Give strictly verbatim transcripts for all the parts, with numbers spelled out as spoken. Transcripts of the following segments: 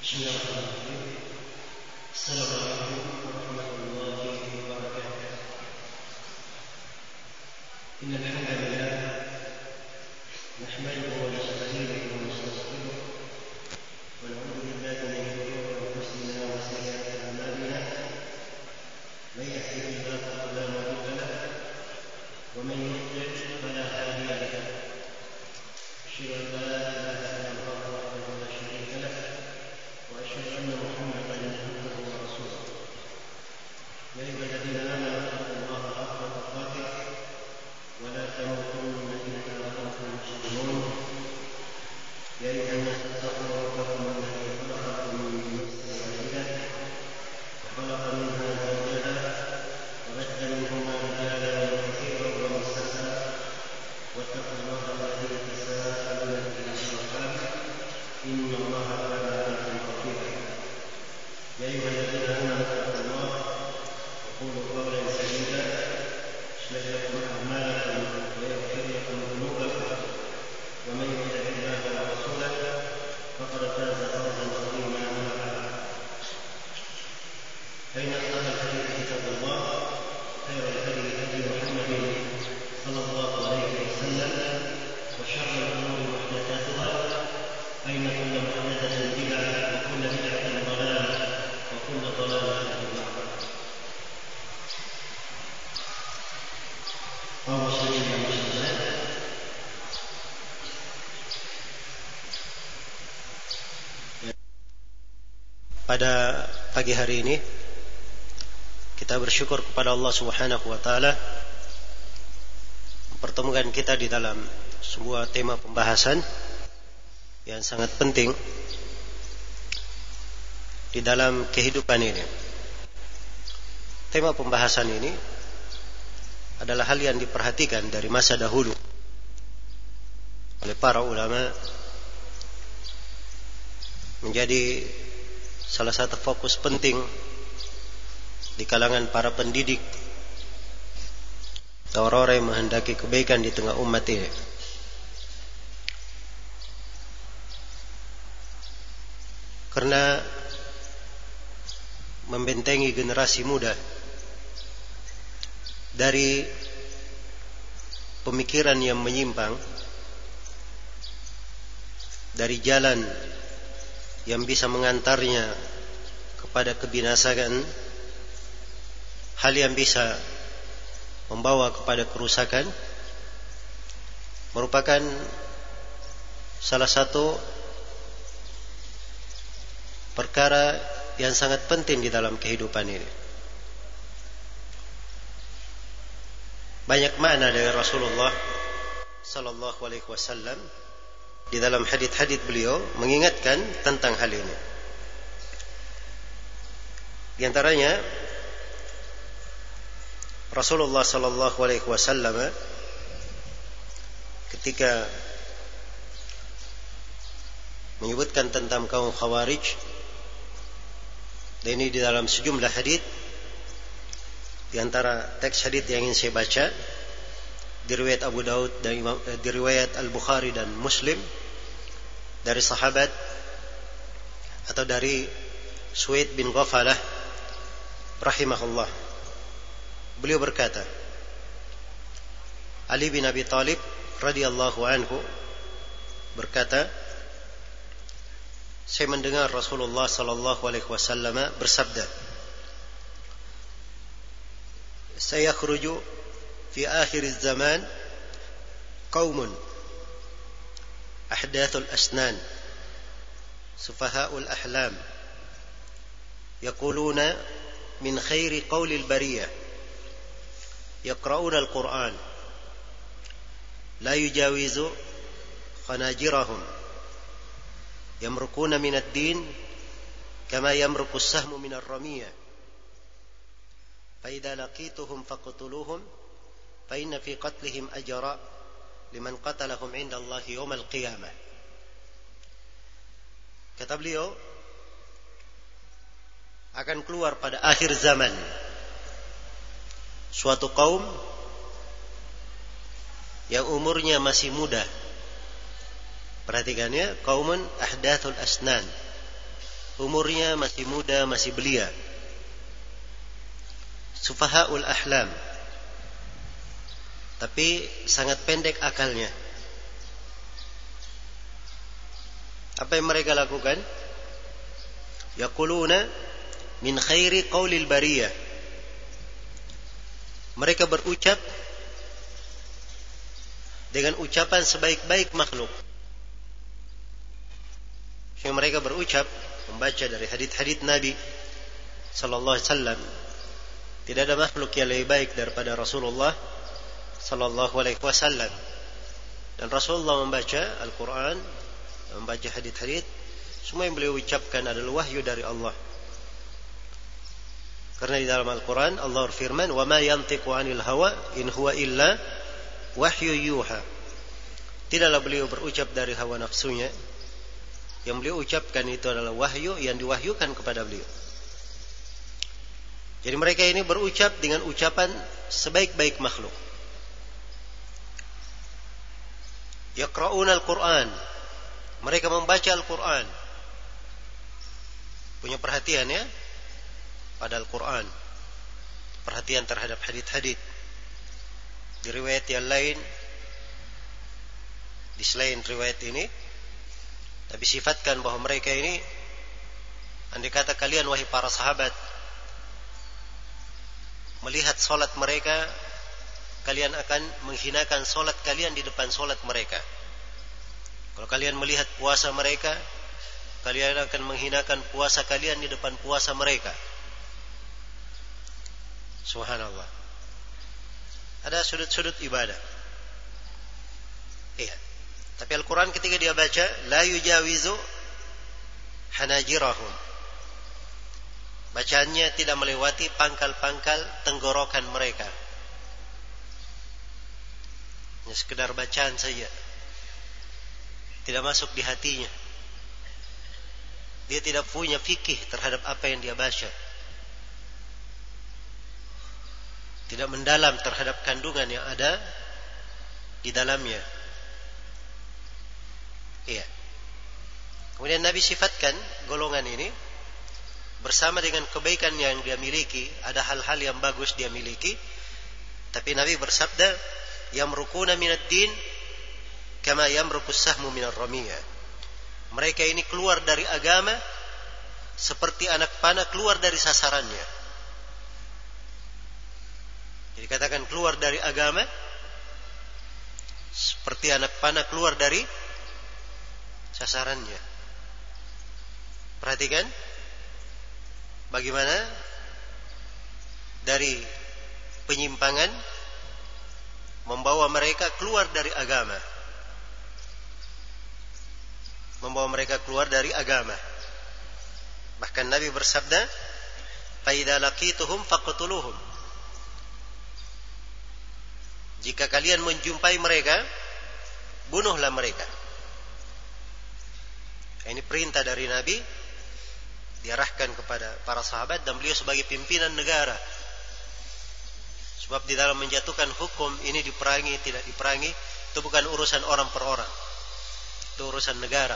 Bismillahirrahmanirrahim. Assalamualaikum warahmatullahi wabarakatuh. Innal hamdalillah nahmaduhu wa nasta'inuhu wa nastaghfiruh wa na'udzu billahi min shururi anfusina wa sayyiati a'malina. Man yahdihillahu fala mudilla lahu wa man yudlil fala hadiya lahu. Asyhadu an la ilaha illallah wahdahu la syarika lahu وأشهد أن محمدا عبده ورسوله. يا أيها الذين آمنوا اتقوا الله حق تقاته ولا تموتن إلا وأنتم مسلمون. يا أيها الناس اتقوا ربكم الذي خلقكم من نفس واحدة وخلق منها زوجها وبث منهما رجالا كثيرا ونساء واتقوا الله الذي تساءلون به والأرحام إن الله كان عليكم رقيبا. يا أيها الذين آمنوا اتقوا الله وقولوا قولا سديدا يصلح لكم أعمالكم ويغفر لكم ذنوبكم ومن يطع الله ورسوله فقد فاز فوزا عظيما. أما بعد فإن أصدق الحديث كتاب الله خير الهدي هدي محمد صلى الله عليه وسلم وشر الأمور محدثاتها فإن كل محدثة بدعة وكل بدعة ضلالة وكل ضلالة في النار. kaum muslimin dan muslimat, pada pagi hari ini kita bersyukur kepada Allah Subhanahu wa taala mempertemukan kita di dalam sebuah tema pembahasan yang sangat penting di dalam kehidupan ini. Tema pembahasan ini adalah hal yang diperhatikan dari masa dahulu oleh para ulama, menjadi salah satu fokus penting di kalangan para pendidik dan orang-orang yang menghendaki kebaikan di tengah umat ini. Karena membentengi generasi muda dari pemikiran yang menyimpang, dari jalan yang bisa mengantarnya kepada kebinasaan, hal yang bisa membawa kepada kerusakan, merupakan salah satu perkara yang sangat penting di dalam kehidupan ini. Banyak makna dari Rasulullah sallallahu alaihi wasallam di dalam hadits-hadits beliau mengingatkan tentang hal ini. Di antaranya Rasulullah sallallahu alaihi wasallam ketika menyebutkan tentang kaum Khawarij, dan ini di dalam sejumlah hadits, di antara teks hadits yang ingin saya baca di riwayat Abu Daud dan Imam, di riwayat Al-Bukhari dan Muslim dari sahabat atau dari Suwaid bin Ghafalah rahimahullah. Beliau berkata, Ali bin Abi Thalib radhiyallahu anhu berkata, saya mendengar Rasulullah sallallahu alaihi wasallam bersabda, sayakhruju fi akhir zaman qaumun ahdathul asnan sufahaul ahlam yaquluna min khairi qawlil bariyah yaqra'una al-Qur'an la yujawizu khanajirahum yamrukuna min ad-din kama yamruku as-sahmu min ar-ramiyah فإذا لقيتهم فقتلوهم فإن في قتلهم أجرا لمن قتلهم عند الله يوم القيامة. Kata beliau, akan keluar pada akhir zaman suatu kaum yang umurnya masih muda. Perhatikannya, kaumun ahdathul asnan, umurnya masih muda, masih belia. Sufahaul ahlam, tapi sangat pendek akalnya. Apa yang mereka lakukan? Yaquluna min khairi qaulil bariyah. Mereka berucap dengan ucapan sebaik-baik makhluk. Yang mereka berucap, membaca dari hadits-hadits Nabi sallallahu alaihi wasallam, tidak ada makhluk yang lebih baik daripada Rasulullah sallallahu alaihi wasallam. Dan Rasulullah membaca Al-Quran, membaca hadits-hadits, semua yang beliau ucapkan adalah wahyu dari Allah. Karena di dalam Al-Quran Allah berfirman, "Wa ma yantiqu 'anil hawa in huwa illa wahyu yuha." Tidaklah beliau berucap dari hawa nafsunya. Yang beliau ucapkan itu adalah wahyu yang diwahyukan kepada beliau. Jadi mereka ini berucap dengan ucapan sebaik-baik makhluk. Yaqra'una al-Quran. Mereka membaca Al-Quran. Punya perhatian ya pada Al-Quran. Perhatian terhadap hadits-hadits. Di riwayat yang lain, di selain riwayat ini, Nabi sifatkan bahwa mereka ini, andai kata kalian wahai para sahabat melihat solat mereka, kalian akan menghinakan solat kalian di depan solat mereka. Kalau kalian melihat puasa mereka, kalian akan menghinakan puasa kalian di depan puasa mereka. Subhanallah. Ada sudut-sudut ibadah. Iya. Tapi Al-Quran ketika dia baca, la yujawizu hanajirahum. Bacaannya tidak melewati pangkal-pangkal tenggorokan mereka. Hanya sekedar bacaan saja. Tidak masuk di hatinya. Dia tidak punya fikih terhadap apa yang dia baca. Tidak mendalam terhadap kandungan yang ada di dalamnya. Iya. Kemudian Nabi sifatkan golongan ini bersama dengan kebaikan yang dia miliki, ada hal-hal yang bagus dia miliki, tapi Nabi bersabda, yamrukuna minad din kama yamrukus sahmu minar ramiyah. Mereka ini keluar dari agama seperti anak panah keluar dari sasarannya. Jadi katakan keluar dari agama seperti anak panah keluar dari sasarannya. Perhatikan bagaimana dari penyimpangan membawa mereka keluar dari agama. Membawa mereka keluar dari agama. Bahkan Nabi bersabda, "Fa idza laqituhum faqtuluhum." Jika kalian menjumpai mereka, bunuhlah mereka. Ini perintah dari Nabi diarahkan kepada para sahabat dan beliau sebagai pimpinan negara. Sebab di dalam menjatuhkan hukum ini diperangi, tidak diperangi, itu bukan urusan orang per orang. Itu urusan negara.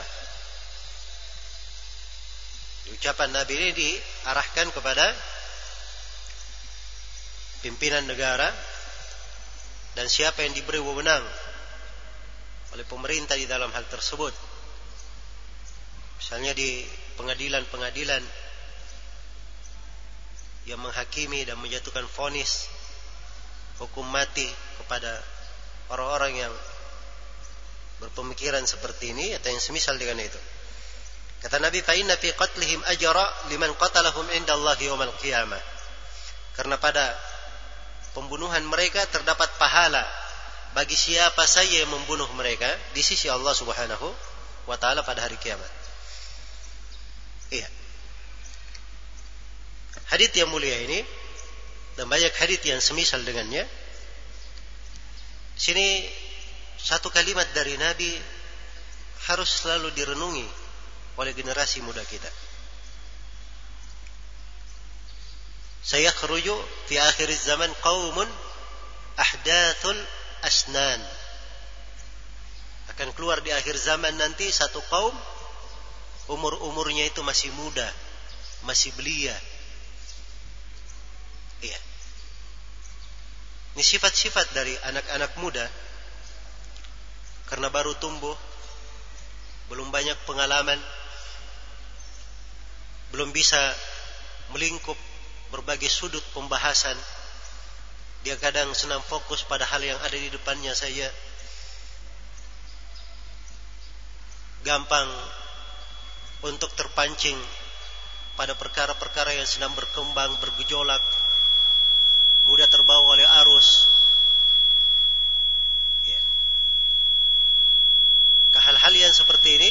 Ucapan Nabi ini diarahkan kepada pimpinan negara dan siapa yang diberi wewenang oleh pemerintah di dalam hal tersebut. Misalnya di pengadilan-pengadilan yang menghakimi dan menjatuhkan vonis hukum mati kepada orang-orang yang berpemikiran seperti ini atau yang semisal dengan itu. Kata Nabi, fa inna fi qatlihim ajra liman qatalahum indallahi yaumil qiyamah. Karena pada pembunuhan mereka terdapat pahala bagi siapa saja yang membunuh mereka di sisi Allah Subhanahu wa taala pada hari kiamat. Iya. Hadits yang mulia ini dan banyak hadits yang semisal dengannya. Di sini satu kalimat dari Nabi harus selalu direnungi oleh generasi muda kita. Sayakhruju fi akhir zaman qaumun ahdathul asnan. Akan keluar di akhir zaman nanti satu kaum umur-umurnya itu masih muda, masih belia. Iya. Ini sifat-sifat dari anak-anak muda, karena baru tumbuh, belum banyak pengalaman, belum bisa melingkup berbagai sudut pembahasan. Dia kadang senang fokus pada hal yang ada di depannya saja. Gampang untuk terpancing pada perkara-perkara yang sedang berkembang, bergejolak, mudah terbawa oleh arus. Ya. Hal-hal yang seperti ini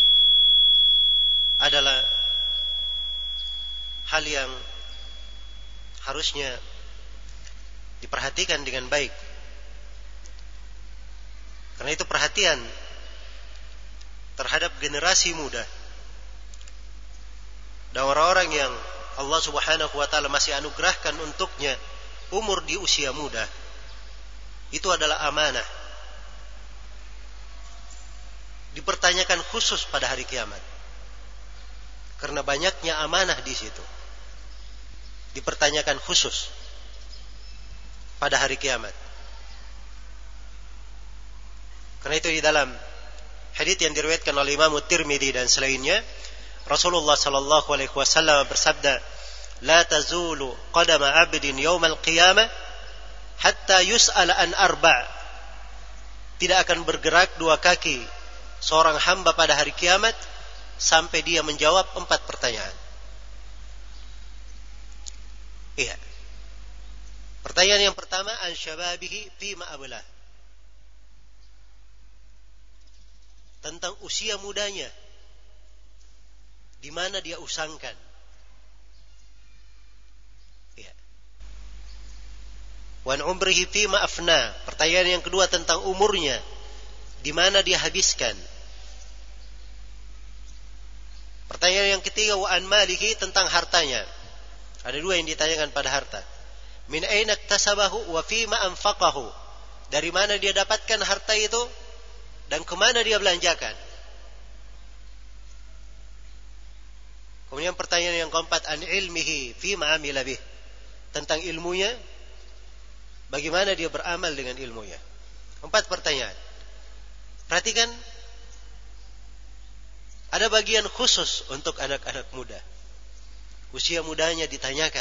adalah hal yang harusnya diperhatikan dengan baik. Karena itu perhatian terhadap generasi muda dan orang-orang yang Allah Subhanahu wa taala masih anugerahkan untuknya umur di usia muda, itu adalah amanah. Dipertanyakan khusus pada hari kiamat. Karena banyaknya amanah di situ. Dipertanyakan khusus pada hari kiamat. Karena itu di dalam hadits yang diriwayatkan oleh Imam Tirmidzi dan selainnya, Rasulullah sallallahu alaihi wasallam bersabda, "La tazulu qadama 'abdin yaumal qiyamah hatta yus'ala an arba'." Tidak akan bergerak dua kaki seorang hamba pada hari kiamat sampai dia menjawab empat pertanyaan. Iya. Pertanyaan yang pertama, an syababihi fima ablah. Tentang usia mudanya, di mana dia usangkan. Ya. Wan umrihi fima afna. Pertanyaan yang kedua tentang umurnya, di mana dia habiskan. Pertanyaan yang ketiga, wa an malihi, tentang hartanya. Ada dua yang ditanyakan pada harta. Min aina iktasabahu wa fima anfaqahu. Dari mana dia dapatkan harta itu dan kemana dia belanjakan. Kemudian pertanyaan yang keempat, an ilmihi fima amila bih. Tentang ilmunya, bagaimana dia beramal dengan ilmunya. Empat pertanyaan. Perhatikan, ada bagian khusus untuk anak-anak muda. Usia mudanya ditanyakan.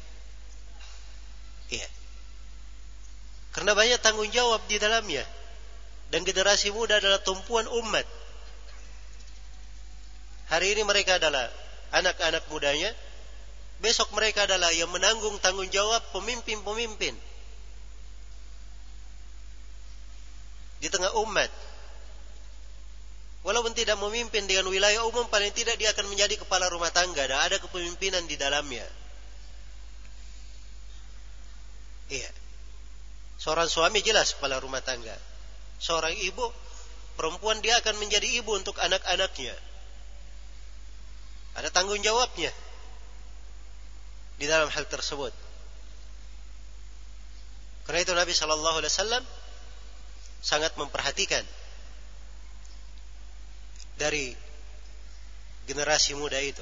Iya. Karena banyak tanggung jawab di dalamnya. Dan generasi muda adalah tumpuan umat. Hari ini mereka adalah anak-anak mudanya. Besok mereka adalah yang menanggung tanggung jawab pemimpin-pemimpin di tengah umat. Walaupun tidak memimpin dengan wilayah umum, paling tidak dia akan menjadi kepala rumah tangga dan ada kepemimpinan di dalamnya. Iya. Seorang suami jelas kepala rumah tangga. Seorang ibu, perempuan dia akan menjadi ibu untuk anak-anaknya. Ada tanggung jawabnya di dalam hal tersebut. Karena itu Nabi Shallallahu Alaihi Wasallam sangat memperhatikan dari generasi muda itu.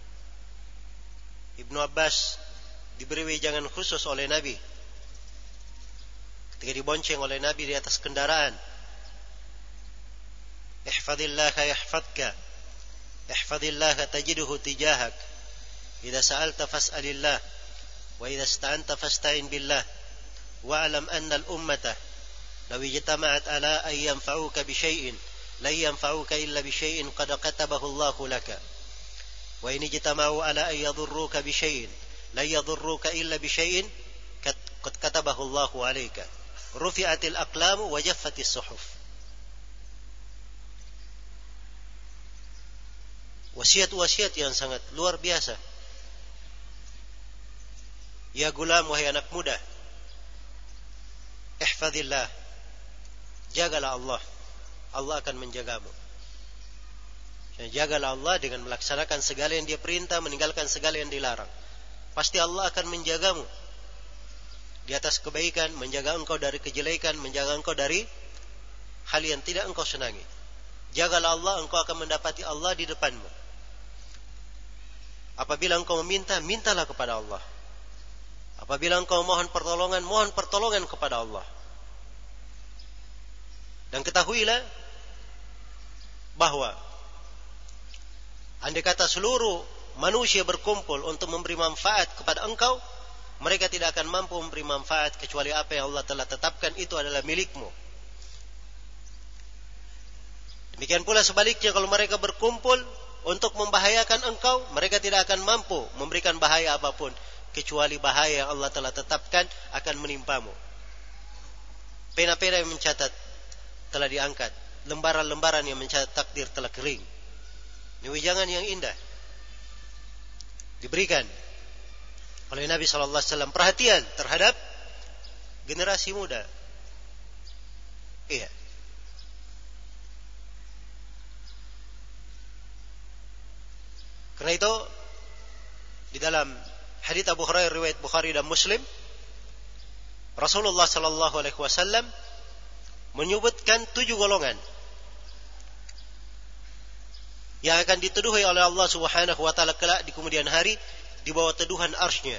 Ibnu Abbas diberi wejangan khusus oleh Nabi ketika dibonceng oleh Nabi di atas kendaraan. Ihfadillaha yahfadka, ihfadillaha tajiduhu tijahak, idza sa'alta fas'alillah, wa idza ista'anta fasta'in billah, wa'lam anna al-ummata law ijtama'at ala an yanfa'uka bi syai'in la yanfa'uka illa bi syai'in qad katabahu Allahu laka, wa in ijtama'u ala an yadhurruka bi syai'in la yadhurruka illa bi syai'in qad katabahu Allahu alayka, rufi'atil aqlamu wa jaffatis suhuf. Wasiat-wasiat yang sangat luar biasa. Ya gulam, wahai anak muda, ihfadillah, jagalah Allah, Allah akan menjagamu. Jagalah Allah dengan melaksanakan segala yang dia perintah, meninggalkan segala yang dilarang. Pasti Allah akan menjagamu di atas kebaikan, menjaga engkau dari kejelekan, menjaga engkau dari hal yang tidak engkau senangi. Jagalah Allah, engkau akan mendapati Allah di depanmu. Apabila engkau meminta, mintalah kepada Allah. Apabila engkau mohon pertolongan, mohon pertolongan kepada Allah. Dan ketahuilah bahwa andai kata seluruh manusia berkumpul untuk memberi manfaat kepada engkau, mereka tidak akan mampu memberi manfaat kecuali apa yang Allah telah tetapkan itu adalah milikmu. Demikian pula sebaliknya, kalau mereka berkumpul untuk membahayakan engkau, mereka tidak akan mampu memberikan bahaya apapun kecuali bahaya yang Allah telah tetapkan akan menimpamu. Pena-pena yang mencatat telah diangkat, lembaran-lembaran yang mencatat takdir telah kering. Ini wejangan yang indah diberikan oleh Nabi sallallahu alaihi wasallam. Perhatian terhadap generasi muda. Iya. Karena itu di dalam hadits Abu Hurairah riwayat Bukhari dan Muslim, Rasulullah sallallahu alaihi wasallam menyebutkan tujuh golongan yang akan dituduhi oleh Allah Subhanahu wa taala kelak di kemudian hari di bawah teduhan arsy-Nya.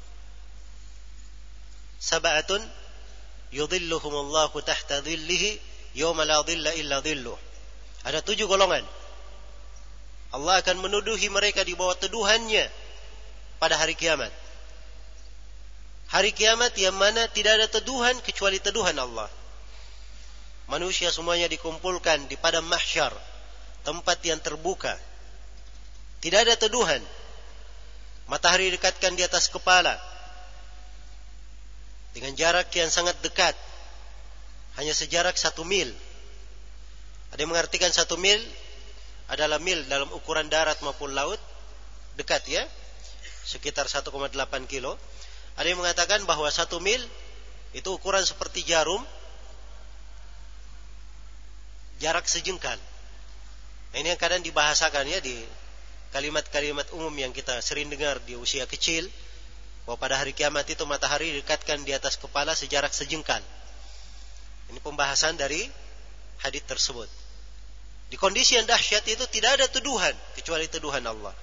Sab'atun yudhilluhumullahu tahta dhillihi yawma la dhilla illa dhilluh. Ada tujuh golongan. Allah akan menuduhi mereka di bawah teduhannya pada hari kiamat. Hari kiamat yang mana tidak ada teduhan kecuali teduhan Allah. Manusia semuanya dikumpulkan di padang mahsyar, tempat yang terbuka. Tidak ada teduhan. Matahari dekatkan di atas kepala dengan jarak yang sangat dekat, hanya sejarak satu mil. Ada yang mengartikan satu mil adalah mil dalam ukuran darat maupun laut, dekat ya, sekitar satu koma delapan kilo. Ada yang mengatakan bahwa satu mil itu ukuran seperti jarum, jarak sejengkal. Nah, ini yang kadang dibahasakan ya di kalimat-kalimat umum yang kita sering dengar di usia kecil, bahwa pada hari kiamat itu matahari dekatkan di atas kepala sejarak sejengkal. Ini pembahasan dari hadits tersebut. Di kondisi yang dahsyat itu tidak ada tuduhan kecuali tuduhan Allah.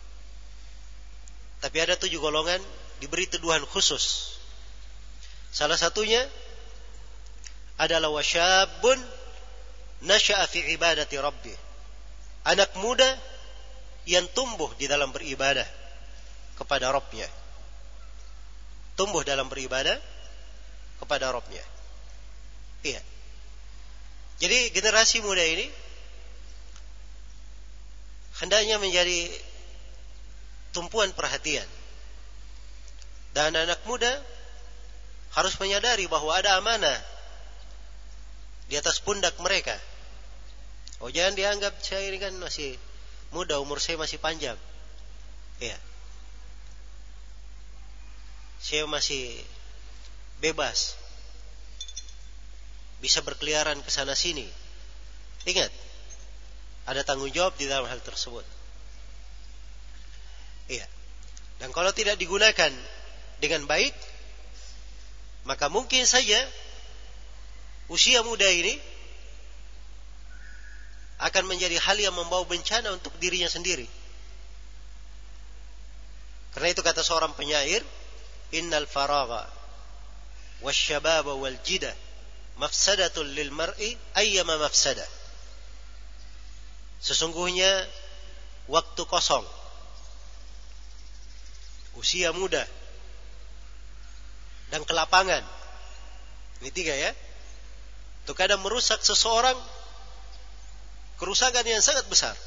Tapi ada tujuh golongan diberi tuduhan khusus. Salah satunya adalah wasyabun nasya'a fi ibadati rabbih. Anak muda yang tumbuh di dalam beribadah kepada Rabb-Nya. Tumbuh dalam beribadah kepada Rabb-Nya. Iya. Jadi generasi muda ini hendaknya menjadi tumpuan perhatian. Dan anak muda harus menyadari bahwa ada amanah di atas pundak mereka. Oh, jangan dianggap saya ini kan masih muda, umur saya masih panjang. Ya. Saya masih bebas. Bisa berkeliaran ke sana sini. Ingat, ada tanggung jawab di dalam hal tersebut. Iya. Dan kalau tidak digunakan dengan baik, maka mungkin saja usia muda ini akan menjadi hal yang membawa bencana untuk dirinya sendiri. Karena itu kata seorang penyair, innal faragha wasyababa wal jida mafsadatul lil mar'i ayyama mafsadah. Sesungguhnya waktu kosong, usia muda, dan kelapangan, ini tiga ya, itu kadang merusak seseorang kerusakan yang sangat besar.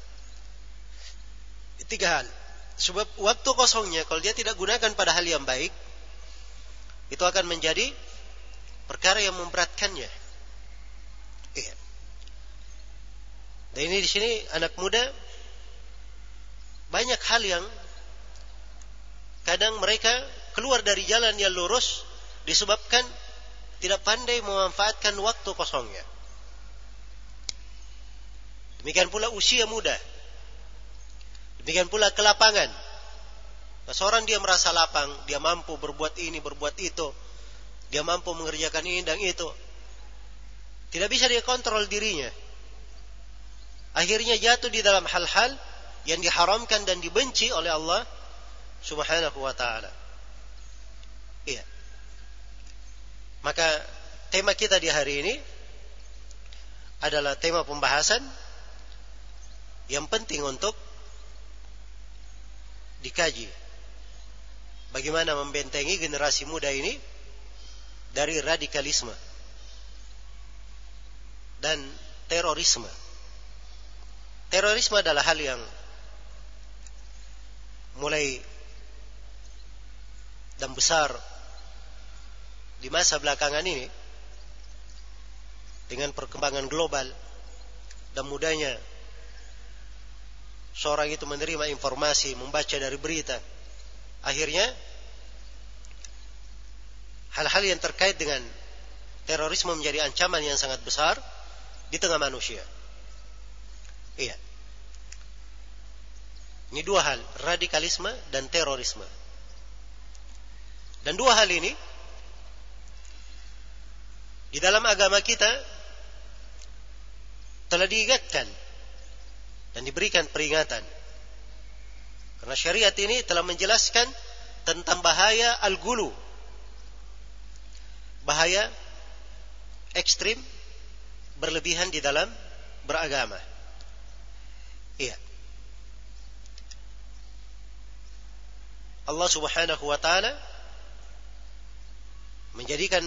Tiga hal. Sebab waktu kosongnya kalau dia tidak gunakan pada hal yang baik, itu akan menjadi perkara yang memberatkannya. Iya. Dan ini di sini anak muda banyak hal yang kadang mereka keluar dari jalan yang lurus disebabkan tidak pandai memanfaatkan waktu kosongnya. Demikian pula usia muda. Demikian pula kelapangan. Nah, seorang dia merasa lapang, dia mampu berbuat ini, berbuat itu. Dia mampu mengerjakan ini dan itu. Tidak bisa dia kontrol dirinya. Akhirnya jatuh di dalam hal-hal yang diharamkan dan dibenci oleh Allah Subhanahu wa ta'ala. Iya. Maka tema kita di hari ini adalah tema pembahasan yang penting untuk dikaji. Bagaimana membentengi generasi muda ini dari radikalisme dan terorisme. Terorisme adalah hal yang mulai dan besar di masa belakangan ini dengan perkembangan global dan mudahnya seorang itu menerima informasi, membaca dari berita. Akhirnya hal-hal yang terkait dengan terorisme menjadi ancaman yang sangat besar di tengah manusia. Iya. Ini dua hal, radikalisme dan terorisme. Dan dua hal ini di dalam agama kita telah diingatkan dan diberikan peringatan. Karena syariat ini telah menjelaskan tentang bahaya al-ghulu. Bahaya ekstrim berlebihan di dalam beragama. Iya. Allah Subhanahu wa ta'ala menjadikan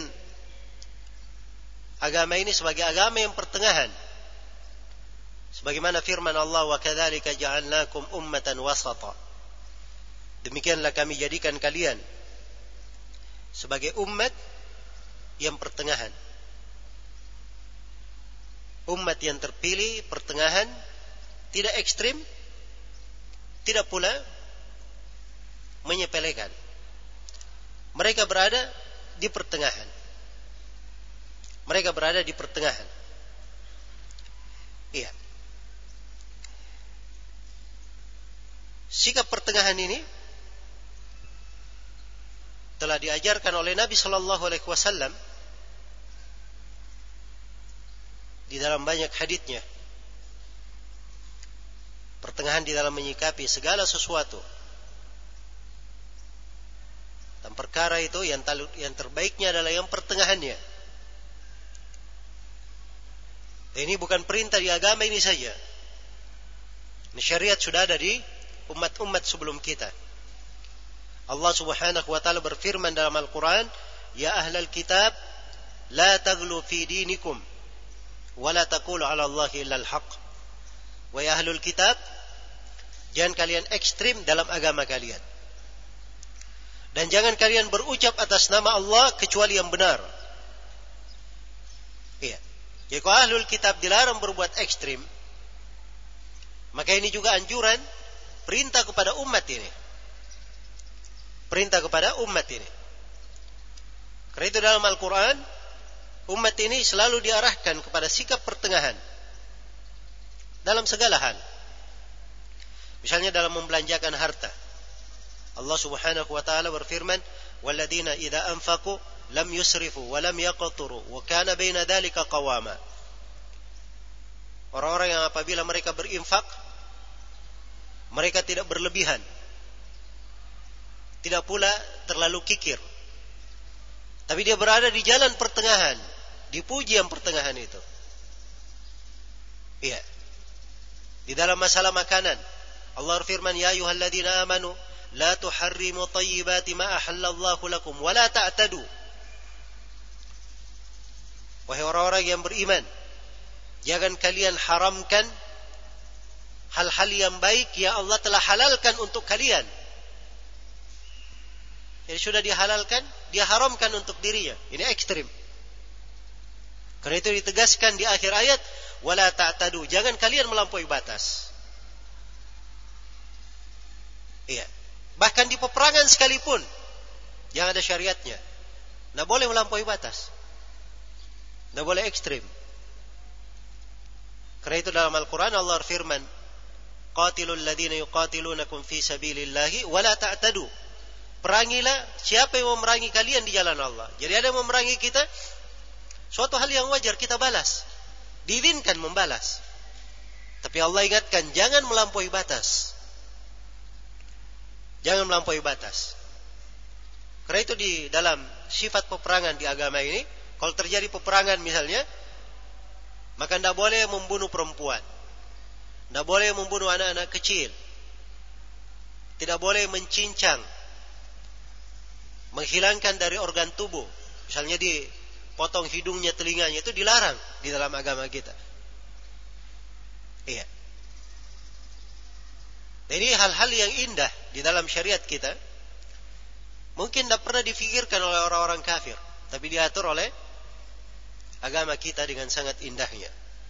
agama ini sebagai agama yang pertengahan. Sebagaimana firman Allah, wa kadzalika ja'alnakum ummatan wasata. Demikianlah kami jadikan kalian sebagai umat yang pertengahan. Umat yang terpilih pertengahan, tidak ekstrim, tidak pula menyepelekan. Mereka berada di pertengahan. Mereka berada di pertengahan. Iya. Sikap pertengahan ini telah diajarkan oleh Nabi Sallallahu Alaihi Wasallam di dalam banyak haditsnya. Pertengahan di dalam menyikapi segala sesuatu. Dan perkara itu yang, yang terbaiknya adalah yang pertengahannya. Ini bukan perintah di agama ini saja. Ini syariat sudah ada di umat-umat sebelum kita. Allah Subhanahu wa ta'ala berfirman dalam Al-Quran, Ya ahlal kitab, la taghlu fi dinikum, wa la taqulu ala Allahi illa al-haq. Wahai ahlul kitab, jangan kalian ekstrim dalam agama kalian. Dan jangan kalian berucap atas nama Allah kecuali yang benar. Iya. Jadi kalau ahlul kitab dilarang berbuat ekstrim, maka ini juga anjuran, perintah kepada umat ini. Perintah kepada umat ini. Karena itu dalam Al-Quran, umat ini selalu diarahkan kepada sikap pertengahan dalam segala hal. Misalnya dalam membelanjakan harta. Allah Subhanahu wa ta'ala berfirman, "Walladzina idza anfaqu lam yusrifu wa lam yaqturu wa kana baina dzalika qawama." Orang-orang yang apabila mereka berinfak, mereka tidak berlebihan, tidak pula terlalu kikir, tapi dia berada di jalan pertengahan, dipuji yang pertengahan itu. Iya. Di dalam masalah makanan, Allah berfirman, "Ya ayyuhalladzina amanu la tuharrimu thayyibati ma ahallallahu lakum wa la ta'tadu." Wahai orang-orang yang beriman, jangan kalian haramkan hal-hal yang baik yang Allah telah halalkan untuk kalian. Jadi sudah dihalalkan, dia haramkan untuk dirinya. Ini ekstrim. Karena itu ditegaskan di akhir ayat, wala ta'tadu, jangan kalian melampaui batas. Iya. Bahkan di peperangan sekalipun yang ada syariatnya, tidak boleh melampaui batas, tidak boleh ekstrim. Karena itu dalam Al-Quran Allah firman, qatilul ladina yuqatilunakum fi sabilillahi wala ta'tadu. Perangilah siapa yang memerangi kalian di jalan Allah. Jadi ada yang memerangi kita, suatu hal yang wajar kita balas, diizinkan membalas. Tapi Allah ingatkan, jangan melampaui batas. Jangan melampaui batas. Karena itu di dalam sifat peperangan di agama ini, kalau terjadi peperangan misalnya, maka tidak boleh membunuh perempuan. Tidak boleh membunuh anak-anak kecil. Tidak boleh mencincang, menghilangkan dari organ tubuh. Misalnya dipotong hidungnya, telinganya, itu dilarang di dalam agama kita. Iya. Ini hal-hal yang indah di dalam syariat kita. Mungkin tidak pernah difikirkan oleh orang-orang kafir, tapi diatur oleh agama kita dengan sangat indahnya.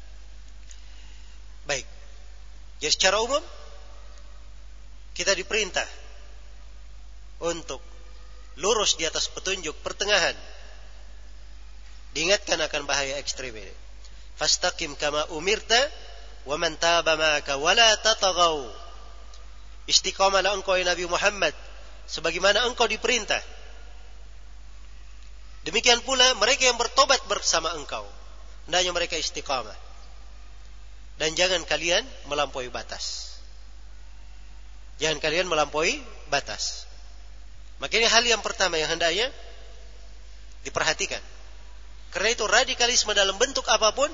Baik. Jadi secara umum kita diperintah untuk lurus di atas petunjuk pertengahan. Diingatkan akan bahaya ekstrim ini. Fastaqim kama umirta wa man taba ma'aka wa la tataghaw. Istiqamalah engkau ya Nabi Muhammad sebagaimana engkau diperintah. Demikian pula mereka yang bertobat bersama engkau, hendaknya mereka istiqamah. Dan jangan kalian melampaui batas. Jangan kalian melampaui batas. Makanya hal yang pertama yang hendaknya diperhatikan. Karena itu radikalisme dalam bentuk apapun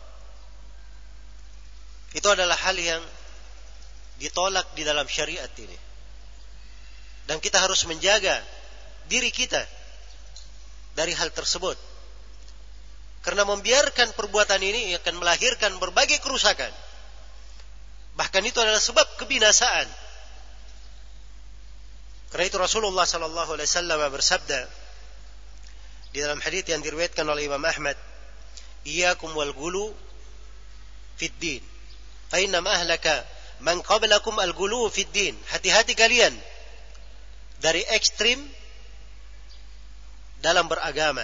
itu adalah hal yang ditolak di dalam syariat ini. Dan kita harus menjaga diri kita dari hal tersebut. Karena membiarkan perbuatan ini akan melahirkan berbagai kerusakan. Bahkan itu adalah sebab kebinasaan. Karena itu Rasulullah sallallahu alaihi wasallam bersabda di dalam hadis yang diriwayatkan oleh Imam Ahmad, "Iyyakum wal ghulu fid din, fa inna ma ahlaka man qablakum al ghulu fid din." Hati-hati kalian dari ekstrim dalam beragama.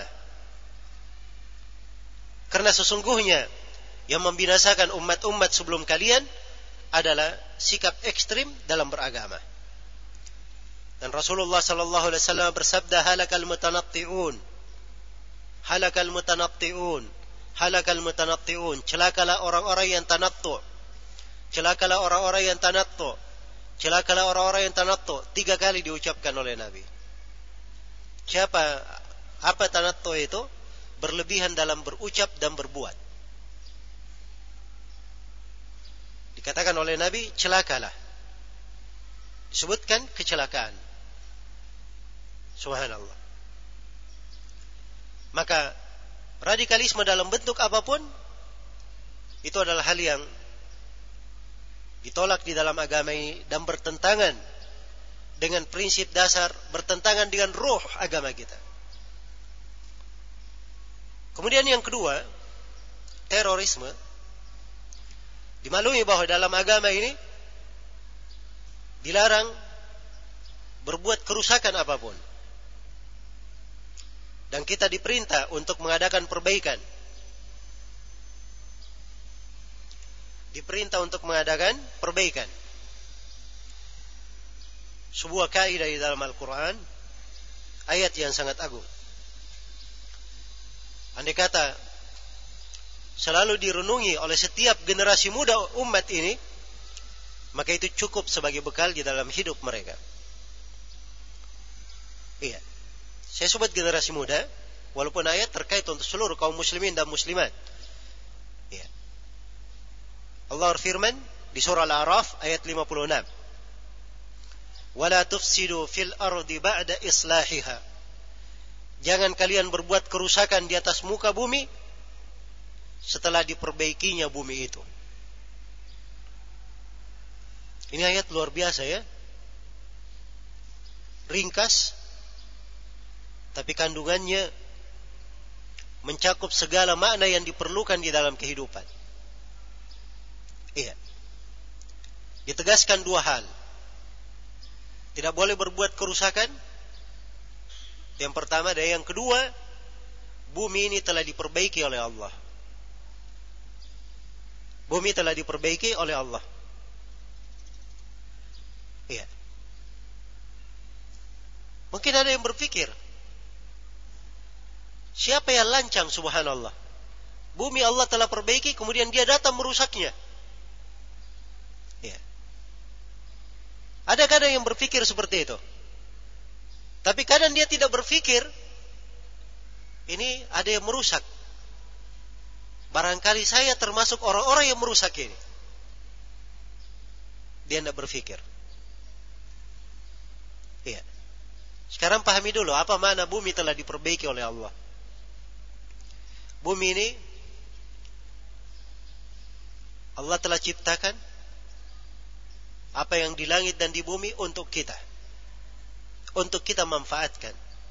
Karena sesungguhnya yang membinasakan umat-umat sebelum kalian adalah sikap ekstrim dalam beragama. Dan Rasulullah sallallahu alaihi wasallam bersabda, halakal mutanatti'un, halakal mutanatti'un, halakal mutanatti'un. Celakalah orang-orang yang tanattu, celakalah orang-orang yang tanattu, celakalah orang-orang yang tanattu. Tiga kali diucapkan oleh Nabi. Siapa, apa tanattu itu? Berlebihan dalam berucap dan berbuat. Dikatakan oleh Nabi, celakalah. Disebutkan kecelakaan. Subhanallah. Maka radikalisme dalam bentuk apapun itu adalah hal yang ditolak di dalam agama ini dan bertentangan dengan prinsip dasar, bertentangan dengan ruh agama kita. Kemudian yang kedua, terorisme. Dimaklumi bahwa dalam agama ini dilarang berbuat kerusakan apapun. Dan kita diperintah untuk mengadakan perbaikan. Diperintah untuk mengadakan perbaikan. Sebuah kaidah di dalam Al-Quran, ayat yang sangat agung. Andai kata selalu direnungi oleh setiap generasi muda umat ini, maka itu cukup sebagai bekal di dalam hidup mereka. Iya. Saya sebut generasi muda, walaupun ayat terkait untuk seluruh kaum muslimin dan muslimat. Iya. Allah berfirman di surah Al-A'raf ayat lima puluh enam. Wala tufsidu fil ardi ba'da islahiha. Jangan kalian berbuat kerusakan di atas muka bumi setelah diperbaikinya bumi itu. Ini ayat luar biasa ya. Ringkas, tapi kandungannya mencakup segala makna yang diperlukan di dalam kehidupan. Iya. Ditegaskan dua hal. Tidak boleh berbuat kerusakan. Yang pertama dan yang kedua, bumi ini telah diperbaiki oleh Allah. Bumi telah diperbaiki oleh Allah. Iya. Mungkin ada yang berpikir, siapa yang lancang subhanallah? Bumi Allah telah perbaiki, kemudian dia datang merusaknya. Ada kadang yang berpikir seperti itu. Tapi kadang dia tidak berpikir, ini ada yang merusak. Barangkali saya termasuk orang-orang yang merusak ini. Dia tidak berpikir. Iya. Sekarang pahami dulu apa makna bumi telah diperbaiki oleh Allah. Bumi ini Allah telah ciptakan apa yang di langit dan di bumi untuk kita, untuk kita manfaatkan.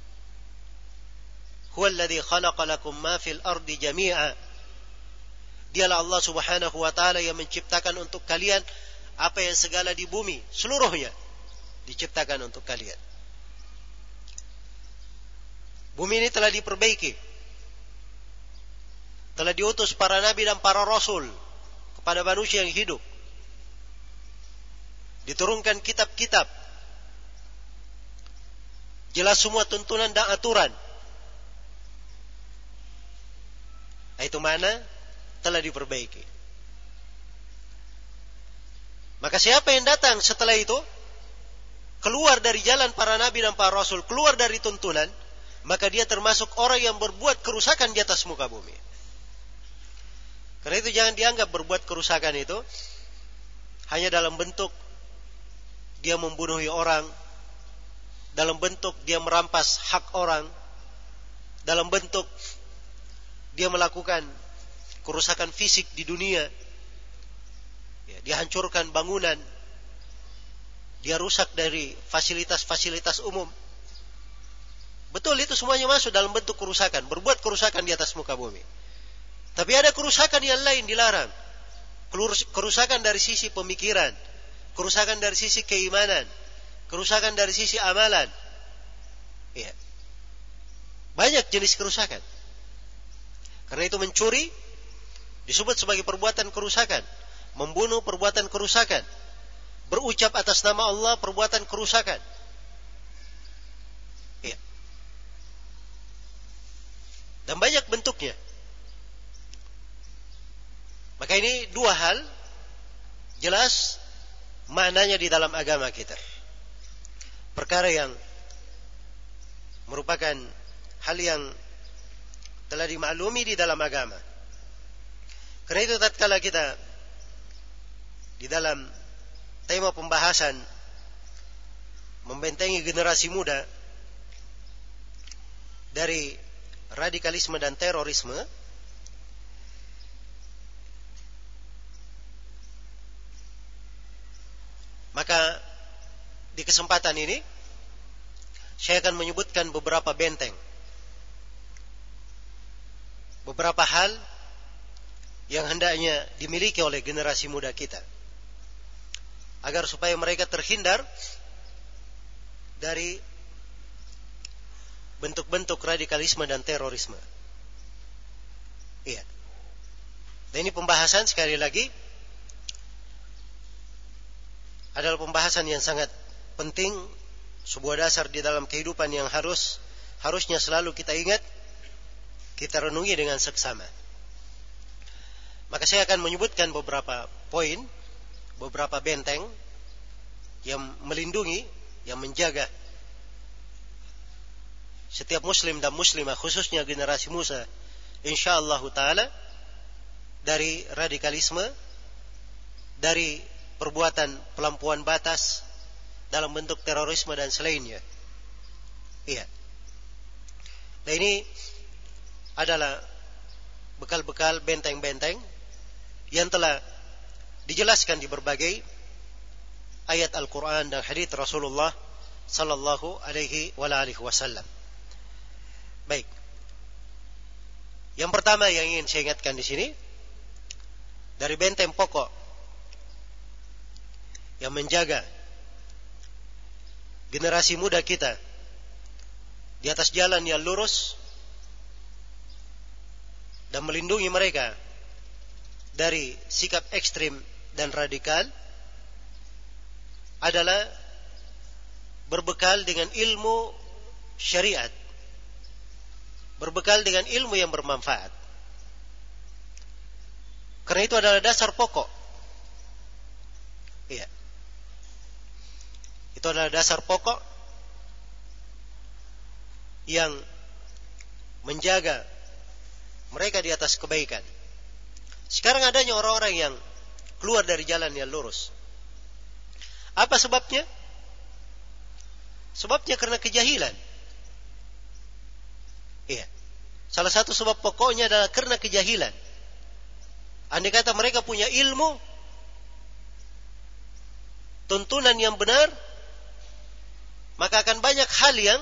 Huwallazi khalaqa lakum ma fil ardi jami'a. Dialah Allah Subhanahu wa taala yang menciptakan untuk kalian apa yang segala di bumi, seluruhnya diciptakan untuk kalian. Bumi ini telah diperbaiki. Telah diutus para nabi dan para rasul kepada manusia yang hidup. Diturunkan kitab-kitab. Jelas semua tuntunan dan aturan. Itu mana telah diperbaiki. Maka siapa yang datang setelah itu, keluar dari jalan para nabi dan para rasul, keluar dari tuntunan, maka dia termasuk orang yang berbuat kerusakan di atas muka bumi. Karena itu jangan dianggap berbuat kerusakan itu hanya dalam bentuk dia membunuhi orang, dalam bentuk dia merampas hak orang, dalam bentuk dia melakukan kerusakan fisik di dunia, ya, dia hancurkan bangunan, dia rusak dari fasilitas-fasilitas umum. Betul, itu semuanya masuk dalam bentuk kerusakan, berbuat kerusakan di atas muka bumi. Tapi ada kerusakan yang lain dilarang. Kerusakan dari sisi pemikiran, kerusakan dari sisi keimanan, kerusakan dari sisi amalan. Ya. Banyak jenis kerusakan. Karena itu mencuri disebut sebagai perbuatan kerusakan, membunuh perbuatan kerusakan, berucap atas nama Allah perbuatan kerusakan. Ya. Dan banyak bentuknya. Maka ini dua hal jelas maknanya di dalam agama kita. Perkara yang merupakan hal yang telah dimaklumi di dalam agama. Karena itu tatkala kita di dalam tema pembahasan membentengi generasi muda dari radikalisme dan terorisme, maka di kesempatan ini saya akan menyebutkan beberapa benteng, beberapa hal yang hendaknya dimiliki oleh generasi muda kita, agar supaya mereka terhindar dari bentuk-bentuk radikalisme dan terorisme. Iya. Dan ini pembahasan sekali lagi adalah pembahasan yang sangat penting, sebuah dasar di dalam kehidupan yang harus harusnya selalu kita ingat, kita renungi dengan seksama. Maka saya akan menyebutkan beberapa poin, beberapa benteng yang melindungi, yang menjaga setiap muslim dan muslimah, khususnya generasi muda, insyaallah taala, dari radikalisme, dari perbuatan pelampuan batas dalam bentuk terorisme dan selainnya. Iya. Dan ini adalah bekal-bekal benteng-benteng yang telah dijelaskan di berbagai ayat Al-Quran dan hadits Rasulullah sallallahu alaihi wa alihi wasallam. Baik. Yang pertama yang ingin saya ingatkan di sini, dari benteng pokok yang menjaga generasi muda kita di atas jalan yang lurus dan melindungi mereka dari sikap ekstrim dan radikal, adalah berbekal dengan ilmu syariat, berbekal dengan ilmu yang bermanfaat. Karena itu adalah dasar pokok. Iya. Itu adalah dasar pokok yang menjaga mereka di atas kebaikan. Sekarang adanya orang-orang yang keluar dari jalan yang lurus. Apa sebabnya? Sebabnya karena kejahilan. Iya. Salah satu sebab pokoknya adalah karena kejahilan. Andai kata mereka punya ilmu, tuntunan yang benar, maka akan banyak hal yang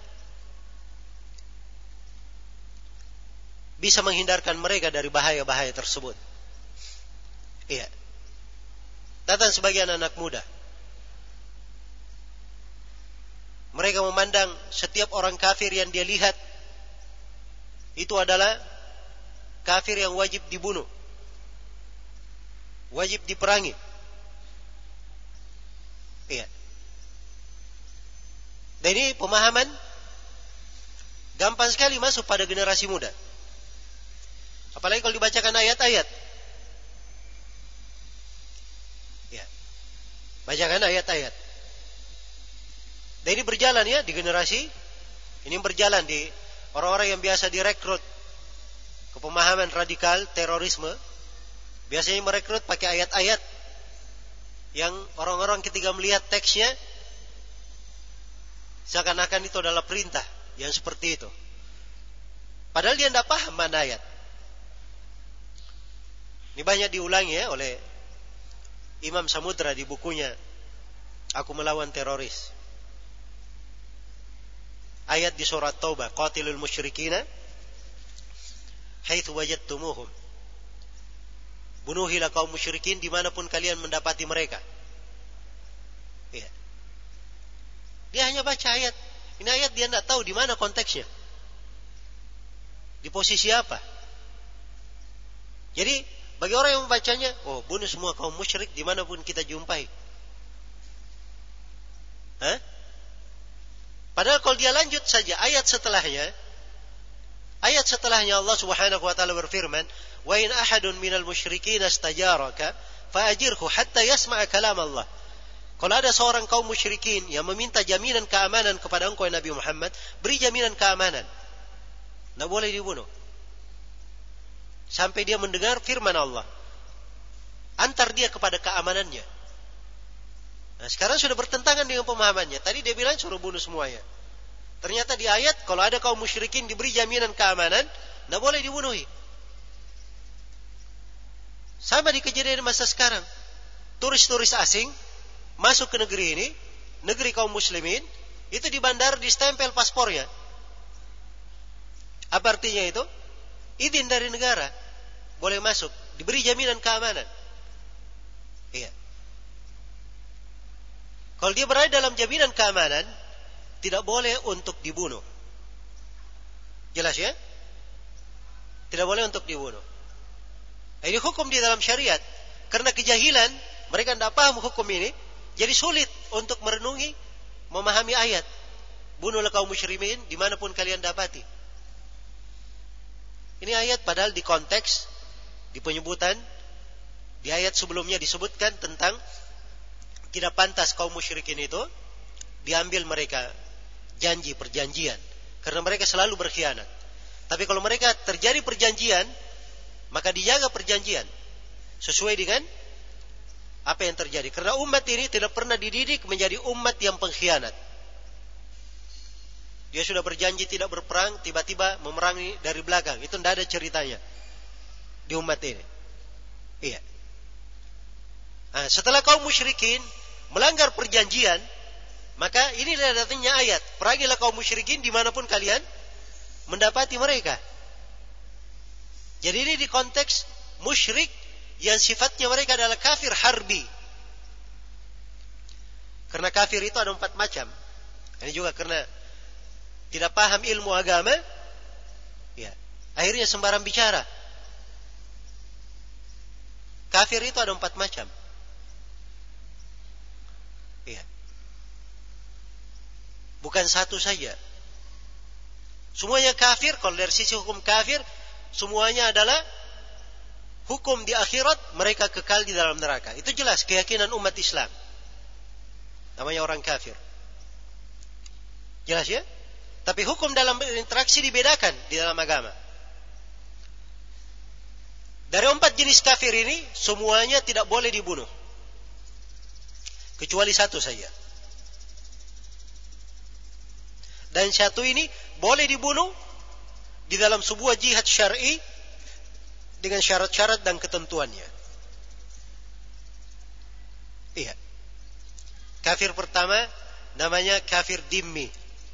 bisa menghindarkan mereka dari bahaya-bahaya tersebut. Iya. Datang sebagian anak muda. Mereka memandang setiap orang kafir yang dia lihat itu adalah kafir yang wajib dibunuh, wajib diperangi. Iya. Dan ini pemahaman gampang sekali masuk pada generasi muda. Apalagi kalau dibacakan ayat-ayat. Ya. Bacakan ayat-ayat. Dan ini berjalan ya di generasi. Ini berjalan di orang-orang yang biasa direkrut ke pemahaman radikal terorisme. Biasanya merekrut pakai ayat-ayat yang orang-orang ketika melihat teksnya seakan-akan itu adalah perintah yang seperti itu. Padahal dia tidak paham mana ayat. Ini banyak diulangi ya oleh Imam Samudra di bukunya Aku Melawan Teroris. Ayat di surat Taubah, qatilul musyrikina haitsu wajadtumuhum. Bunuhilah kaum musyrikin dimanapun kalian mendapati mereka. Ya. Dia hanya baca ayat. Ini ayat dia tidak tahu di mana konteksnya. Di posisi apa. Jadi bagi orang yang membacanya, oh bunuh semua kaum musyrik dimanapun kita jumpai. Hah? Padahal kalau dia lanjut saja ayat setelahnya, ayat setelahnya Allah Subhanahu wa taala berfirman, "Wa in ahadun minal musyrikin istajaraka fa'ajirhu hatta yasma'a kalam Allah." Kalau ada seorang kaum musyrikin yang meminta jaminan keamanan kepada engkau Nabi Muhammad, beri jaminan keamanan. Tidak boleh dibunuh sampai dia mendengar firman Allah. Antar dia kepada keamanannya. Nah, sekarang sudah bertentangan dengan pemahamannya. Tadi dia bilang suruh bunuh semuanya. Ternyata di ayat kalau ada kaum musyrikin diberi jaminan keamanan, tidak boleh dibunuhi. Sama di kejadian masa sekarang. Turis-turis asing masuk ke negeri ini, negeri kaum muslimin, itu di bandar distempel paspornya. Apa artinya itu? Izin dari negara, boleh masuk, diberi jaminan keamanan. Iya. Kalau dia berada dalam jaminan keamanan, tidak boleh untuk dibunuh. Jelas ya? Tidak boleh untuk dibunuh. Nah, ini hukum di dalam syariat. Karena kejahilan, mereka tidak paham hukum ini, jadi sulit untuk merenungi, memahami ayat. Bunuhlah kaum musyrikin dimanapun kalian dapati. Ini ayat padahal di konteks, di penyebutan, di ayat sebelumnya disebutkan tentang tidak pantas kaum musyrikin itu diambil mereka janji, perjanjian. Karena mereka selalu berkhianat. Tapi kalau mereka terjadi perjanjian, maka dijaga perjanjian sesuai dengan apa yang terjadi. Karena umat ini tidak pernah dididik menjadi umat yang pengkhianat. Dia sudah berjanji tidak berperang, tiba-tiba memerangi dari belakang. Itu tidak ada ceritanya di umat ini. Iya. Nah, setelah kaum musyrikin melanggar perjanjian, maka inilah datangnya ayat, perangilah kaum musyrikin dimanapun kalian mendapati mereka. Jadi ini di konteks musyrik yang sifatnya mereka adalah kafir harbi. Karena kafir itu ada empat macam. Ini juga karena tidak paham ilmu agama, ya, akhirnya sembarang bicara. Kafir itu ada empat macam. Ya. Bukan satu saja. Semuanya kafir. Kalau dari sisi hukum kafir, semuanya adalah hukum di akhirat mereka kekal di dalam neraka. Itu jelas keyakinan umat Islam. namanya orang kafir. Jelas ya? Tapi hukum dalam interaksi dibedakan di dalam agama. Dari empat jenis kafir ini, semuanya tidak boleh dibunuh. Kecuali satu saja. Dan satu ini boleh dibunuh di dalam sebuah jihad syar'i dengan syarat-syarat dan ketentuannya. Iya. Kafir pertama namanya kafir dhimmi.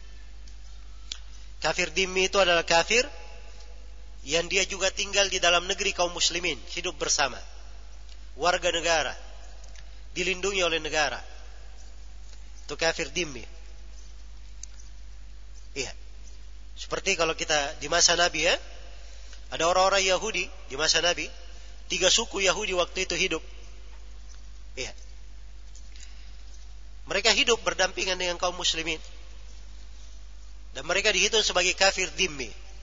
Kafir dhimmi itu adalah kafir yang dia juga tinggal di dalam negeri kaum muslimin, hidup bersama, warga negara, dilindungi oleh negara. Itu kafir dhimmi. Iya. Seperti kalau kita di masa Nabi ya, ada orang-orang Yahudi di masa Nabi, tiga suku Yahudi waktu itu hidup. Iya. Mereka hidup berdampingan dengan kaum muslimin. Dan mereka dihitung sebagai kafir dhimmi.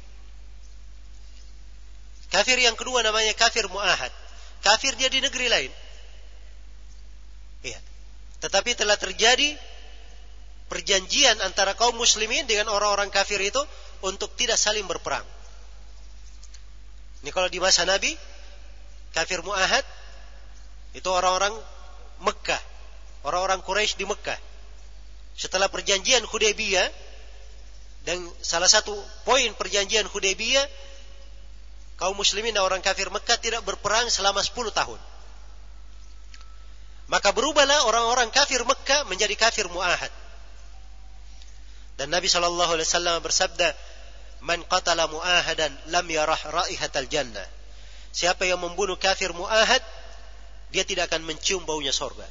Kafir yang kedua namanya kafir mu'ahad. Kafir dia di negeri lain. Iya. Tetapi telah terjadi perjanjian antara kaum muslimin dengan orang-orang kafir itu untuk tidak saling berperang. Ini kalau di masa Nabi, kafir mu'ahad itu orang-orang Mekah, orang-orang Quraisy di Mekah. Setelah perjanjian Hudaybiyah, dan salah satu poin perjanjian Hudaybiyah, kaum muslimin dan orang kafir Mekah tidak berperang selama sepuluh tahun. Maka berubahlah orang-orang kafir Mekah menjadi kafir mu'ahad. Dan Nabi shallallahu alaihi wasallam bersabda, "Man qatala mu'ahadan lam yarah raihatal jannah." Siapa yang membunuh kafir mu'ahad, dia tidak akan mencium baunya surga.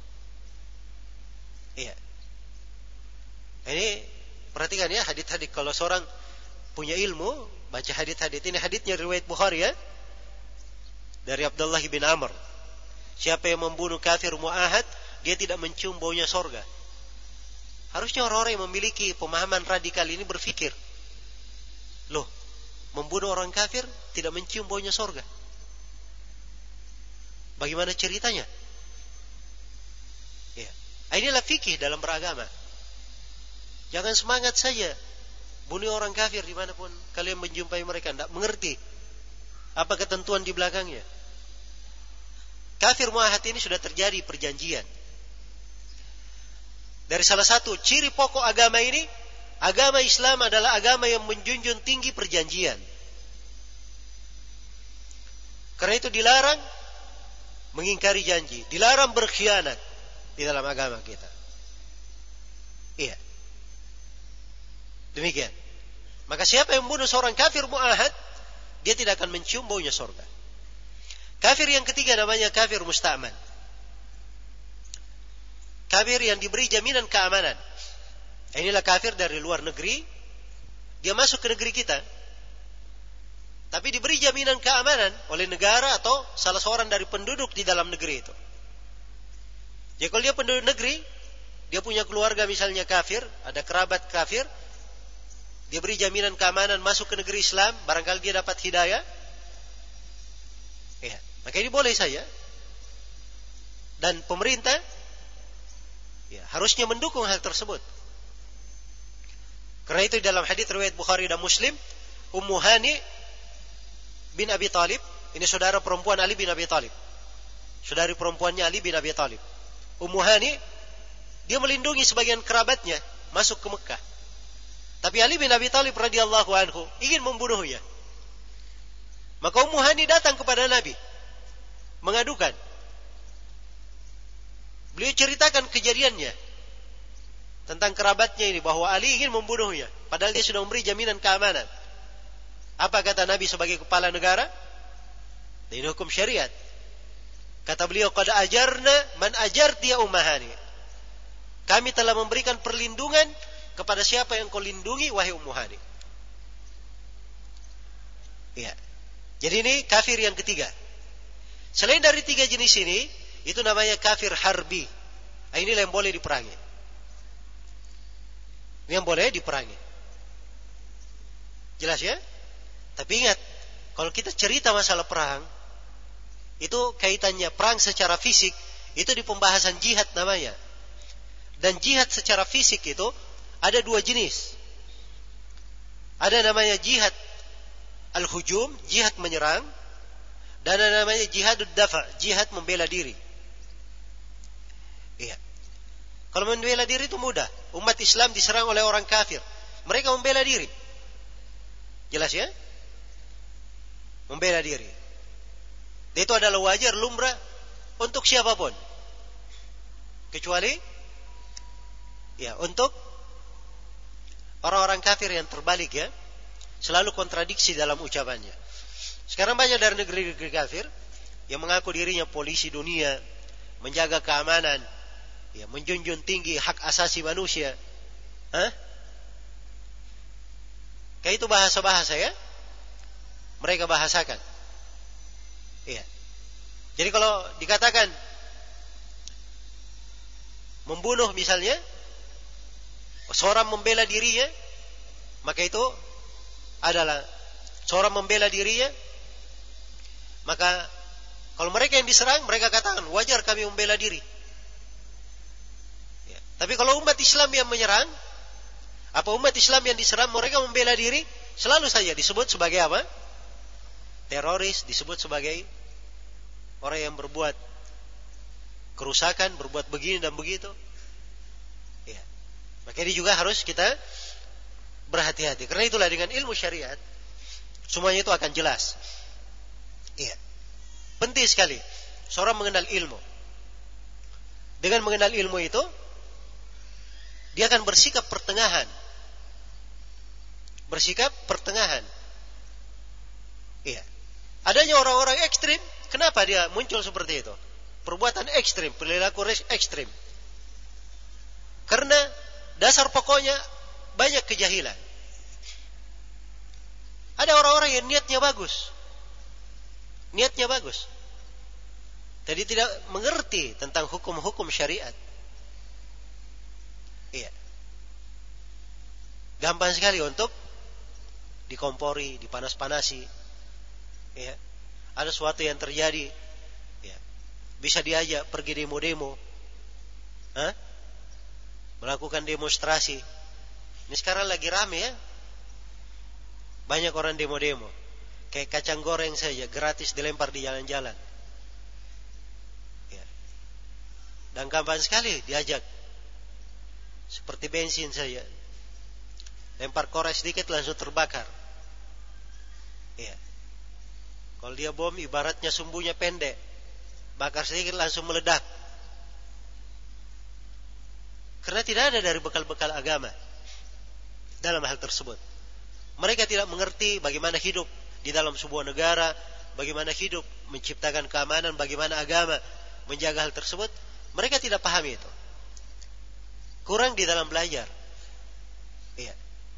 Iya. Ini perhatikan ya, hadits-hadits. Kalau seorang punya ilmu, baca hadits-hadits ini. Haditsnya riwayat Bukhari ya, dari Abdullah bin Amr. Siapa yang membunuh kafir mu'ahad, dia tidak mencium baunya surga. Harusnya orang-orang yang memiliki pemahaman radikal ini berpikir, loh, membunuh orang kafir tidak mencium baunya surga. Bagaimana ceritanya? Ya. Inilah fikih dalam beragama. Jangan semangat saja bunuh orang kafir dimanapun kalian menjumpai mereka. Tidak mengerti apa ketentuan di belakangnya. Kafir mu'ahad ini sudah terjadi perjanjian. Dari salah satu ciri pokok agama ini, agama Islam adalah agama yang menjunjung tinggi perjanjian. Karena itu dilarang mengingkari janji, dilarang berkhianat di dalam agama kita. Iya. Demikian. Maka siapa yang membunuh seorang kafir mu'ahad, dia tidak akan mencium baunya surga. Kafir yang ketiga namanya kafir musta'man. Kafir yang diberi jaminan keamanan. Inilah kafir dari luar negeri, dia masuk ke negeri kita, tapi diberi jaminan keamanan oleh negara atau salah seorang dari penduduk di dalam negeri itu. Jadi kalau dia penduduk negeri, dia punya keluarga misalnya kafir, ada kerabat kafir, dia beri jaminan keamanan masuk ke negeri Islam, barangkali dia dapat hidayah. Ya, maka ini boleh saja. Dan pemerintah ya, harusnya mendukung hal tersebut. Karena itu dalam hadits riwayat Bukhari dan Muslim, Ummu Hani bin Abi Thalib, ini saudara perempuan Ali bin Abi Thalib. Saudari perempuannya Ali bin Abi Thalib. Ummu Hani, dia melindungi sebagian kerabatnya masuk ke Mekah. Tapi Ali bin Abi Thalib radhiyallahu anhu ingin membunuhnya. Maka Ummu Hani datang kepada Nabi mengadukan. Beliau ceritakan kejadiannya tentang kerabatnya ini, bahwa Ali ingin membunuhnya, padahal dia sudah memberi jaminan keamanan. Apa kata Nabi sebagai kepala negara? Ini hukum syariat. Kata beliau, qad ajarna man ajarti ya Ummu Hani. Kami telah memberikan perlindungan kepada siapa yang kau lindungi, wahai Ummu Hani. Ya. Jadi ini kafir yang ketiga. Selain dari tiga jenis ini, itu namanya kafir harbi. Nah, inilah yang boleh diperangi. Ini yang boleh diperangi. Jelas ya? Tapi ingat, kalau kita cerita masalah perang, itu kaitannya perang secara fisik, itu di pembahasan jihad namanya. Dan jihad secara fisik itu ada dua jenis. Ada namanya jihad al-hujum, jihad menyerang, dan ada namanya jihadud dafa, jihad membela diri. Iya. Kalau membela diri itu mudah. Umat Islam diserang oleh orang kafir, mereka membela diri. Jelas ya? Membela diri. Itu adalah wajar, lumrah untuk siapapun. Kecuali ya untuk orang-orang kafir yang terbalik ya, selalu kontradiksi dalam ucapannya. Sekarang banyak dari negeri-negeri kafir yang mengaku dirinya polisi dunia, menjaga keamanan, ya, menjunjung tinggi hak asasi manusia. Hah? Kayak itu bahasa-bahasa ya, mereka bahasakan. Iya. Jadi kalau dikatakan membunuh misalnya, seorang membela dirinya, maka itu adalah seorang membela dirinya. Maka kalau mereka yang diserang, mereka katakan wajar kami membela diri. Ya. Tapi kalau umat Islam yang menyerang, apa umat Islam yang diserang, mereka membela diri, selalu saja disebut sebagai apa? Teroris, disebut sebagai orang yang berbuat kerusakan, berbuat begini dan begitu. Ya. Maka ini juga harus kita berhati-hati. Karena itulah dengan ilmu syariat semuanya itu akan jelas. Iya. Penting sekali seorang mengenal ilmu. Dengan mengenal ilmu itu, dia akan bersikap pertengahan. Bersikap pertengahan. Iya. Adanya orang-orang ekstrim, kenapa dia muncul seperti itu? Perbuatan ekstrim, perilaku ekstrim. Karena dasar pokoknya banyak kejahilan. Ada orang-orang yang niatnya bagus. Niatnya bagus. Jadi tidak mengerti tentang hukum-hukum syariat. Iya. Gampang sekali untuk dikompori, dipanas-panasi. Iya. Ada sesuatu yang terjadi, ya, bisa diajak pergi demo-demo, Hah? melakukan demonstrasi. Ini sekarang lagi rame ya, banyak orang demo-demo, kayak kacang goreng saja gratis dilempar di jalan-jalan, ya. Dan gampang sekali diajak, seperti bensin saja, lempar korek sedikit langsung terbakar, ya. Kalau dia bom ibaratnya sumbunya pendek, bakar sedikit langsung meledak. Karena tidak ada dari bekal-bekal agama dalam hal tersebut. Mereka tidak mengerti bagaimana hidup di dalam sebuah negara, bagaimana hidup menciptakan keamanan, bagaimana agama menjaga hal tersebut. Mereka tidak pahami itu. Kurang di dalam belajar. Iya.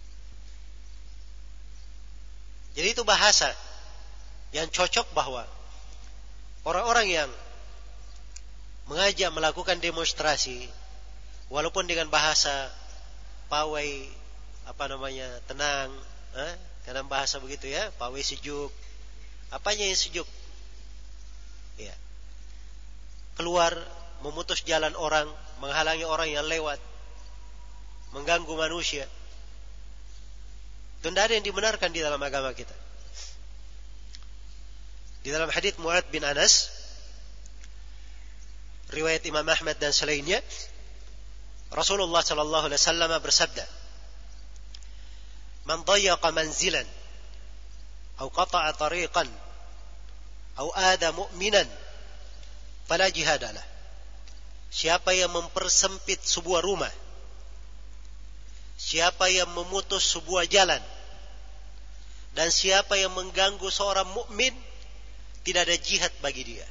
Jadi itu bahasa yang cocok bahwa orang-orang yang mengajak melakukan demonstrasi, walaupun dengan bahasa pawai, apa namanya, tenang, eh? karena bahasa begitu ya, pawai sejuk, apanya yang sejuk, ya, keluar memutus jalan orang, menghalangi orang yang lewat, mengganggu manusia, itu tidak ada yang dibenarkan di dalam agama kita. Di dalam hadits Mu'adz bin Anas, riwayat Imam Ahmad dan selainnya, Rasulullah sallallahu alaihi wasallam bersabda, "Man dayyaqa manzilan, atau qata'a tariqan, atau ada mu'minan, fala jihadalah." Siapa yang mempersempit sebuah rumah, siapa yang memutus sebuah jalan, dan siapa yang mengganggu seorang mukmin, tidak ada jihad bagi dia.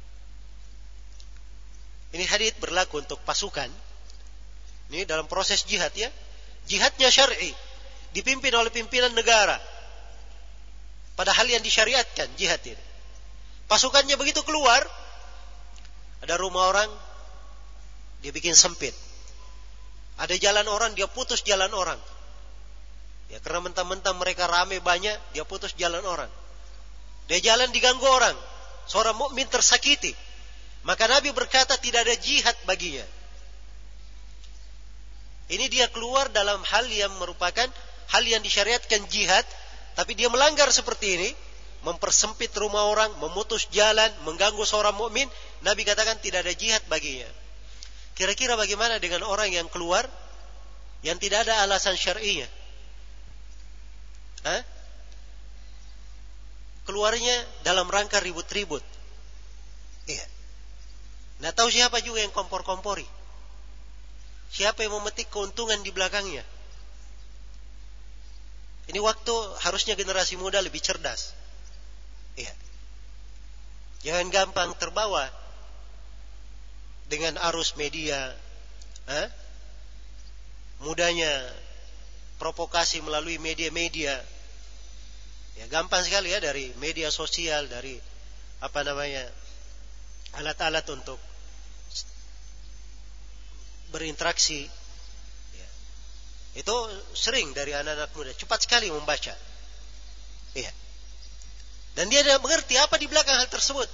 Ini hadits berlaku untuk pasukan. Ini dalam proses jihad ya. Jihadnya syar'i, dipimpin oleh pimpinan negara. Padahal yang disyariatkan jihad ini. Pasukannya begitu keluar, ada rumah orang, dia bikin sempit. Ada jalan orang, dia putus jalan orang. Ya, karena mentang-mentang mereka ramai banyak, dia putus jalan orang. Dia jalan diganggu orang, seorang mukmin tersakiti. Maka Nabi berkata tidak ada jihad baginya. Ini dia keluar dalam hal yang merupakan hal yang disyariatkan jihad, tapi dia melanggar seperti ini, mempersempit rumah orang, memutus jalan, mengganggu seorang mukmin. Nabi katakan tidak ada jihad baginya. Kira-kira bagaimana dengan orang yang keluar yang tidak ada alasan syar'inya? Hah? Keluarnya dalam rangka ribut-ribut. Iya. Nggak tahu siapa juga yang kompor-kompori. Siapa yang memetik keuntungan di belakangnya. Ini waktu harusnya generasi muda lebih cerdas. Iya. Jangan gampang terbawa dengan arus media. Hah? Mudahnya provokasi melalui media-media. Ya, gampang sekali ya dari media sosial, dari apa namanya alat-alat untuk berinteraksi. Ya. Itu sering dari anak-anak muda, cepat sekali membaca. Ya. Dan dia tidak mengerti apa di belakang hal tersebut.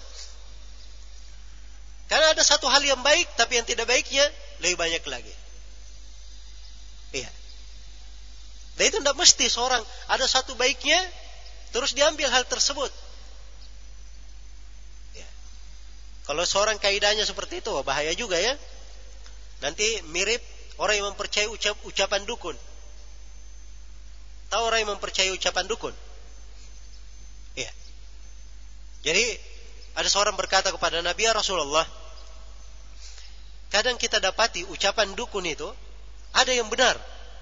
Karena ada satu hal yang baik, tapi yang tidak baiknya lebih banyak lagi. Iya. Dan itu tidak mesti seorang ada satu baiknya terus diambil hal tersebut. Ya. Kalau seorang kaidahnya seperti itu, bahaya juga ya. Nanti mirip orang yang mempercayai ucap, ucapan dukun. Tahu orang yang mempercayai ucapan dukun? Ya. Jadi ada seorang berkata kepada Nabi, ya Rasulullah, kadang kita dapati ucapan dukun itu ada yang benar.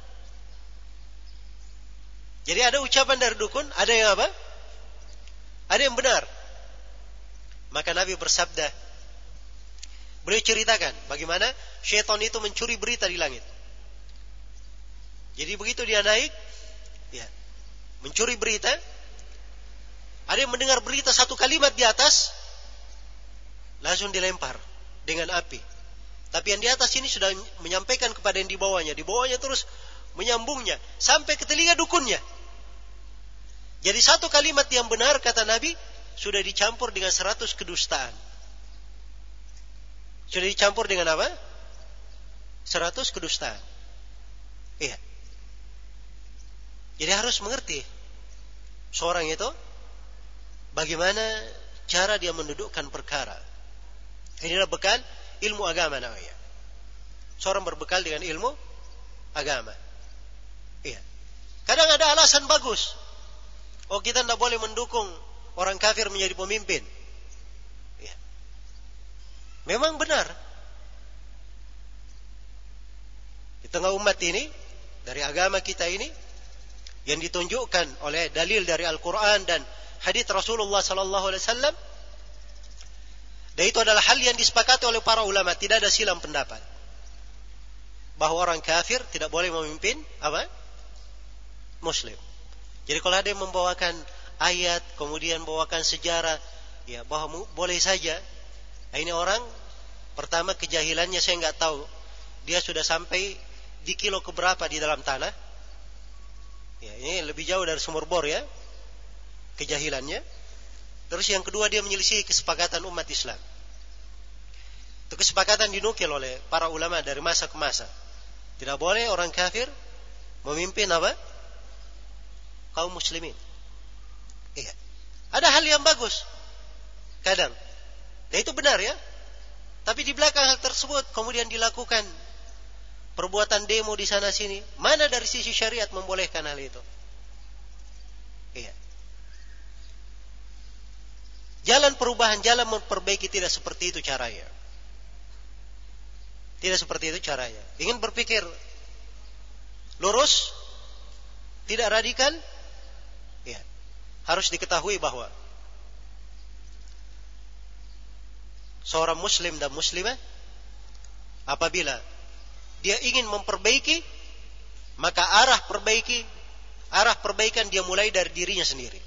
Jadi ada ucapan dari dukun, ada yang apa? Ada yang benar. Maka Nabi bersabda, beliau ceritakan bagaimana syaitan itu mencuri berita di langit. Jadi begitu dia naik, ya, mencuri berita, ada yang mendengar berita satu kalimat di atas, langsung dilempar dengan api. Tapi yang di atas ini sudah menyampaikan kepada yang di bawahnya, di bawahnya terus menyambungnya sampai ke telinga dukunnya. Jadi satu kalimat yang benar kata Nabi sudah dicampur dengan seratus kedustaan. Sudah dicampur dengan apa? Seratus kedustaan. Iya. Jadi harus mengerti seorang itu bagaimana cara dia mendudukkan perkara. Inilah bekal ilmu agama namanya. Seorang berbekal dengan ilmu agama. Iya. Kadang ada alasan bagus. Oh, kita tidak boleh mendukung orang kafir menjadi pemimpin. Iya. Memang benar. Di tengah umat ini, dari agama kita ini, yang ditunjukkan oleh dalil dari Al-Quran dan hadits Rasulullah Sallallahu Alaihi Wasallam, dan itu adalah hal yang disepakati oleh para ulama, tidak ada silang pendapat bahwa orang kafir tidak boleh memimpin apa? Muslim. Jadi kalau ada yang membawakan ayat, kemudian membawakan sejarah, ya bahwa boleh saja. Nah, ini orang pertama kejahilannya saya nggak tahu, dia sudah sampai di kilo keberapa di dalam tanah. Ya, ini lebih jauh dari sumur bor ya, kejahilannya. Terus yang kedua dia menyelisih kesepakatan umat Islam. Itu kesepakatan dinukil oleh para ulama dari masa ke masa. Tidak boleh orang kafir memimpin apa? Kaum muslimin. Iya. Ada hal yang bagus kadang. Dan itu benar ya. Tapi di belakang hal tersebut kemudian dilakukan perbuatan demo di sana sini. Mana dari sisi syariat membolehkan hal itu? Iya. Jalan perubahan, jalan memperbaiki tidak seperti itu caranya. Tidak seperti itu caranya. Ingin berpikir lurus, tidak radikal, ya, harus diketahui bahwa seorang muslim dan muslimah apabila dia ingin memperbaiki, maka arah perbaiki, arah perbaikan dia mulai dari dirinya sendiri.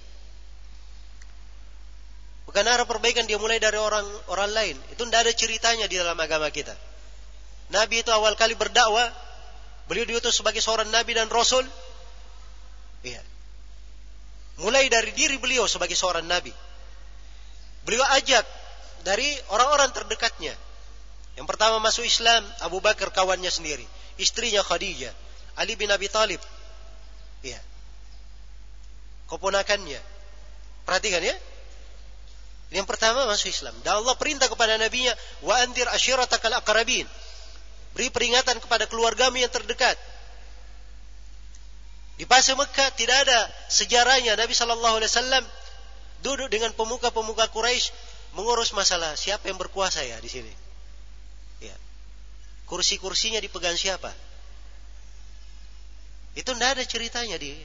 Bukan arah perbaikan dia mulai dari orang orang lain. Itu tidak ada ceritanya di dalam agama kita. Nabi itu awal kali berdakwah, beliau diutus sebagai seorang nabi dan rasul. Iya. Mulai dari diri beliau sebagai seorang nabi. Beliau ajak dari orang-orang terdekatnya. Yang pertama masuk Islam, Abu Bakar kawannya sendiri. istrinya Khadijah, Ali bin Abi Thalib. Ya. Keponakannya. Perhatikan ya. Yang pertama masuk Islam. Dan Allah perintah kepada nabinya, wa anzir ashiratakal aqrabin. Beri peringatan kepada keluargamu yang terdekat. Di fase Mekah tidak ada sejarahnya Nabi sallallahu alaihi wasallam duduk dengan pemuka-pemuka Quraisy mengurus masalah siapa yang berkuasa ya di sini. Ya. Kursi-kursinya dipegang siapa? Itu tidak ada ceritanya di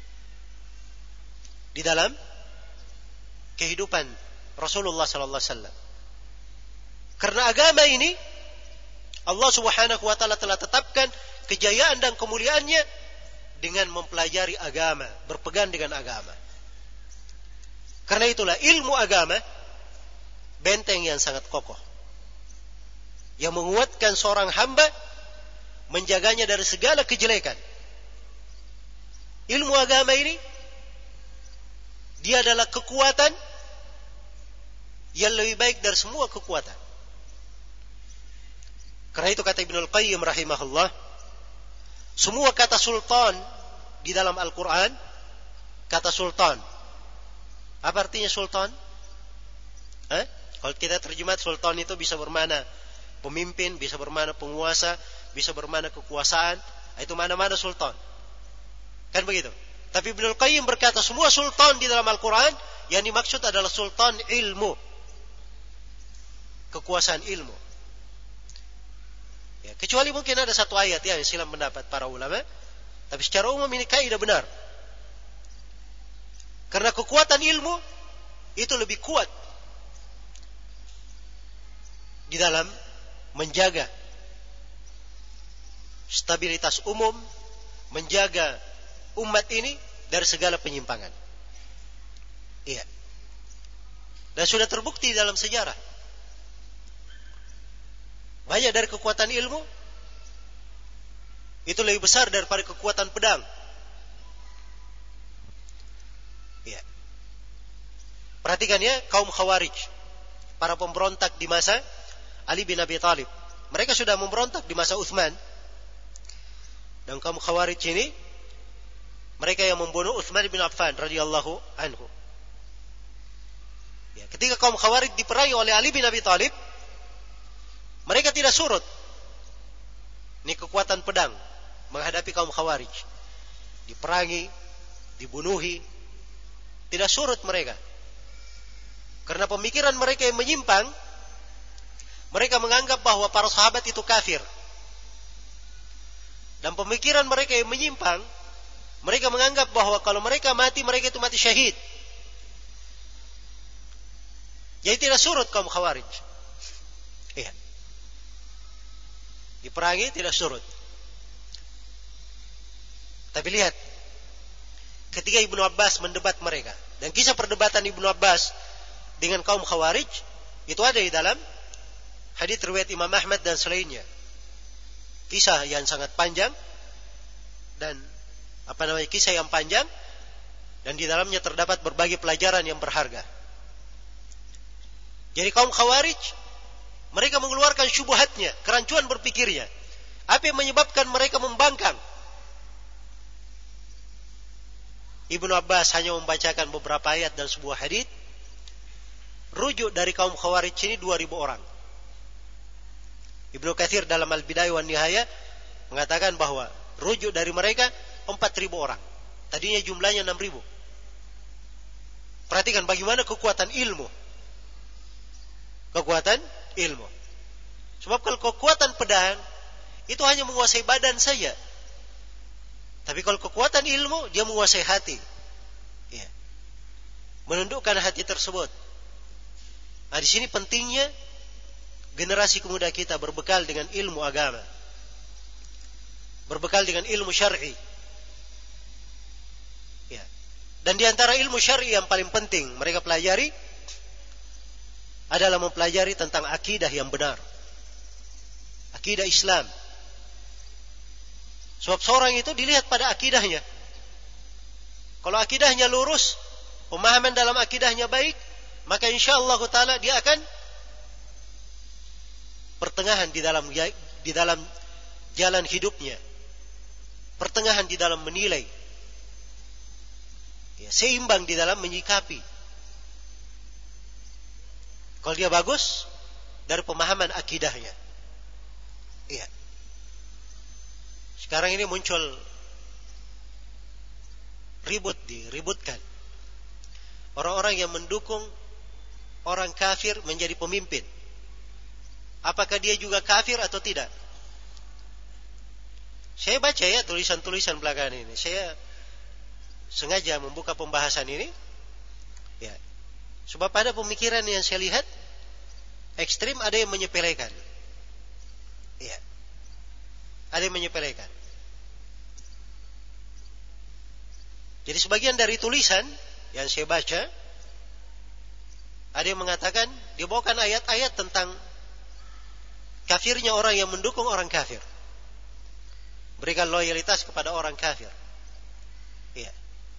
di dalam kehidupan Rasulullah sallallahu alaihi wasallam. Karena agama ini Allah Subhanahu wa taala telah tetapkan kejayaan dan kemuliaannya dengan mempelajari agama, berpegang dengan agama. Karena itulah ilmu agama benteng yang sangat kokoh yang menguatkan seorang hamba, menjaganya dari segala kejelekan. Ilmu agama ini dia adalah kekuatan yang lebih baik dari semua kekuatan. Karena itu kata Ibnul Qayyim rahimahullah, semua kata sultan di dalam Al-Quran, kata sultan. Apa artinya sultan? Eh? Kalau kita terjemah sultan itu bisa bermakna pemimpin, bisa bermakna penguasa, bisa bermakna kekuasaan. Itu mana-mana sultan. Kan begitu? Tapi Ibnul Qayyim berkata semua sultan di dalam Al-Quran yang dimaksud adalah sultan ilmu. Kekuasaan ilmu. Ya, kecuali mungkin ada satu ayat ya, yang silam pendapat para ulama. Tapi secara umum ini kaidah benar. Karena kekuatan ilmu itu lebih kuat di dalam menjaga stabilitas umum, menjaga umat ini dari segala penyimpangan. Iya. Dan sudah terbukti dalam sejarah. Banyak dari kekuatan ilmu itu lebih besar daripada kekuatan pedang. Ya. Perhatikan ya, kaum Khawarij, para pemberontak di masa Ali bin Abi Thalib. Mereka sudah memberontak di masa Utsman. Dan kaum Khawarij ini mereka yang membunuh Utsman bin Affan radhiyallahu anhu. Ya, ketika kaum Khawarij diperangi oleh Ali bin Abi Thalib, mereka tidak surut. Ini kekuatan pedang menghadapi kaum Khawarij. Diperangi, dibunuhi, tidak surut mereka. Karena pemikiran mereka yang menyimpang, mereka menganggap bahwa para sahabat itu kafir. Dan pemikiran mereka yang menyimpang, mereka menganggap bahwa kalau mereka mati, mereka itu mati syahid. Jadi tidak surut kaum Khawarij. Iya. Diperangi tidak surut. Tapi lihat, ketika Ibnu Abbas mendebat mereka, dan kisah perdebatan Ibnu Abbas dengan kaum Khawarij itu ada di dalam hadits riwayat Imam Ahmad dan selainnya. Kisah yang sangat panjang dan apa namanya kisah yang panjang dan di dalamnya terdapat berbagai pelajaran yang berharga. Jadi kaum Khawarij mereka mengeluarkan syubhatnya, kerancuan berpikirnya. Apa yang menyebabkan mereka membangkang? Ibnu Abbas hanya membacakan beberapa ayat dan sebuah hadits. Rujuk dari kaum Khawarij ini dua ribu orang. Ibnu Katsir dalam Al-Bidayah wan Nihayah mengatakan bahwa rujuk dari mereka empat ribu orang. Tadinya jumlahnya enam ribu. Perhatikan bagaimana kekuatan ilmu. Kekuatan ilmu. Sebab kalau kekuatan pedang itu hanya menguasai badan saja. Tapi kalau kekuatan ilmu dia menguasai hati. Ya. Menundukkan hati tersebut. Nah, di sini pentingnya generasi pemuda kita berbekal dengan ilmu agama. Berbekal dengan ilmu syar'i. Ya. Dan di antara ilmu syar'i yang paling penting mereka pelajari adalah mempelajari tentang akidah yang benar. Akidah Islam. Sebab seorang itu dilihat pada akidahnya. Kalau akidahnya lurus, pemahaman dalam akidahnya baik, maka insyaallah taala dia akan pertengahan di dalam di dalam jalan hidupnya, pertengahan di dalam menilai, ya, seimbang di dalam menyikapi. Kalau dia bagus dari pemahaman akidahnya. Iya. Sekarang ini muncul ribut, diributkan. Orang-orang yang mendukung orang kafir menjadi pemimpin. Apakah dia juga kafir atau tidak? Saya baca ya tulisan-tulisan belakangan ini. Saya sengaja membuka pembahasan ini. Ya. Sebab pada pemikiran yang saya lihat ekstrim, ada yang menyepelekan. Ya. Ada yang menyepelekan. Jadi sebagian dari tulisan yang saya baca, ada yang mengatakan dia bawakan ayat-ayat tentang kafirnya orang yang mendukung orang kafir, berikan loyalitas kepada orang kafir. Iya.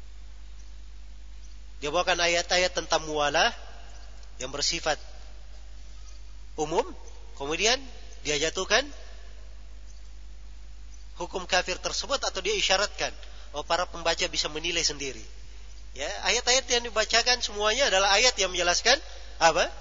Dia bawakan ayat-ayat tentang muwalah yang bersifat umum, kemudian dia jatuhkan hukum kafir tersebut, atau dia isyaratkan, oh para pembaca bisa menilai sendiri. Ya, ayat-ayat yang dibacakan semuanya adalah ayat yang menjelaskan apa?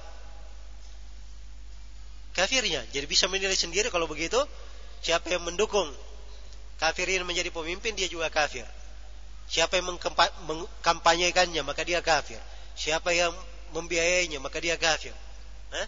Kafirnya. Jadi bisa menilai sendiri kalau begitu, siapa yang mendukung kafirin menjadi pemimpin, dia juga kafir. Siapa yang mengkampanyekannya, maka dia kafir. Siapa yang membiayainya, maka dia kafir. Hah?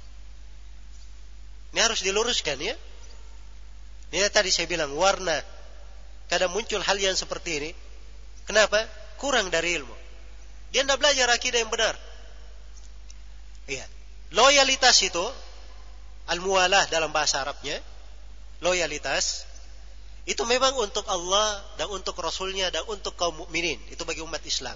Ini harus diluruskan ya. Ini tadi saya bilang, warna kadang muncul hal yang seperti ini. Kenapa? Kurang dari ilmu. Dia tidak belajar akidah yang benar. Iya. Loyalitas itu, al-muwalah dalam bahasa Arabnya, loyalitas itu memang untuk Allah dan untuk Rasulnya dan untuk kaum mukminin. Itu bagi umat Islam.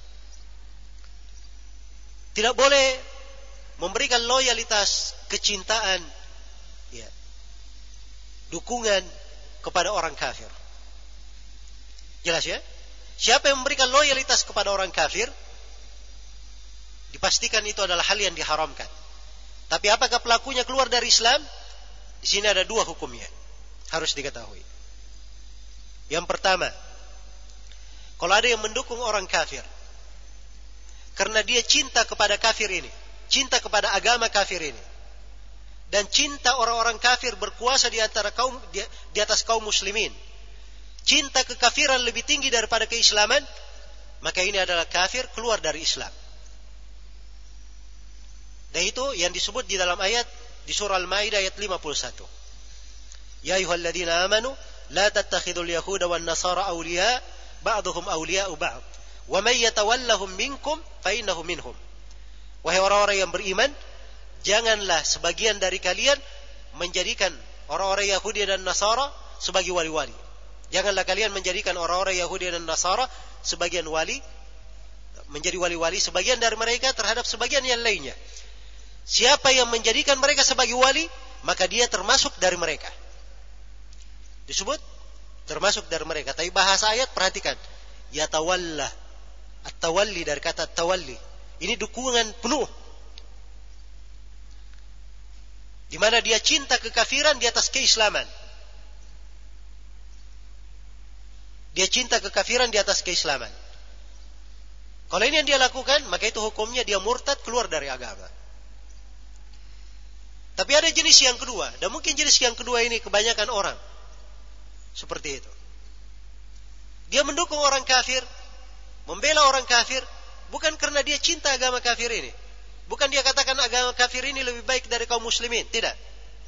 Tidak boleh memberikan loyalitas, kecintaan, ya, dukungan kepada orang kafir. Jelas ya? Siapa yang memberikan loyalitas kepada orang kafir, dipastikan itu adalah hal yang diharamkan. Tapi apakah pelakunya keluar dari Islam? Di sini ada dua hukumnya, harus diketahui. Yang pertama, kalau ada yang mendukung orang kafir karena dia cinta kepada kafir ini, cinta kepada agama kafir ini, dan cinta orang-orang kafir berkuasa di antara kaum di, di atas kaum muslimin, cinta kekafiran lebih tinggi daripada keislaman, maka ini adalah kafir, keluar dari Islam. Dan itu yang disebut di dalam ayat di surah Al-Maidah ayat lima puluh satu. Ya ayyuhalladzina amanu la tattakhidul yahuda wan nasara awliya ba'dhum awliya'u ba'd wa may yatawallahum minkum fa innahu minhum. Wahai orang-orang yang beriman, janganlah sebagian dari kalian menjadikan orang-orang Yahudi dan Nasara sebagai wali-wali. Janganlah kalian menjadikan orang-orang Yahudi dan Nasara sebagian wali, menjadi wali-wali sebagian dari mereka terhadap sebagian yang lainnya. Siapa yang menjadikan mereka sebagai wali, maka dia termasuk dari mereka. Disebut termasuk dari mereka. Tapi bahasa ayat perhatikan, yatawalla, at-tawalli dari kata tawalli. Ini dukungan penuh, di mana dia cinta kekafiran di atas keislaman. Dia cinta kekafiran di atas keislaman. Kalau ini yang dia lakukan, maka itu hukumnya dia murtad, keluar dari agama. Tapi ada jenis yang kedua, dan mungkin jenis yang kedua ini kebanyakan orang seperti itu. Dia mendukung orang kafir, membela orang kafir, bukan karena dia cinta agama kafir ini. Bukan dia katakan agama kafir ini lebih baik dari kaum muslimin, tidak.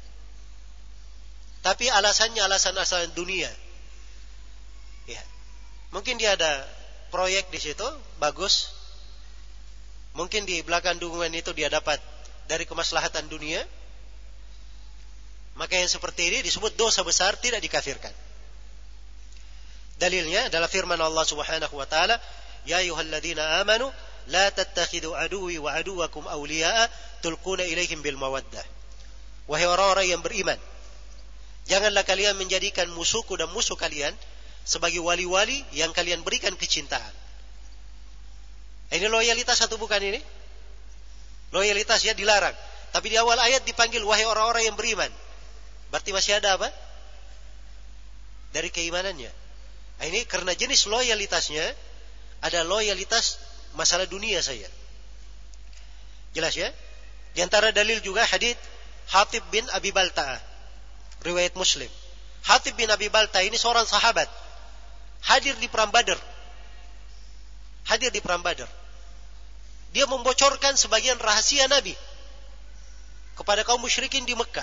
Tapi alasannya alasan-alasan dunia. Ya. Mungkin dia ada proyek di situ, bagus. Mungkin di belakang dukungan itu dia dapat dari kemaslahatan dunia. Maka yang seperti ini disebut dosa besar, tidak dikafirkan. Dalilnya adalah firman Allah Subhanahu wa taala, ya ayyuhalladzina amanu la tattakhidu aduwwi wa aduwwakum awliya'a tulquna ilaihim bil mawaddah. Wahai orang-orang yang beriman, janganlah kalian menjadikan musuhku dan musuh kalian sebagai wali-wali yang kalian berikan kecintaan. Ini loyalitas atau bukan ini? Loyalitas ya dilarang. Tapi di awal ayat dipanggil wahai orang-orang yang beriman. Berarti masih ada apa? dari keimanannya. Nah, ini karena jenis loyalitasnya ada loyalitas masalah dunia saja. Jelas ya? Di antara dalil juga hadits Hatib bin Abi Balta'ah, riwayat Muslim. Hatib bin Abi Balta'ah ini seorang sahabat, hadir di perang Badar. Hadir di perang Badar. Dia membocorkan sebagian rahasia Nabi kepada kaum musyrikin di Mekah.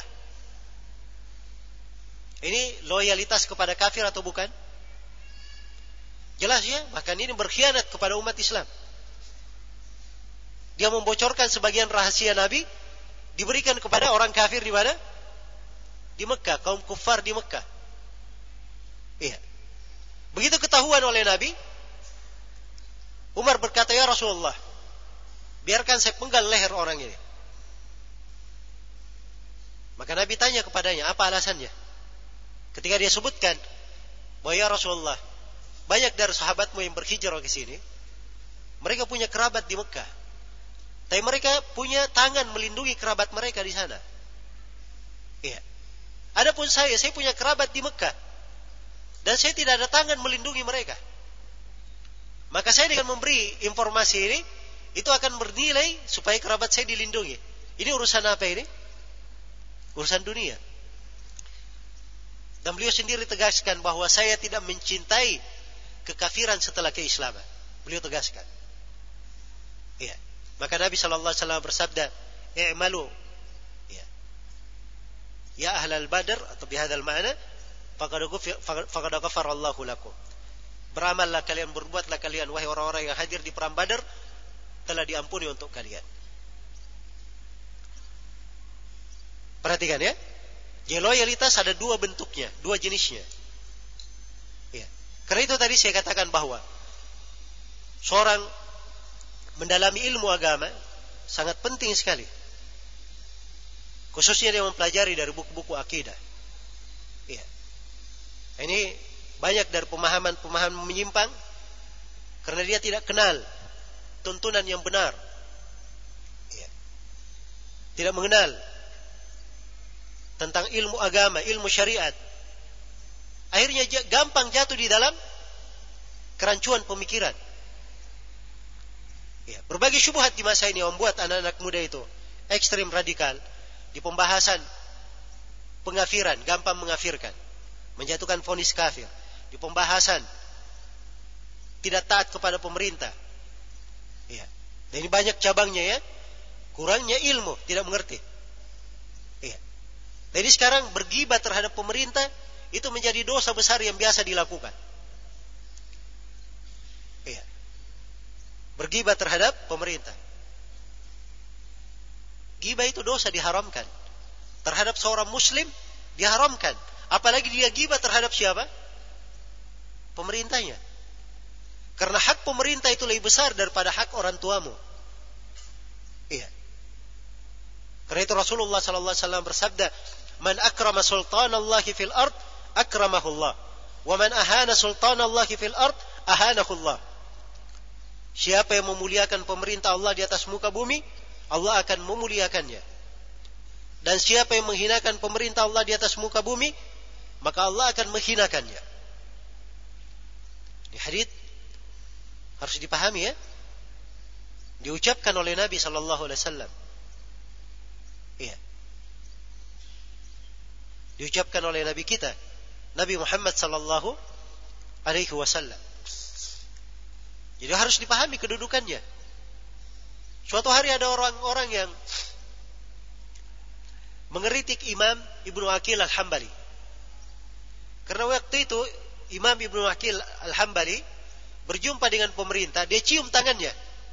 Ini loyalitas kepada kafir atau bukan? Jelas ya, bahkan ini berkhianat kepada umat Islam. Dia membocorkan sebagian rahasia Nabi, diberikan kepada orang kafir di mana? Di Mekah, kaum kufar di Mekah. Iya. Begitu ketahuan oleh Nabi, Umar berkata, "Ya Rasulullah, biarkan saya penggal leher orang ini." Maka Nabi tanya kepadanya, apa alasannya? Ketika dia sebutkan, bahwa ya Rasulullah, banyak dari sahabatmu yang berhijrah ke sini, mereka punya kerabat di Mekah, tapi mereka punya tangan melindungi kerabat mereka di sana. Iya. Adapun saya, saya punya kerabat di Mekah, dan saya tidak ada tangan melindungi mereka. Maka saya dengan memberi informasi ini, itu akan bernilai supaya kerabat saya dilindungi. Ini urusan apa ini? Urusan dunia. Dan beliau sendiri tegaskan bahwa saya tidak mencintai kekafiran setelah keislaman. Beliau tegaskan. Ya. Maka Nabi sallallahu alaihi wasallam bersabda, "I'malu." Ya. Ya ahlal Badr, atau bihadzal ma'na, faqad ghafara Allahu lakum. Beramallah kalian, berbuatlah kalian wahai orang-orang yang hadir di perang Badar, telah diampuni untuk kalian. Perhatikan ya. Jadi loyalitas ada dua bentuknya, dua jenisnya. Ya. Karena itu tadi saya katakan bahwa seorang mendalami ilmu agama sangat penting sekali. Khususnya dia mempelajari dari buku-buku akidah. Ya. Ini banyak dari pemahaman-pemahaman menyimpang karena dia tidak kenal tuntunan yang benar. Ya. Tidak mengenal tentang ilmu agama, ilmu syariat. Akhirnya gampang jatuh di dalam kerancuan pemikiran. Ya, berbagai syubhat di masa ini membuat anak-anak muda itu ekstrim radikal di pembahasan pengafiran, gampang mengafirkan, menjatuhkan vonis kafir, di pembahasan tidak taat kepada pemerintah. Ya. Dan ini banyak cabangnya ya. Kurangnya ilmu, tidak mengerti. Ya. Jadi sekarang bergibah terhadap pemerintah itu menjadi dosa besar yang biasa dilakukan. Iya. Bergibah terhadap pemerintah. Gibah itu dosa, diharamkan. Terhadap seorang muslim diharamkan. Apalagi dia gibah terhadap siapa? Pemerintahnya. Karena hak pemerintah itu lebih besar daripada hak orang tuamu. Iya. Karena itu Rasulullah sallallahu alaihi wasallam bersabda, "Man akrama sultanallahi fil ard, akramahullah. Wa man ahana sultanallahi fil ard, ahanahullah." Siapa yang memuliakan pemerintah Allah di atas muka bumi, Allah akan memuliakannya. Dan siapa yang menghinakan pemerintah Allah di atas muka bumi, maka Allah akan menghinakannya. Ini hadits harus dipahami ya. Diucapkan oleh Nabi sallallahu alaihi wasallam. Iya. Diucapkan oleh Nabi kita, Nabi Muhammad sallallahu alaihi wasallam. Jadi harus dipahami kedudukannya. Suatu hari ada orang-orang yang mengeritik Imam Ibnu Aqil Al-Hambali. Karena waktu itu Imam Ibnu Aqil Al-Hambali berjumpa dengan pemerintah, dia cium tangannya.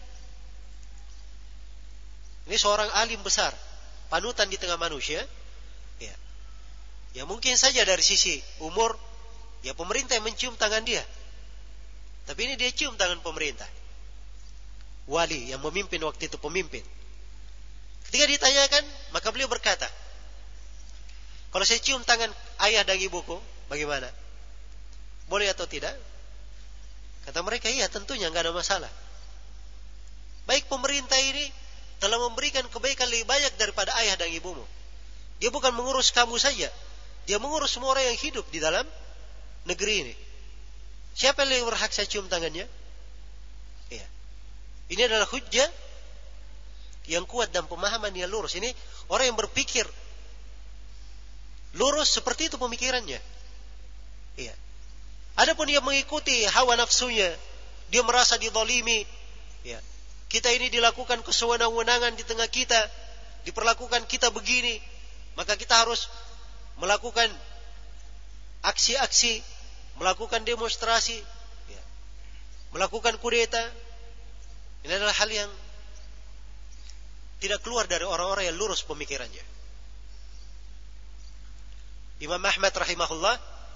Ini seorang alim besar, panutan di tengah manusia. Ya. Ya mungkin saja dari sisi umur, ya pemerintah yang mencium tangan dia. Tapi ini dia cium tangan pemerintah. Wali yang memimpin waktu itu, pemimpin. Ketika ditanyakan, maka beliau berkata, "Kalau saya cium tangan ayah dan ibuku, bagaimana? Boleh atau tidak?" Kata mereka, "Iya, tentunya enggak ada masalah. Baik pemerintah ini telah memberikan kebaikan lebih banyak daripada ayah dan ibumu. Dia bukan mengurus kamu saja, dia mengurus semua orang yang hidup di dalam negeri ini. Siapa yang berhak saya cium tangannya? Iya. Ini adalah hujjah yang kuat dan pemahaman yang lurus. Ini orang yang berpikir lurus seperti itu pemikirannya. Iya. Adapun dia mengikuti hawa nafsunya, dia merasa dizalimi, ya. Kita ini dilakukan kesewenang-wenangan di tengah kita, diperlakukan kita begini, maka kita harus melakukan aksi-aksi, melakukan demonstrasi, ya. Melakukan kudeta. Ini adalah hal yang tidak keluar dari orang-orang yang lurus pemikirannya. Imam Ahmad rahimahullah,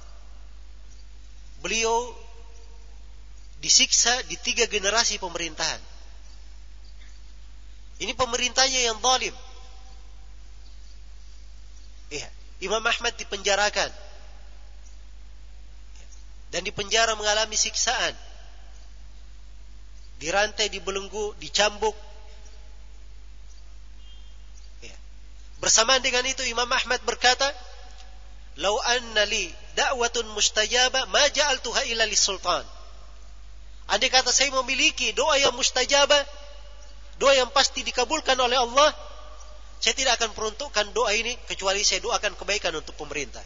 beliau disiksa di tiga generasi pemerintahan. Ini pemerintahnya yang zalim. Iya, Imam Ahmad dipenjarakan. Dan di penjara mengalami siksaan. Dirantai, dibelenggu, dicambuk. Iya. Bersamaan dengan itu Imam Ahmad berkata, "Lau anna li da'watun mustajabah ma ja'altuha illa lis-sultan." Andai kata saya memiliki doa yang mustajabah, doa yang pasti dikabulkan oleh Allah, saya tidak akan peruntukkan doa ini kecuali saya doakan kebaikan untuk pemerintah.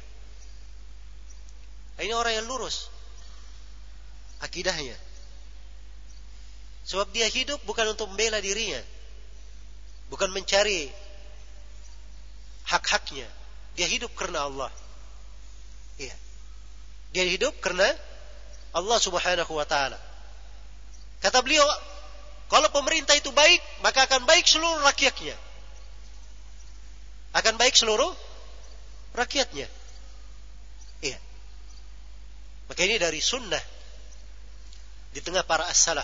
Ini orang yang lurus akidahnya. Sebab dia hidup bukan untuk membela dirinya, bukan mencari hak-haknya. Dia hidup karena Allah. Iya. Dia hidup karena Allah Subhanahu wa taala. Kata beliau, kalau pemerintah itu baik, maka akan baik seluruh rakyatnya. Akan baik seluruh rakyatnya. Iya. Maka ini dari sunnah di tengah para as-salaf.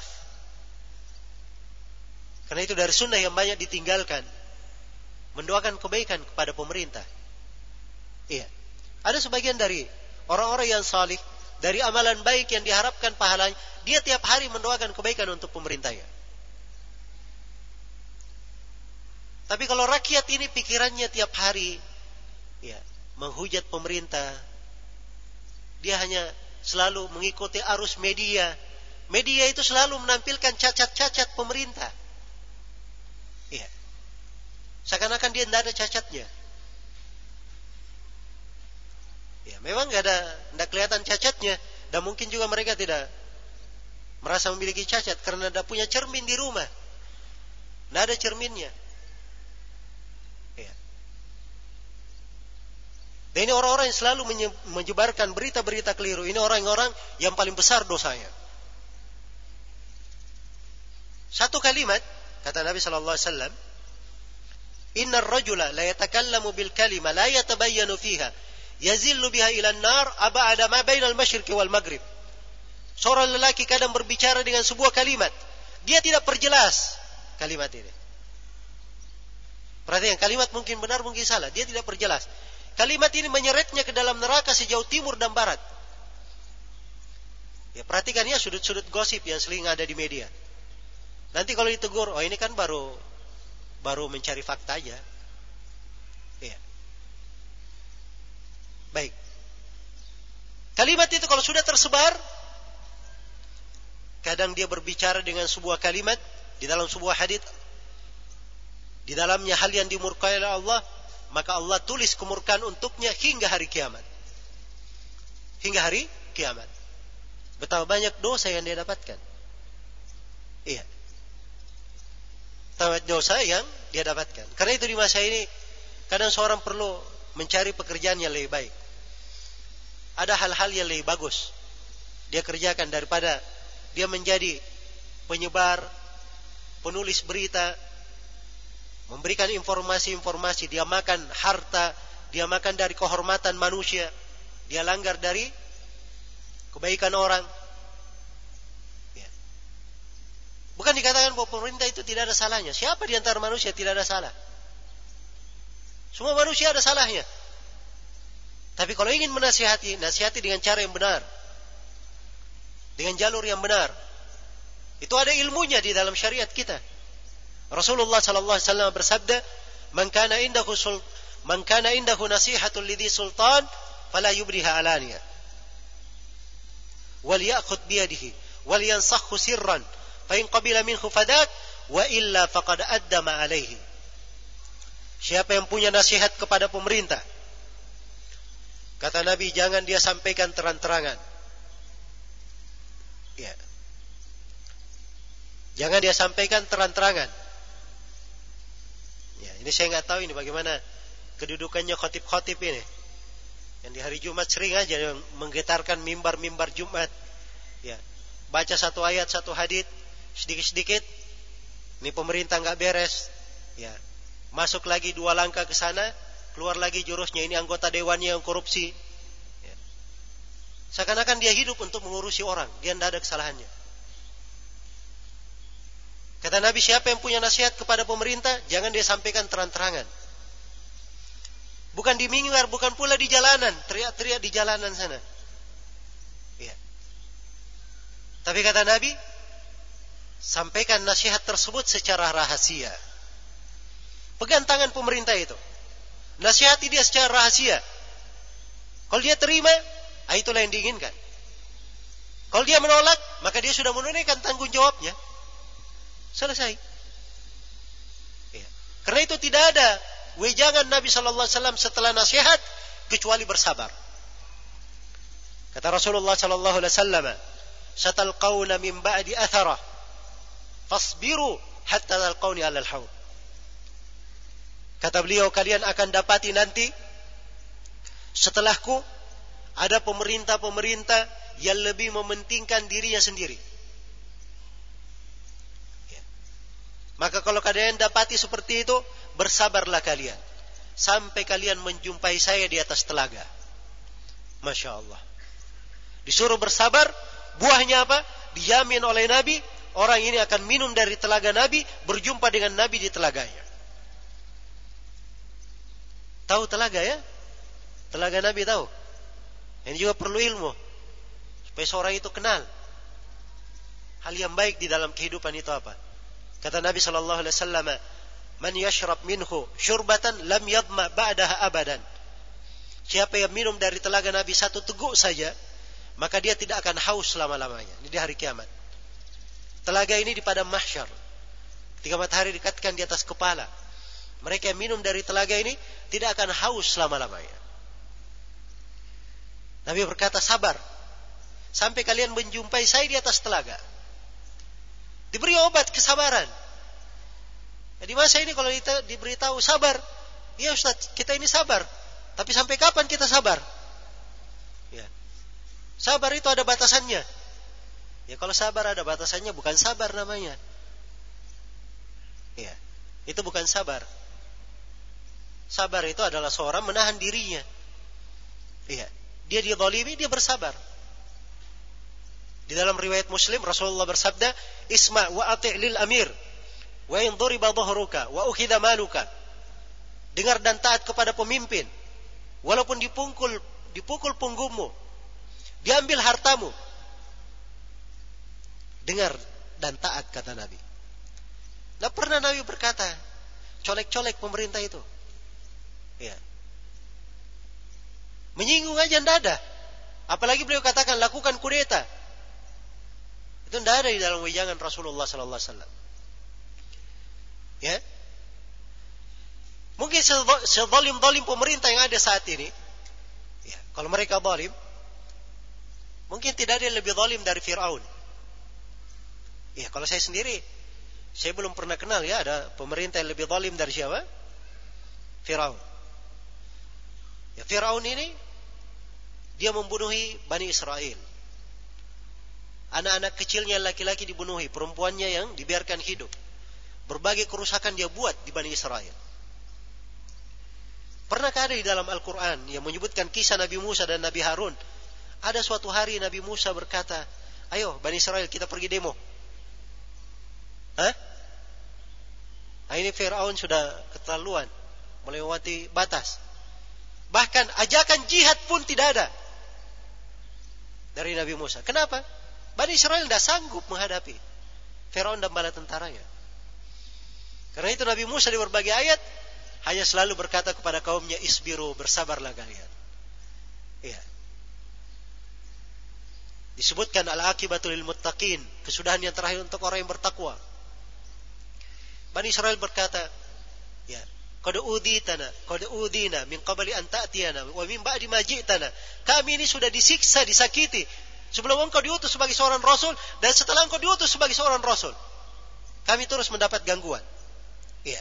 Karena itu dari sunnah yang banyak ditinggalkan, mendoakan kebaikan kepada pemerintah. Iya. Ada sebagian dari orang-orang yang salih, dari amalan baik yang diharapkan pahalanya, dia tiap hari mendoakan kebaikan untuk pemerintahnya. Tapi kalau rakyat ini pikirannya tiap hari, ya, menghujat pemerintah, dia hanya selalu mengikuti arus media. Media itu selalu menampilkan cacat-cacat pemerintah. Iya. Seakan-akan dia tidak ada cacatnya. Ya, memang tidak ada, tidak kelihatan cacatnya, dan mungkin juga mereka tidak merasa memiliki cacat karena tidak punya cermin di rumah. Tidak ada cerminnya. Ya. Dan ini orang-orang yang selalu menyebarkan berita-berita keliru. Ini orang-orang yang paling besar dosanya. Satu kalimat kata Nabi sallallahu alaihi wasallam, "Innar rajula la yatakallamu bil kalima la yatabayyanu fiha yazillu biha ila an-nar ab'ada ma bainal masyriqi wal maghrib." Seorang lelaki kadang berbicara dengan sebuah kalimat, dia tidak perjelas kalimat ini. Perhatikan, kalimat mungkin benar mungkin salah, dia tidak perjelas. Kalimat ini menyeretnya ke dalam neraka sejauh timur dan barat. Ya, perhatikan ya sudut-sudut gosip yang sering ada di media. Nanti kalau ditegur, oh ini kan baru baru mencari fakta aja. Iya. Baik. Kalimat itu kalau sudah tersebar, kadang dia berbicara dengan sebuah kalimat di dalam sebuah hadits, di dalamnya hal yang dimurkai oleh Allah, maka Allah tulis kemurkaan untuknya hingga hari kiamat. Hingga hari kiamat. Betapa banyak dosa yang dia dapatkan. Iya. Betapa dosa yang dia dapatkan. Karena itu di masa ini kadang seorang perlu mencari pekerjaan yang lebih baik. Ada hal-hal yang lebih bagus dia kerjakan daripada dia menjadi penyebar, penulis berita, memberikan informasi-informasi, dia makan harta, dia makan dari kehormatan manusia, dia langgar dari kebaikan orang. Ya. Bukan dikatakan bahwa pemerintah itu tidak ada salahnya. Siapa di antara manusia tidak ada salah? Semua manusia ada salahnya. Tapi kalau ingin menasihati, nasihati dengan cara yang benar, dengan jalur yang benar. Itu ada ilmunya di dalam syariat kita. Rasulullah sallallahu alaihi wasallam bersabda, "Man kana indahu sul man kana indahu nasihatun lidhi sultan fala yubriha alaniya." wal ya'khudh bi yadihi wal yansakhu sirran fa in qabila minhu fadak wa illa faqad addama alaihi. Siapa yang punya nasihat kepada pemerintah, kata Nabi, jangan dia sampaikan terang-terangan. Ya. Jangan dia sampaikan terang-terangan. Ya, ini saya nggak tahu ini bagaimana kedudukannya khotib-khotib ini. Yang di hari Jumat sering aja menggetarkan mimbar-mimbar Jumat. Ya, baca satu ayat, satu hadits, sedikit-sedikit. Ini pemerintah nggak beres. Ya, masuk lagi dua langkah ke sana, keluar lagi jurusnya. Ini anggota dewannya yang korupsi. Ya. Seakan-akan dia hidup untuk mengurusi orang. Dia tidak ada kesalahannya. Kata Nabi, siapa yang punya nasihat kepada pemerintah, jangan dia sampaikan terang-terangan. Bukan di mimbar, bukan pula di jalanan, teriak-teriak di jalanan sana. Ya. Tapi kata Nabi, sampaikan nasihat tersebut secara rahasia. Pegang tangan pemerintah itu. Nasihati dia secara rahasia. Kalau dia terima, itulah yang diinginkan. Kalau dia menolak, maka dia sudah menunaikan tanggung jawabnya. Selesai. Ya. Karena itu tidak ada wejangan Nabi Sallallahu Alaihi Wasallam setelah nasihat kecuali bersabar. Kata Rasulullah Sallallahu Alaihi Wasallam, "Satalqawna min ba'di athara, fasbiru hatta talqawni 'alal haud." Kata beliau, kalian akan dapati nanti setelahku ada pemerintah-pemerintah yang lebih mementingkan dirinya sendiri. Maka kalau kalian dapati seperti itu, bersabarlah kalian sampai kalian menjumpai saya di atas telaga. Masya Allah. Disuruh bersabar, buahnya apa? Dijamin oleh Nabi, orang ini akan minum dari telaga Nabi, berjumpa dengan Nabi di telaganya. Tahu telaga ya? Telaga Nabi tahu. Ini juga perlu ilmu supaya seorang itu kenal hal yang baik di dalam kehidupan itu apa. Kata Nabi sallallahu alaihi wasallam, "Man yashrab minhu syurbatan lam yadma ba'daha abadan." Siapa yang minum dari telaga Nabi satu teguk saja, maka dia tidak akan haus selama-lamanya. Ini di hari kiamat. Telaga ini di padang mahsyar. Ketika matahari dikatkan di atas kepala, mereka yang minum dari telaga ini tidak akan haus selama-lamanya. Nabi berkata, sabar sampai kalian menjumpai saya di atas telaga. Diberi obat kesabaran. Jadi masa ini kalau kita diberitahu sabar, ya Ustaz, kita ini sabar. Tapi sampai kapan kita sabar? Ya. Sabar itu ada batasannya. Ya kalau sabar ada batasannya, bukan sabar namanya. Ya, itu bukan sabar. Sabar itu adalah seorang menahan dirinya. Ya, dia dizalimi, dia bersabar. Di dalam riwayat Muslim Rasulullah bersabda, "Isma' wa ati' lil amir, wa in duriba dhahruka wa ukhidha maluka." Dengar dan taat kepada pemimpin, walaupun dipukul dipukul punggungmu, diambil hartamu. Dengar dan taat, kata Nabi. Tidak pernah Nabi berkata colek-colek pemerintah itu. Ya. Menyinggung aja tidak ada. Apalagi beliau katakan lakukan kudeta. Itu tidak ada di dalam wejangan Rasulullah sallallahu alaihi wasallam. Ya. Mungkin sezalim-zalim pemerintah yang ada saat ini, ya, kalau mereka zalim, mungkin tidak ada yang lebih zalim dari Fir'aun. Ya, kalau saya sendiri, saya belum pernah kenal ya ada pemerintah yang lebih zalim dari siapa? Fir'aun. Ya, Fir'aun ini dia membunuhi Bani Israel. Anak-anak kecilnya laki-laki dibunuhi, perempuannya yang dibiarkan hidup. Berbagai kerusakan dia buat di Bani Israel. Pernahkah ada di dalam Al-Quran yang menyebutkan kisah Nabi Musa dan Nabi Harun? Ada suatu hari Nabi Musa berkata, "Ayo Bani Israel kita pergi demo." Hah? Nah, ini Fir'aun sudah keterlaluan, melewati batas. Bahkan ajakan jihad pun tidak ada dari Nabi Musa. Kenapa? Bani Israel tidak sanggup menghadapi Fir'aun dan bala tentaranya. Karena itu Nabi Musa di berbagai ayat hanya selalu berkata kepada kaumnya, "Isbiru, bersabarlah kalian." Iya. Disebutkan al-aqibatul lil muttaqin, kesudahan yang terakhir untuk orang yang bertakwa. Bani Israel berkata, ya, qad uditana, qad udina min qabli an ta'tiyana wa min ba'di ma ji'tana. Kami ini sudah disiksa, disakiti sebelum engkau diutus sebagai seorang rasul dan setelah engkau diutus sebagai seorang rasul. Kami terus mendapat gangguan. Iya.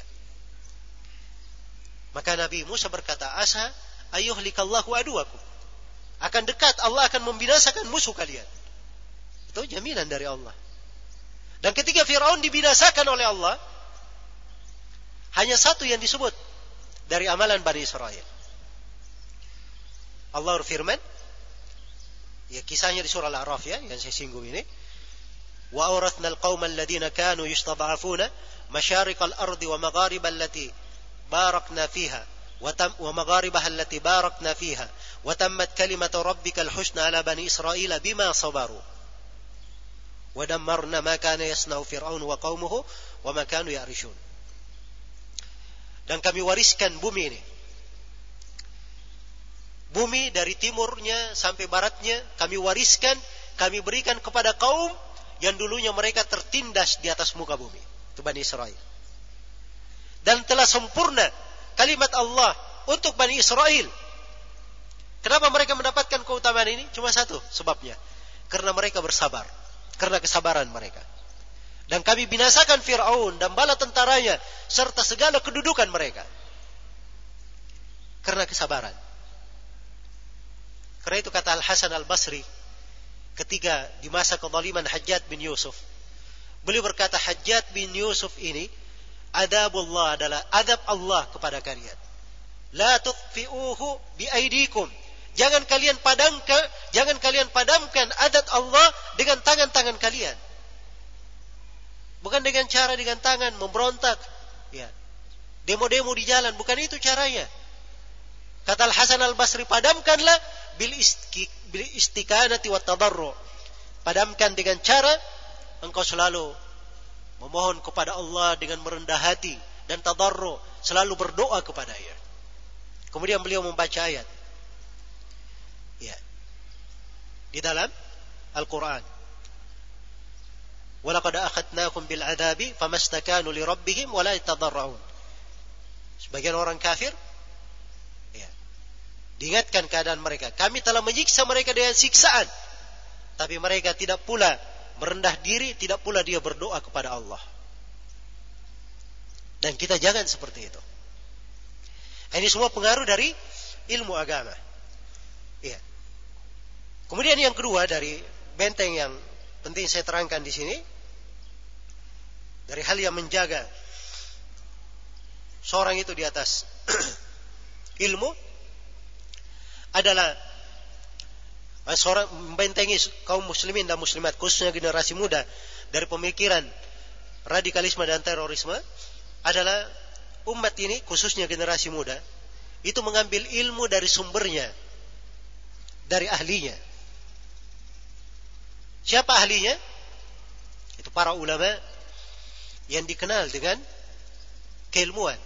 Maka Nabi Musa berkata, asa ayyuhlikallahu aduwakum. Akan dekat Allah akan membinasakan musuh kalian. Itu jaminan dari Allah. Dan ketika Firaun dibinasakan oleh Allah, hanya satu yang disebut dari amalan Bani Israel. Allah berfirman, ya kisahnya di surah Al-A'raf ya, yang saya singgung ini. Wa awrathna al-qauma alladhina kanu yustad'afuna masyariqal ardi wa maghariba allati barakna fiha wa tam wa magharibaha allati barakna fiha wa tammat kalimatu rabbikal husna ala bani Israila bima sabaru wa dammarna ma kana yasna'u fir'aun wa qaumuhu wa ma kanu ya'rishun. Dan kami wariskan bumi ini. Bumi dari timurnya sampai baratnya kami wariskan, kami berikan kepada kaum yang dulunya mereka tertindas di atas muka bumi. Itu Bani Israel. Dan telah sempurna kalimat Allah untuk Bani Israel. Kenapa mereka mendapatkan keutamaan ini? Cuma satu sebabnya. Karena mereka bersabar. Karena kesabaran mereka. Dan kami binasakan Fir'aun dan bala tentaranya serta segala kedudukan mereka. Karena kesabaran. Karena itu kata Al-Hasan Al-Basri ketika di masa kezaliman Hajjaj bin Yusuf. Beliau berkata, Hajjaj bin Yusuf ini adabullah adalah adab Allah kepada kalian. La tutfi'uhu biaidikum. Jangan kalian padamkan, jangan kalian padamkan adat Allah dengan tangan-tangan kalian. Bukan dengan cara dengan tangan memberontak, ya. Demo-demo di jalan, bukan itu caranya. Kata Al-Hasan Al-Basri, padamkanlah bil istiqanati wat tadarru. Padamkan dengan cara engkau selalu memohon kepada Allah dengan merendah hati dan tadarru, selalu berdoa kepadanya. Kemudian beliau membaca ayat. Ya. Di dalam Al-Qur'an. Walaqad akhadnakum bil adabi famastakanu li rabbihim wala yatadarrun. Sebagian orang kafir ya, diingatkan keadaan mereka, kami telah menyiksa mereka dengan siksaan, tapi mereka tidak pula merendah diri, tidak pula dia berdoa kepada Allah. Dan kita jangan seperti itu. Ini semua pengaruh dari ilmu agama. Ya. Kemudian yang kedua dari benteng yang penting saya terangkan di sini, dari hal yang menjaga seorang itu di atas ilmu adalah seorang membentengi kaum muslimin dan muslimat, khususnya generasi muda, dari pemikiran radikalisme dan terorisme, adalah umat ini, khususnya generasi muda, itu mengambil ilmu dari sumbernya, dari ahlinya. Siapa ahlinya? Itu para ulama yang dikenal dengan keilmuan.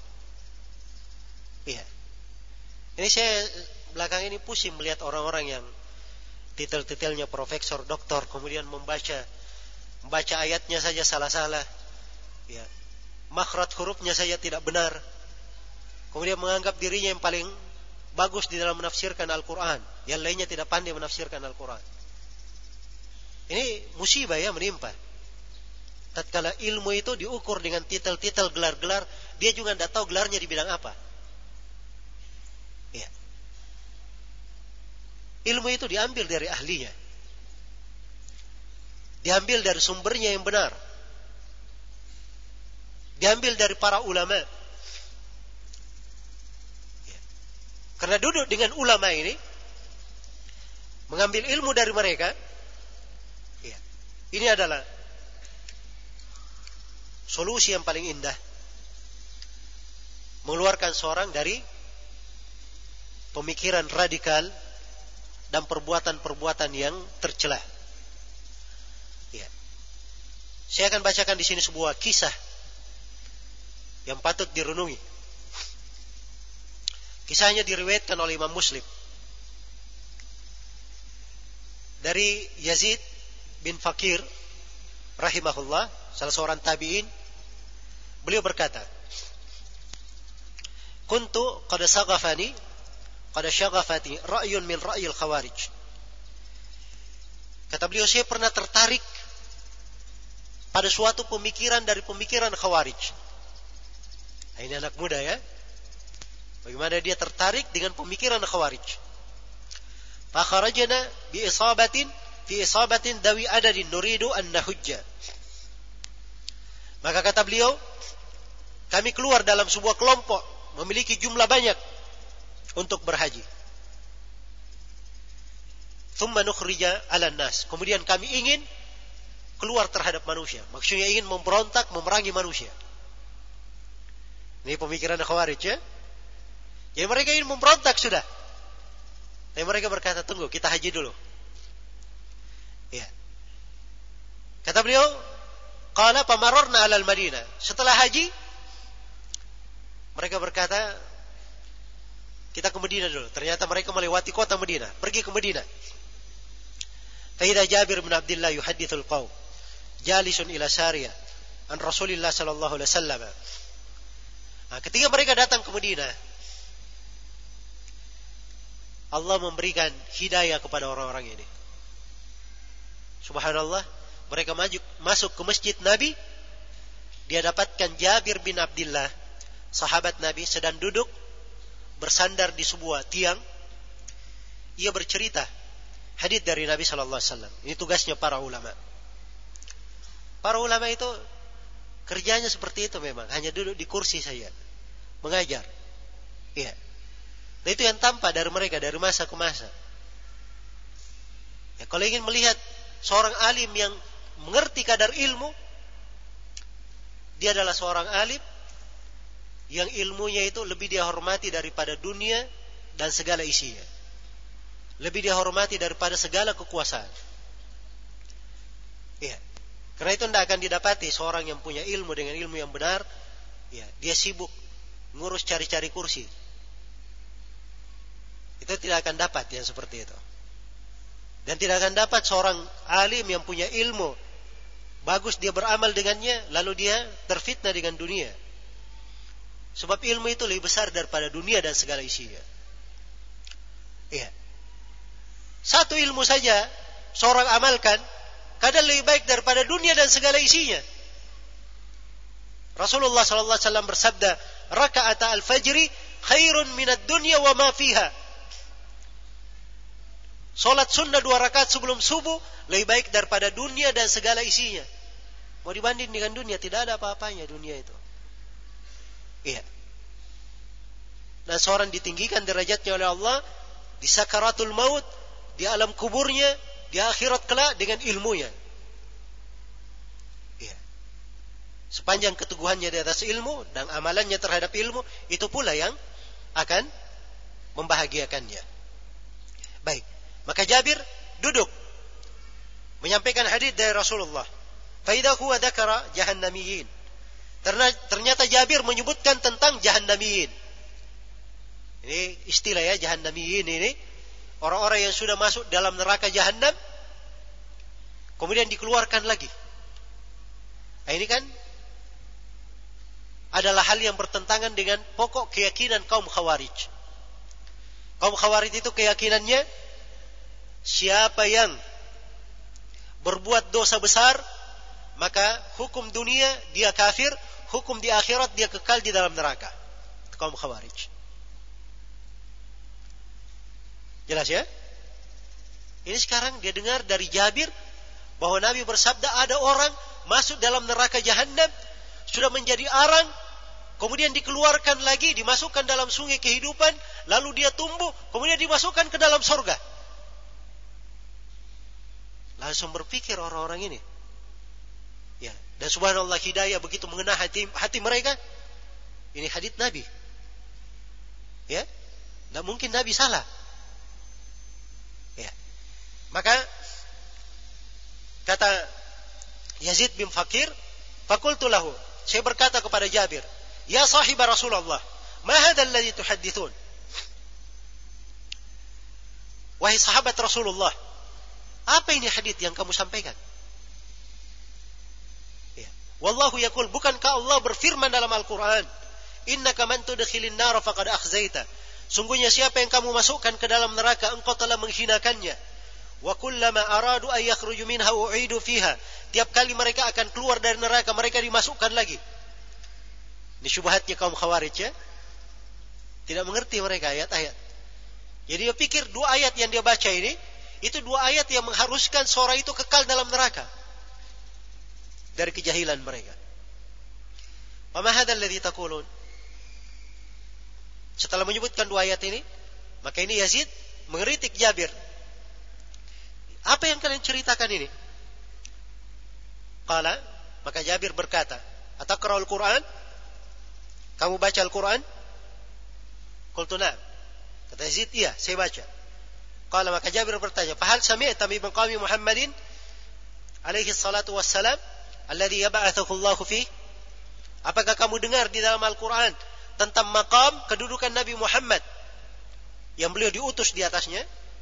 Iya. Ini saya belakang ini pusing melihat orang-orang yang titel-titelnya profesor, doktor, kemudian membaca membaca ayatnya saja salah-salah. Ya. Makhraj hurufnya saja tidak benar. Kemudian menganggap dirinya yang paling bagus di dalam menafsirkan Al-Quran. Yang lainnya tidak pandai menafsirkan Al-Quran. Ini musibah ya menimpa. Tatkala ilmu itu diukur dengan titel-titel, gelar-gelar, dia juga tidak tahu gelarnya di bidang apa. Ya. Ilmu itu diambil dari ahlinya. Diambil dari sumbernya yang benar. Diambil dari para ulama. Ya. Karena duduk dengan ulama ini, mengambil ilmu dari mereka, ya, ini adalah solusi yang paling indah, mengeluarkan seorang dari pemikiran radikal dan perbuatan-perbuatan yang tercela. Ya. Saya akan bacakan di sini sebuah kisah yang patut direnungi. Kisahnya diriwayatkan oleh Imam Muslim dari Yazid bin Fakir rahimahullah, salah seorang tabi'in, beliau berkata, "Kuntu qad saghafani qad syaghafati ra'yun min ra'yil khawarij." Kata beliau, saya pernah tertarik pada suatu pemikiran dari pemikiran khawarij. Nah, ini anak muda ya. Bagaimana dia tertarik dengan pemikiran khawarij. Fa kharajna bi isabatin fi isabatin dawi adadin nuridu an nahujja. Maka kata beliau, kami keluar dalam sebuah kelompok memiliki jumlah banyak untuk berhaji. Thumma nukhrija 'alan nas. Kemudian kami ingin keluar terhadap manusia. Maksudnya ingin memberontak, memerangi manusia. Ini pemikiran Khawarij ya. Jadi mereka ingin memberontak sudah. Tapi mereka berkata, tunggu, kita haji dulu. Ya. Kata beliau, qala pamarorna 'alal Madinah. Setelah haji, mereka berkata, kita ke Madinah dulu. Ternyata mereka melewati kota Madinah, pergi ke Madinah. Fa idza Jabir bin Abdullah yuhaddithul qaum jalisun ila Sariyah an Rasulillah sallallahu alaihi wasallam. Nah, ketika mereka datang ke Madinah, Allah memberikan hidayah kepada orang-orang ini. Subhanallah, mereka maju, masuk ke masjid Nabi, dia dapatkan Jabir bin Abdullah, sahabat Nabi, sedang duduk bersandar di sebuah tiang. Ia bercerita hadits dari Nabi sallallahu alaihi wasallam. Ini tugasnya para ulama. Para ulama itu kerjanya seperti itu memang, hanya duduk di kursi saja, mengajar. Iya. Dan itu yang tampak dari mereka dari masa ke masa. Ya, kalau ingin melihat seorang alim yang mengerti kadar ilmu, dia adalah seorang alim yang ilmunya itu lebih dia hormati daripada dunia dan segala isinya. Lebih dia hormati daripada segala kekuasaan. Iya. Karena itu tidak akan didapati seorang yang punya ilmu dengan ilmu yang benar, ya, dia sibuk ngurus cari-cari kursi. Itu tidak akan dapat yang seperti itu. Dan tidak akan dapat seorang alim yang punya ilmu bagus, dia beramal dengannya, lalu dia terfitnah dengan dunia. Sebab ilmu itu lebih besar daripada dunia dan segala isinya. Iya. Satu ilmu saja seorang amalkan, kadang lebih baik daripada dunia dan segala isinya. Rasulullah sallallahu alaihi wasallam bersabda, "Raka'ata al-fajri khairun minad dunya wa ma fiha." Salat sunnah dua rakaat sebelum subuh lebih baik daripada dunia dan segala isinya. Mau dibanding dengan dunia, tidak ada apa-apanya dunia itu. Iya. Dan seorang ditinggikan derajatnya oleh Allah di sakaratul maut, di alam kuburnya, di akhirat kelak dengan ilmunya. Iya. Sepanjang keteguhannya di atas ilmu dan amalannya terhadap ilmu, itu pula yang akan membahagiakannya. Baik. Maka Jabir duduk menyampaikan hadits dari Rasulullah. Fa idza huwa dzakara jahannamiyyin. Ternyata Jabir menyebutkan tentang jahannamiyyin. Ini istilah ya, jahannamiyyin ini orang-orang yang sudah masuk dalam neraka jahannam kemudian dikeluarkan lagi. Nah, ini kan adalah hal yang bertentangan dengan pokok keyakinan kaum Khawarij. Kaum Khawarij itu keyakinannya, siapa yang berbuat dosa besar, maka hukum dunia dia kafir, hukum di akhirat dia kekal di dalam neraka. Kaum Khawarij. Jelas ya? Ini sekarang dia dengar dari Jabir bahwa Nabi bersabda ada orang masuk dalam neraka jahannam, sudah menjadi arang, kemudian dikeluarkan lagi, dimasukkan dalam sungai kehidupan, lalu dia tumbuh, kemudian dimasukkan ke dalam surga. Langsung berpikir orang-orang ini. Ya, dan subhanallah hidayah begitu mengena hati, hati mereka. Ini hadits Nabi. Ya, tidak mungkin Nabi salah. Ya, maka kata Yazid bin Fakir, fakultu lahu, saya berkata kepada Jabir, ya sahibah Rasulullah, ma hadha alladhi tuhaddithun? Wahai sahabat Rasulullah, Apa ini hadits yang kamu sampaikan? Ya. Wallahu yaqul, bukankah Allah berfirman dalam Al-Quran, innaka man tudkhilin nar faqad akhzaita. Sungguhnya siapa yang kamu masukkan ke dalam neraka, engkau telah menghinakannya. Wa kullama aradu ay yakhruju minha u'idu fiha. Tiap kali mereka akan keluar dari neraka, mereka dimasukkan lagi. Ini syubhatnya kaum Khawarij ya. Tidak mengerti mereka ayat-ayat. Jadi dia pikir dua ayat yang dia baca ini, itu dua ayat yang mengharuskan seorang itu kekal dalam neraka. Dari kejahilan mereka. Wa ma hadzal ladzi taqulun? Setelah menyebutkan dua ayat ini, maka ini Yazid mengeritik Jabir. Apa yang kalian ceritakan ini? Qala, maka Jabir berkata, ataqra'ul Qur'an? Kamu baca Al-Quran? Qultu na'am. Kata Yazid, iya, saya baca. Qala, maka Jabir bertanya, fahal sami'ta min maqami Muhammadin alaihi salatu wassalam alladhi yab'athahu Allah fi? Apakah kamu dengar di dalam Al-Quran tentang maqam kedudukan Nabi Muhammad yang beliau diutus di atasnya?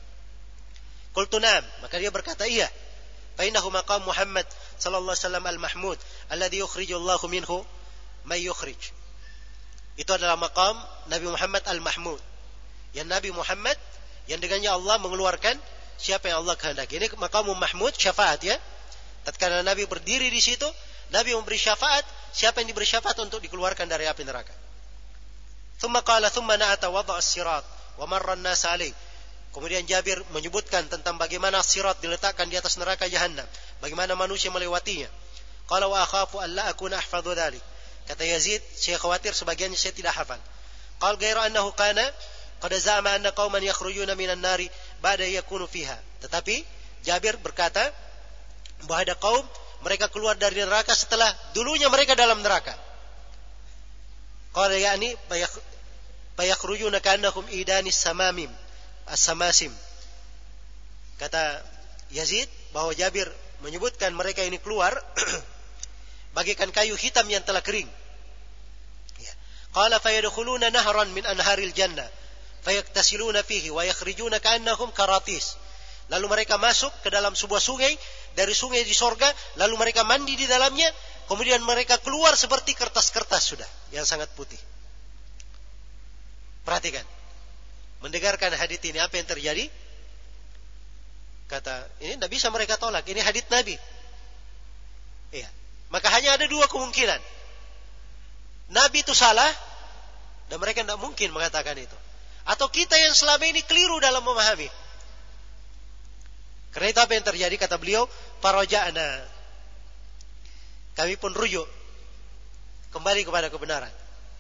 Qultu na'am, maka dia berkata iya. Fa innahu maqam Muhammad sallallahu alaihi wasallam al-mahmud alladhi yukhrijullahu minhu may yukhrij. Itu adalah maqam Nabi Muhammad al-mahmud. Yang Nabi Muhammad yang dengannya Allah mengeluarkan siapa yang Allah kehendaki. Ini maqam mahmud, syafaat ya. Tatkala Nabi berdiri di situ, Nabi memberi syafaat, siapa yang diberi syafaat untuk dikeluarkan dari api neraka. Thumma qala thumma na'ata wada'a as-sirat wa marra an-nas alayh. Kemudian Jabir menyebutkan tentang bagaimana sirat diletakkan di atas neraka Jahannam, bagaimana manusia melewatinya. Qala wa akhafu an la akuna ahfadhu dhalik. Kata Yazid, saya khawatir sebagiannya saya tidak hafal. Qala ghairu annahu kana qad za'ama anna qauman yakhrujuna minan nari ba'da yakunu fiha. Tetapi Jabir berkata bahwa ada kaum mereka keluar dari neraka setelah dulunya mereka dalam neraka. Qala yakni bayakhrujuna ka'annahum idanis samamim as-samasim. Kata Yazid bahwa Jabir menyebutkan mereka ini keluar bagaikan kayu hitam yang telah kering. Ya. Qala fayadkhuluna nahran min anharil jannah fayaktasiluna fihi wa yakhrijuna ka'annahum karatis. Lalu mereka masuk ke dalam sebuah sungai dari sungai di sorga, lalu mereka mandi di dalamnya, kemudian mereka keluar seperti kertas-kertas sudah yang sangat putih. Perhatikan. Mendengarkan hadits ini, apa yang terjadi? Kata, ini tidak bisa mereka tolak. Ini hadits Nabi. Iya. Maka hanya ada dua kemungkinan. Nabi itu salah, dan mereka tidak mungkin mengatakan itu. Atau kita yang selama ini keliru dalam memahami. Karena itu apa yang terjadi? Kata beliau, faraja'na. Kami pun rujuk. Kembali kepada kebenaran.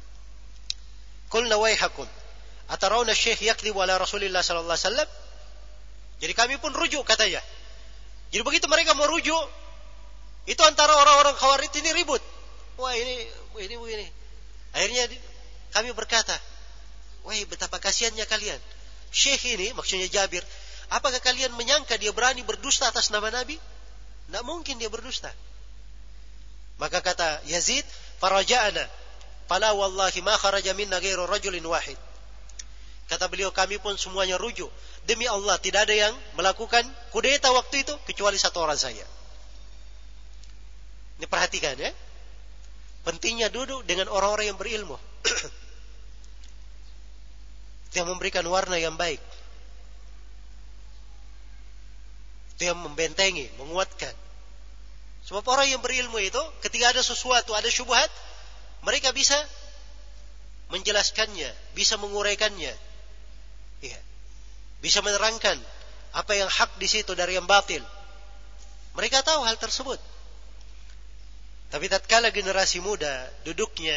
Qulna waihakum. Atarawna syekh yakdzibu ala Rasulillah sallallahu alaihi wasallam. Jadi kami pun rujuk katanya. Jadi begitu mereka mau rujuk, itu antara orang-orang Khawarij ini ribut. Wah ini, ini begini. Akhirnya kami berkata, wah betapa kasihannya kalian. Syekh ini, maksudnya Jabir, apakah kalian menyangka dia berani berdusta atas nama Nabi? Tidak mungkin dia berdusta. Maka kata Yazid, faraja'ana, fala wallahi ma kharaja minna ghairu rajulin wahid. Kata beliau, kami pun semuanya rujuk. Demi Allah, tidak ada yang melakukan kudeta waktu itu kecuali satu orang saja. Ini perhatikan ya. Pentingnya duduk dengan orang-orang yang berilmu. Yang memberikan warna yang baik. Itu yang membentengi, menguatkan. Sebab orang yang berilmu itu, ketika ada sesuatu, ada syubhat, mereka bisa menjelaskannya, bisa menguraikannya. Ya. Bisa menerangkan apa yang hak di situ dari yang batil. Mereka tahu hal tersebut. Tapi tatkala generasi muda duduknya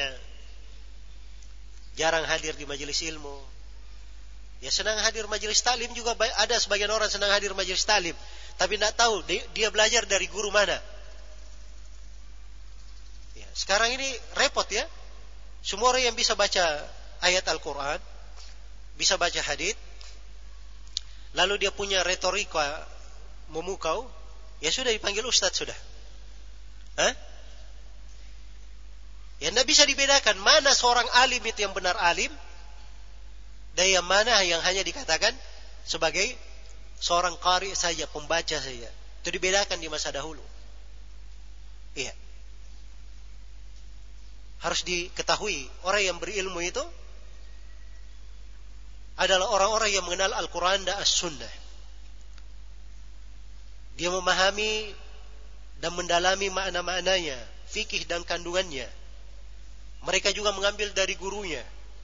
jarang hadir di majelis ilmu. Ya senang hadir majelis taklim juga, ada sebagian orang senang hadir majelis taklim, tapi tidak tahu dia belajar dari guru mana. Ya, sekarang ini repot ya. Semua orang yang bisa baca ayat Al-Quran, bisa baca hadits, lalu dia punya retorika memukau, ya sudah dipanggil ustadz sudah. Hah? Ya tidak bisa dibedakan mana seorang alim itu yang benar alim dan yang mana yang hanya dikatakan sebagai seorang qari saja, pembaca saja. Itu dibedakan di masa dahulu. Iya. Harus diketahui, orang yang berilmu itu adalah orang-orang yang mengenal Al-Quran dan As-Sunnah. Dia memahami dan mendalami makna-maknanya, fikih dan kandungannya. Mereka juga mengambil dari gurunya.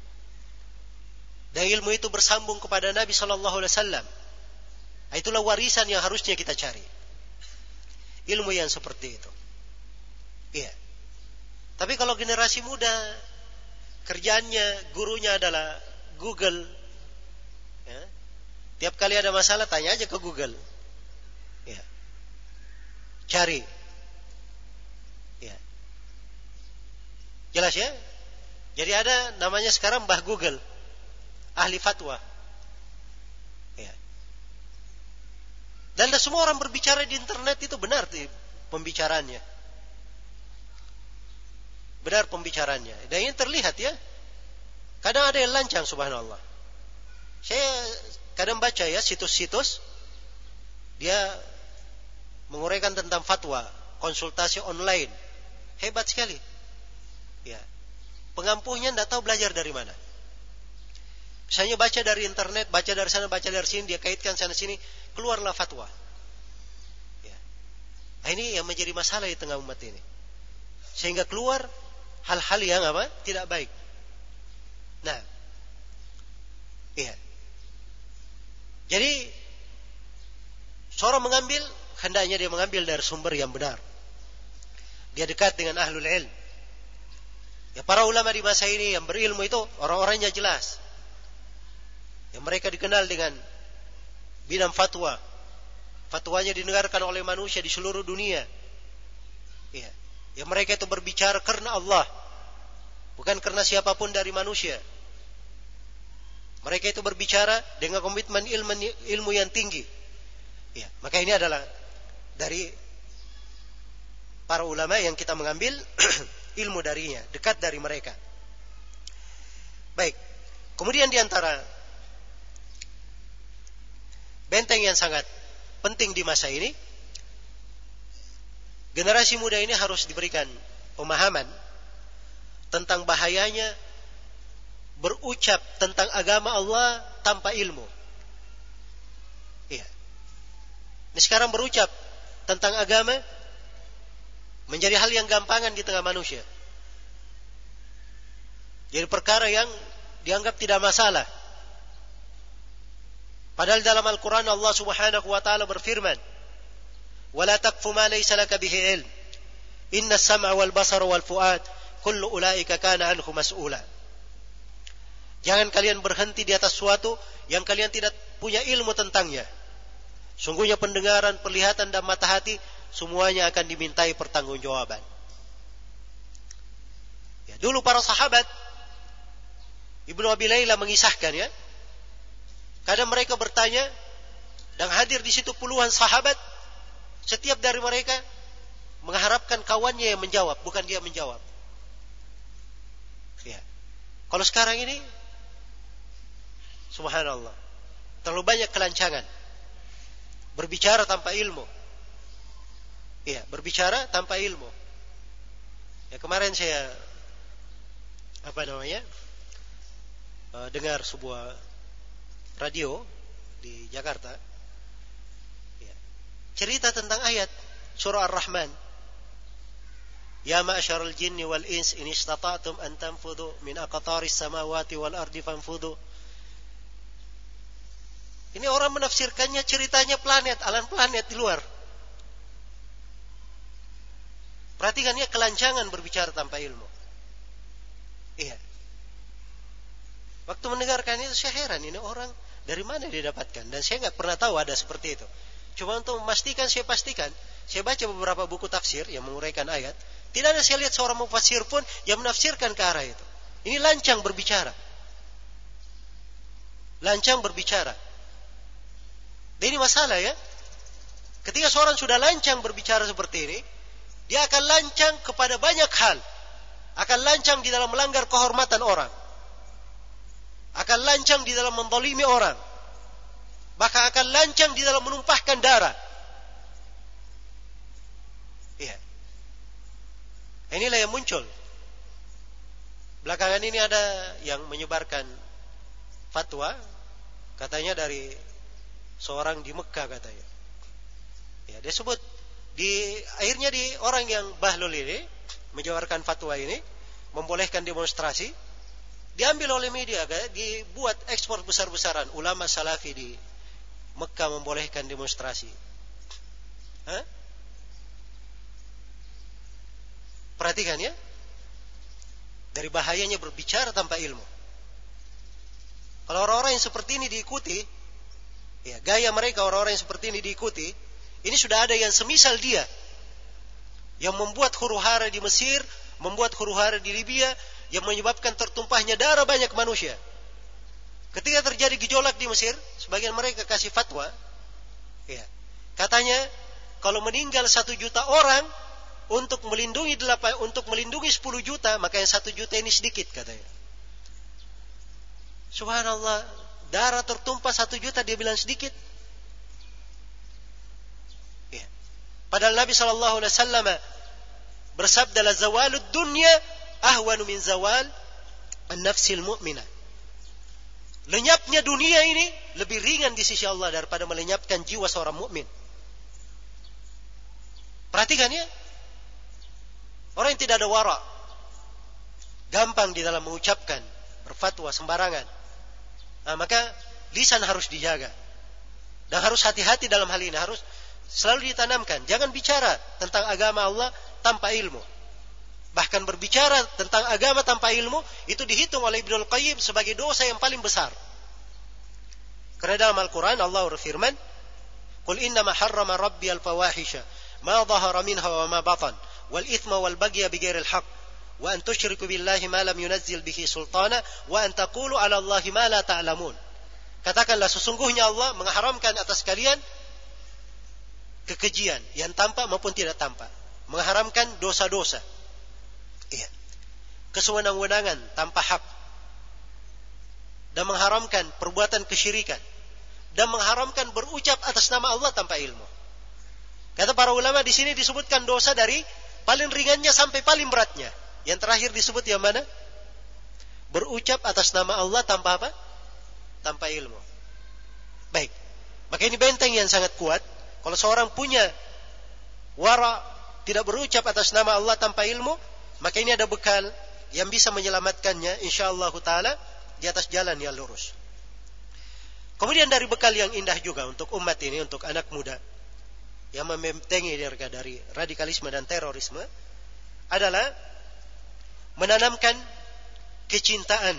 Dan ilmu itu bersambung kepada Nabi sallallahu alaihi wasallam. Itulah warisan yang harusnya kita cari. Ilmu yang seperti itu. Iya. Tapi kalau generasi muda, kerjaannya, gurunya adalah Google. Ya. Tiap kali ada masalah, tanya aja ke Google. Ya. Cari. Ya. Jelas ya? Jadi ada namanya sekarang Mbah Google. Ahli fatwa. Ya. Dan semua orang berbicara di internet itu benar pembicaraannya. Benar pembicaraannya. Dan ini terlihat ya. Kadang ada yang lancang, subhanallah. Saya kadang baca ya situs-situs. Dia menguraikan tentang fatwa. Konsultasi online. Hebat sekali. Ya. Pengampuhnya tidak tahu belajar dari mana. Misalnya baca dari internet, baca dari sana, baca dari sini. Dia kaitkan sana sini. Keluarlah fatwa. Ya. Nah, ini yang menjadi masalah di tengah umat ini. Sehingga keluar hal-hal yang apa? Tidak baik. Nah, iya. Jadi seorang mengambil, hendaknya dia mengambil dari sumber yang benar. Dia dekat dengan ahlul ilm. Ya, para ulama di masa ini yang berilmu itu orang-orangnya jelas. Yang mereka dikenal dengan bidang fatwa. Fatwanya didengarkan oleh manusia di seluruh dunia. Iya. Ya, mereka itu berbicara karena Allah, bukan karena siapapun dari manusia. Mereka itu berbicara dengan komitmen ilmu, ilmu yang tinggi. Ya, maka ini adalah dari para ulama yang kita mengambil ilmu darinya, dekat dari mereka. Baik. Kemudian di antara benteng yang sangat penting di masa ini, generasi muda ini harus diberikan pemahaman tentang bahayanya berucap tentang agama Allah tanpa ilmu. Iya. Ini sekarang berucap tentang agama menjadi hal yang gampangan di tengah manusia. Jadi perkara yang dianggap tidak masalah. Padahal dalam Al-Quran Allah Subhanahu wa ta'ala berfirman, ولا تقف ما ليس لك به علم إن السمع والبصر والفؤاد كل أولئك كان عنه مسؤولا. Jangan kalian berhenti di atas suatu yang kalian tidak punya ilmu tentangnya. Sungguhnya pendengaran, penglihatan dan mata hati semuanya akan dimintai pertanggungjawaban. Ya, dulu para sahabat, Ibnu Abi Layla mengisahkan ya, kadang mereka bertanya dan hadir di situ puluhan sahabat. Setiap dari mereka mengharapkan kawannya yang menjawab, bukan dia menjawab. Ya. Kalau sekarang ini, subhanallah, terlalu banyak kelancangan. Berbicara tanpa ilmu. Iya, berbicara tanpa ilmu. Ya, kemarin saya apa namanya? Uh, dengar sebuah radio di Jakarta. Cerita tentang ayat surah Ar-Rahman. Ya ma'syaral jinni wal ins in istata'tum an tanfudhu min aqtaris samawati wal ardi fanfudhu. Ini orang menafsirkannya ceritanya planet, alam planet di luar. Perhatikannya kelancangan berbicara tanpa ilmu. Iya. Waktu mendengarkan itu saya heran, ini orang dari mana dia dapatkan, dan saya enggak pernah tahu ada seperti itu. Cuma untuk memastikan, saya pastikan, saya baca beberapa buku tafsir yang menguraikan ayat, tidak ada saya lihat seorang mufassir pun yang menafsirkan ke arah itu. Ini lancang berbicara. Lancang berbicara. Dan ini masalah ya. Ketika seorang sudah lancang berbicara seperti ini, dia akan lancang kepada banyak hal. Akan lancang di dalam melanggar kehormatan orang. Akan lancang di dalam menzalimi orang. maka akan lancang di dalam menumpahkan darah. Iya. Inilah yang muncul. Belakangan ini ada yang menyebarkan fatwa, katanya dari seorang di Mekah katanya. Ya, dia sebut di akhirnya di orang yang bahlul ini menyebarkan fatwa ini, membolehkan demonstrasi, diambil oleh media, dibuat ekspor besar-besaran. Ulama salafi di Mekah membolehkan demonstrasi. Hah? Perhatikan ya, dari bahayanya berbicara tanpa ilmu. Kalau orang-orang yang seperti ini diikuti, ya, gaya mereka orang-orang yang seperti ini diikuti, ini sudah ada yang semisal dia, yang membuat huru-hara di Mesir, membuat huru-hara di Libya, yang menyebabkan tertumpahnya darah banyak manusia. Ketika terjadi gejolak di Mesir, sebagian mereka kasih fatwa, ya, katanya kalau meninggal satu juta orang, untuk melindungi delapan, untuk melindungi sepuluh juta, maka yang satu juta ini sedikit katanya. Subhanallah, darah tertumpah satu juta dia bilang sedikit. Ya. Padahal Nabi Shallallahu Alaihi Wasallam bersabda, la zawalud dunya ahwanu min zawal an-nafsil mu'minah. Lenyapnya dunia ini lebih ringan di sisi Allah daripada melenyapkan jiwa seorang mukmin. Perhatikan ya. Orang yang tidak ada wara, gampang di dalam mengucapkan, berfatwa sembarangan. Nah, maka lisan harus dijaga. Dan harus hati-hati dalam hal ini. Harus selalu ditanamkan. Jangan bicara tentang agama Allah tanpa ilmu. Bahkan berbicara tentang agama tanpa ilmu, itu dihitung oleh Ibnul Qayyim sebagai dosa yang paling besar. Karena dalam Al-Quran Allah berfirman, Qul innama harrama rabbi al-fawahisha, ma dhahara minha wa ma batan, wal ithma wal bagya bighairil haqq, wa an tusyriku billahi ma lam yunazzil bihi sultana, wa an taqulu 'ala Allahi ma la ta'lamun. Katakanlah, sesungguhnya Allah mengharamkan atas kalian kekejian yang tampak maupun tidak tampak, mengharamkan dosa-dosa, iya, kesewenang-wenangan tanpa hak, dan mengharamkan perbuatan kesyirikan, dan mengharamkan berucap atas nama Allah tanpa ilmu. Kata para ulama, di sini disebutkan dosa dari paling ringannya sampai paling beratnya. Yang terakhir disebut yang mana? Berucap atas nama Allah tanpa apa? Tanpa ilmu. Baik. Maka ini benteng yang sangat kuat. Kalau seorang punya wara, tidak berucap atas nama Allah tanpa ilmu, maka ini ada bekal yang bisa menyelamatkannya insyaallah taala di atas jalan yang lurus. Kemudian dari bekal yang indah juga untuk umat ini, untuk anak muda yang membentengi dari radikalisme dan terorisme, adalah menanamkan kecintaan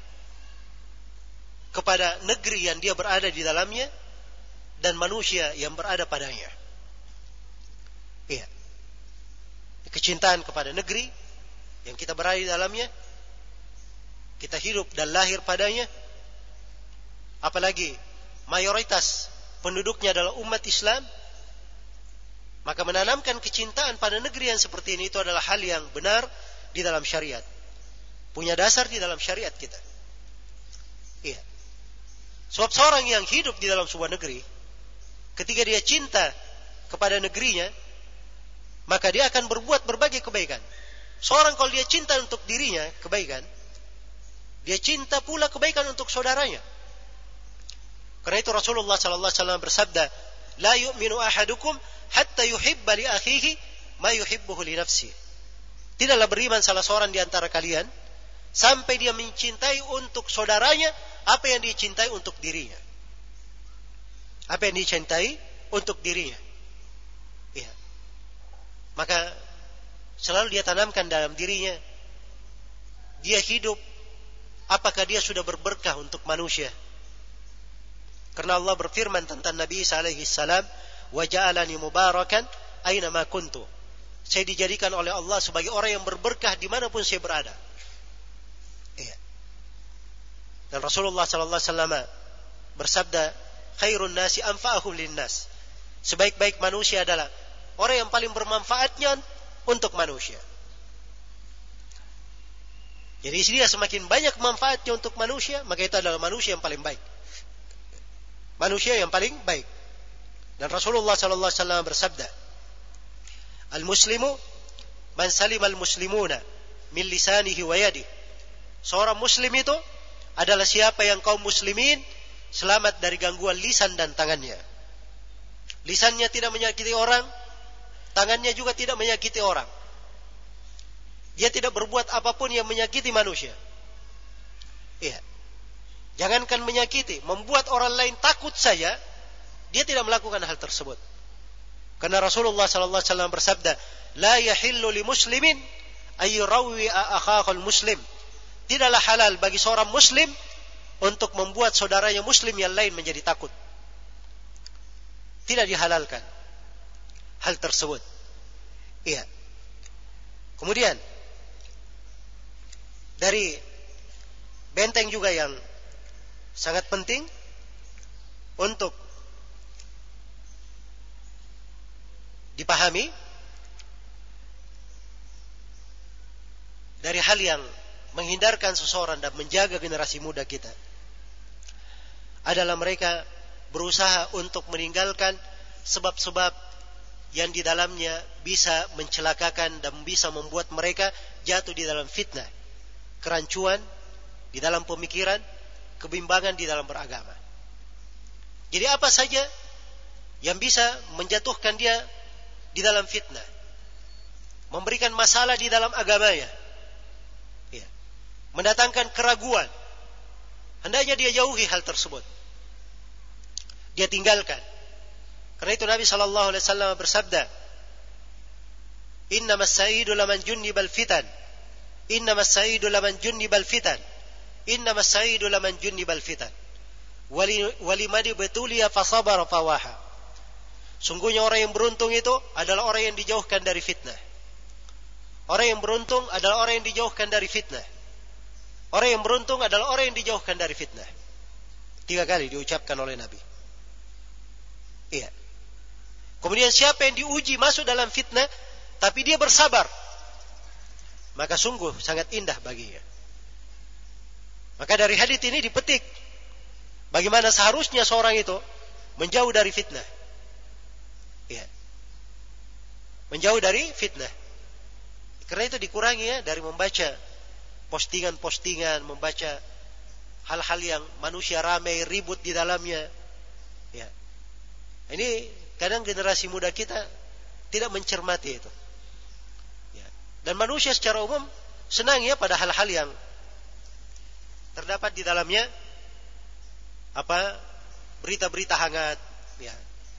kepada negeri yang dia berada di dalamnya dan manusia yang berada padanya. Iya. Kecintaan kepada negeri yang kita berada di dalamnya, kita hidup dan lahir padanya, apalagi mayoritas penduduknya adalah umat Islam, maka menanamkan kecintaan pada negeri yang seperti ini itu adalah hal yang benar di dalam syariat. Punya dasar di dalam syariat kita. Iya. Sebab seorang yang hidup di dalam sebuah negeri, ketika dia cinta kepada negerinya, maka dia akan berbuat berbagai kebaikan. Seorang kalau dia cinta untuk dirinya kebaikan, dia cinta pula kebaikan untuk saudaranya. Karena itu Rasulullah sallallahu alaihi wasallam bersabda, la yu'minu ahadukum hatta yuhibba li akhihi ma yuhibbuhu li nafsihi. Tidaklah beriman salah seorang di antara kalian sampai dia mencintai untuk saudaranya apa yang dia cintai untuk dirinya. Apa yang dicintai untuk dirinya. Ya. Maka selalu dia tanamkan dalam dirinya, dia hidup, apakah dia sudah berberkah untuk manusia. Karena Allah berfirman tentang Nabi Isa alaihi salam, wa ja'alani mubarakan aina ma kuntu. Saya dijadikan oleh Allah sebagai orang yang berberkah dimanapun saya berada. Iya. Dan Rasulullah sallallahu alaihi wasallam bersabda, khairun nasi anfa'uhum linnas. Sebaik-baik manusia adalah orang yang paling bermanfaatnya untuk manusia. Jadi dia semakin banyak manfaatnya untuk manusia, maka itu adalah manusia yang paling baik. manusia yang paling baik. Dan Rasulullah sallallahu alaihi wasallam bersabda, "Al-muslimu man salima al-muslimuna min lisanihi wa yadihi." Seorang muslim itu adalah siapa yang kaum muslimin selamat dari gangguan lisan dan tangannya. Lisannya tidak menyakiti orang, tangannya juga tidak menyakiti orang. Dia tidak berbuat apapun yang menyakiti manusia. Iya. Jangankan menyakiti, membuat orang lain takut saja, dia tidak melakukan hal tersebut. Karena Rasulullah sallallahu alaihi wasallam bersabda, "La yahillu li muslimin ay yurawwi'a akhahul muslim." Tidaklah halal bagi seorang muslim untuk membuat saudaranya muslim yang lain menjadi takut. Tidak dihalalkan hal tersebut. Iya. Kemudian dari benteng juga yang sangat penting untuk dipahami dari hal yang menghindarkan seseorang dan menjaga generasi muda kita adalah mereka berusaha untuk meninggalkan sebab-sebab yang di dalamnya bisa mencelakakan dan bisa membuat mereka jatuh di dalam fitnah, kerancuan di dalam pemikiran, kebimbangan di dalam beragama. Jadi apa saja yang bisa menjatuhkan dia di dalam fitnah, memberikan masalah di dalam agamanya, ya, mendatangkan keraguan, hendaknya dia jauhi hal tersebut. Dia tinggalkan. Karena itu Nabi sallallahu alaihi wasallam bersabda, "Innamas sa'idu laman junnibal fitan. Innamas sa'idu laman junnibal fitan. Innamas sa'idu laman junnibal fitan. Wali walimadi betulia fasabara fawaha." Sungguhnya orang yang beruntung itu adalah orang yang dijauhkan dari fitnah. Orang yang beruntung adalah orang yang dijauhkan dari fitnah. Orang yang beruntung adalah orang yang dijauhkan dari fitnah. Tiga kali diucapkan oleh Nabi. Iya. Kemudian siapa yang diuji masuk dalam fitnah, tapi dia bersabar, maka sungguh sangat indah baginya. Maka dari hadits ini dipetik bagaimana seharusnya seorang itu menjauh dari fitnah. Ya. Menjauh dari fitnah. Karena itu dikurangi ya dari membaca postingan-postingan, membaca hal-hal yang manusia ramai ribut di dalamnya. Ya. Ini kadang generasi muda kita tidak mencermati itu. Ya. Dan manusia secara umum senang ya pada hal-hal yang terdapat di dalamnya apa berita-berita hangat. Ya.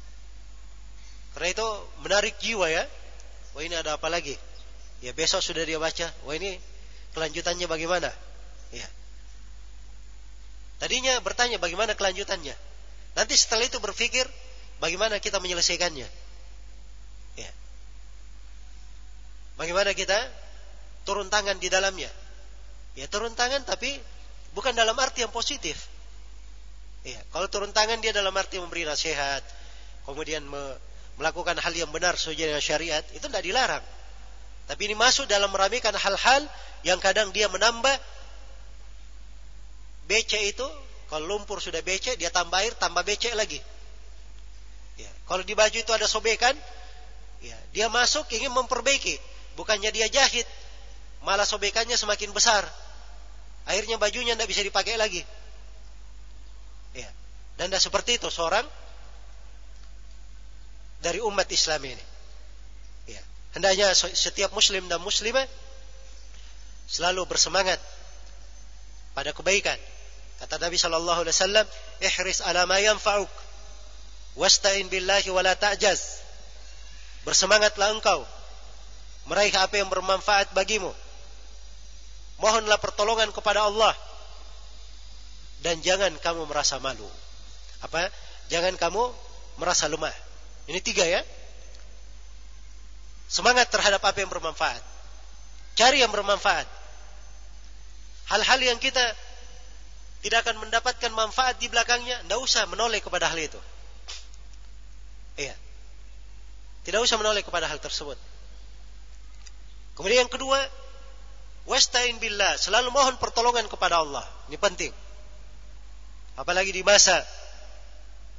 Karena itu menarik jiwa ya. Wah ini ada apa lagi? Ya besok sudah dia baca. Wah ini kelanjutannya bagaimana? Ya. Tadinya bertanya bagaimana kelanjutannya. Nanti setelah itu berpikir bagaimana kita menyelesaikannya. Ya. Bagaimana kita turun tangan di dalamnya. Ya turun tangan tapi bukan dalam arti yang positif. Ya. Kalau turun tangan dia dalam arti memberi nasihat, kemudian me melakukan hal yang benar sesuai dengan syariat, itu tidak dilarang. Tapi ini masuk dalam meramaikan hal-hal yang kadang dia menambah becek itu. Kalau lumpur sudah becek, dia tambah air, tambah becek lagi. Ya. Kalau di baju itu ada sobekan, ya, dia masuk ingin memperbaiki. Bukannya dia jahit, malah sobekannya semakin besar. Akhirnya bajunya tidak bisa dipakai lagi. Ya. Dan tidak seperti itu seorang dari umat Islam ini. Ya. Hendaknya setiap muslim dan muslimah selalu bersemangat pada kebaikan. Kata Nabi sallallahu alaihi wasallam, "Ihris ala ma yanfa'uk wasta'in billahi wa la ta'jaz." Bersemangatlah engkau meraih apa yang bermanfaat bagimu. Mohonlah pertolongan kepada Allah dan jangan kamu merasa malu. Apa? Jangan kamu merasa lemah. Ini tiga ya. Semangat terhadap apa yang bermanfaat. Cari yang bermanfaat. Hal-hal yang kita tidak akan mendapatkan manfaat di belakangnya, tidak usah menoleh kepada hal itu. Iya. Tidak usah menoleh kepada hal tersebut. Kemudian yang kedua, wasta'in billah, selalu mohon pertolongan kepada Allah. Ini penting. Apalagi di masa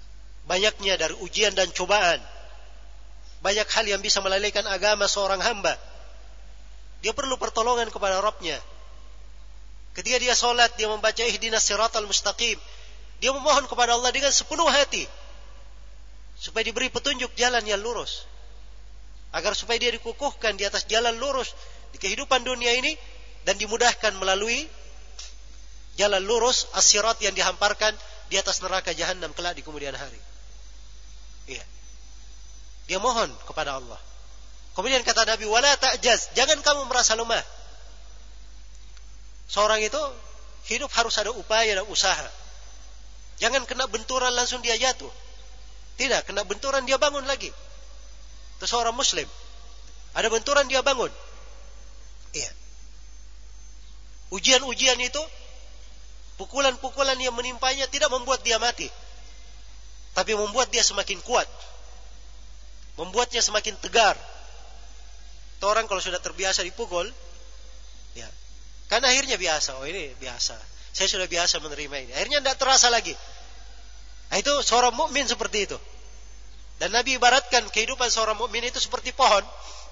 banyaknya dari ujian dan cobaan, banyak hal yang bisa melalaikan agama seorang hamba, dia perlu pertolongan kepada Rabb-Nya. Ketika dia sholat, dia membaca ihdinas siratal mustaqim, dia memohon kepada Allah dengan sepenuh hati supaya diberi petunjuk jalan yang lurus, agar supaya dia dikukuhkan di atas jalan lurus di kehidupan dunia ini dan dimudahkan melalui jalan lurus as-sirat yang dihamparkan di atas neraka jahanam kelak di kemudian hari. Iya. Dia mohon kepada Allah. Kemudian kata Nabi, wala ta'jaz, jangan kamu merasa lemah. Seorang itu hidup harus ada upaya dan usaha. Jangan kena benturan langsung dia jatuh. Tidak, kena benturan dia bangun lagi. Itu seorang muslim. Ada benturan dia bangun. Iya. Ujian-ujian itu, pukulan-pukulan yang menimpanya tidak membuat dia mati, tapi membuat dia semakin kuat, membuatnya semakin tegar. Itu orang kalau sudah terbiasa dipukul, ya, kan akhirnya biasa. Oh ini biasa, saya sudah biasa menerima ini. Akhirnya tidak terasa lagi. Nah, itu seorang mukmin seperti itu. Dan Nabi ibaratkan kehidupan seorang mukmin itu seperti pohon,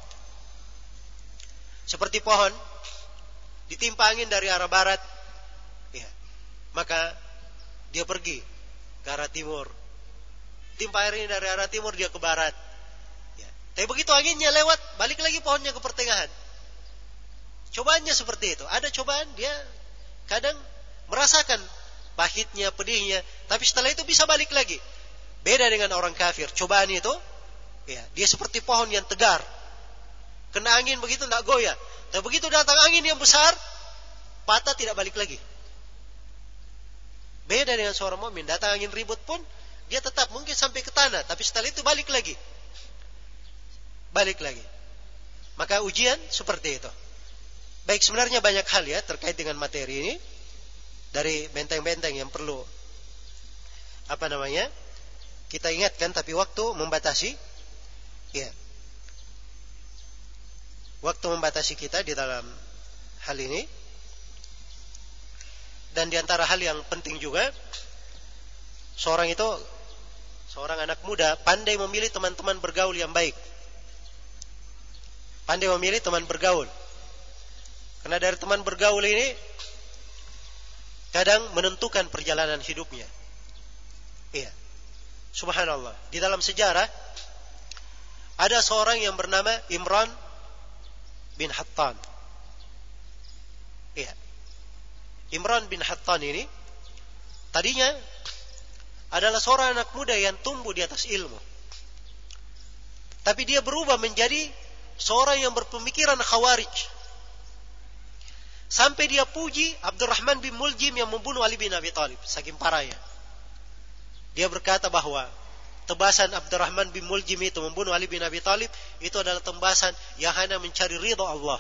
seperti pohon ditimpa angin dari arah barat, ya, maka dia pergi ke arah timur. Timpa air ini dari arah timur, dia ke barat. Ya. Tapi begitu anginnya lewat, balik lagi pohonnya ke pertengahan. Cobaannya seperti itu. Ada cobaan, dia kadang merasakan pahitnya, pedihnya, tapi setelah itu bisa balik lagi. Beda dengan orang kafir. Cobaan itu, ya, dia seperti pohon yang tegar. Kena angin begitu tidak goyah. Tapi begitu datang angin yang besar, patah, tidak balik lagi. Beda dengan seorang mukmin, datang angin ribut pun dia tetap mungkin sampai ke tanah, tapi setelah itu balik lagi. Balik lagi. Maka ujian seperti itu. Baik, sebenarnya banyak hal ya terkait dengan materi ini, dari benteng-benteng yang perlu apa namanya? Kita ingatkan, tapi waktu membatasi. Ya. Waktu membatasi kita di dalam hal ini. Dan di antara hal yang penting juga, seorang itu, seorang anak muda pandai memilih teman-teman bergaul yang baik. Pandai memilih teman bergaul. Karena dari teman bergaul ini kadang menentukan perjalanan hidupnya. Iya. Subhanallah. Di dalam sejarah ada seorang yang bernama Imran bin Hattan. Iya. Imran bin Hattan ini tadinya adalah seorang anak muda yang tumbuh di atas ilmu. Tapi dia berubah menjadi seorang yang berpemikiran khawarij. Sampai dia puji Abdurrahman bin Muljim yang membunuh Ali bin Abi Thalib. Saking parahnya. Dia berkata bahwa tebasan Abdurrahman bin Muljim itu membunuh Ali bin Abi Thalib itu adalah tebasan yang hanya mencari ridha Allah.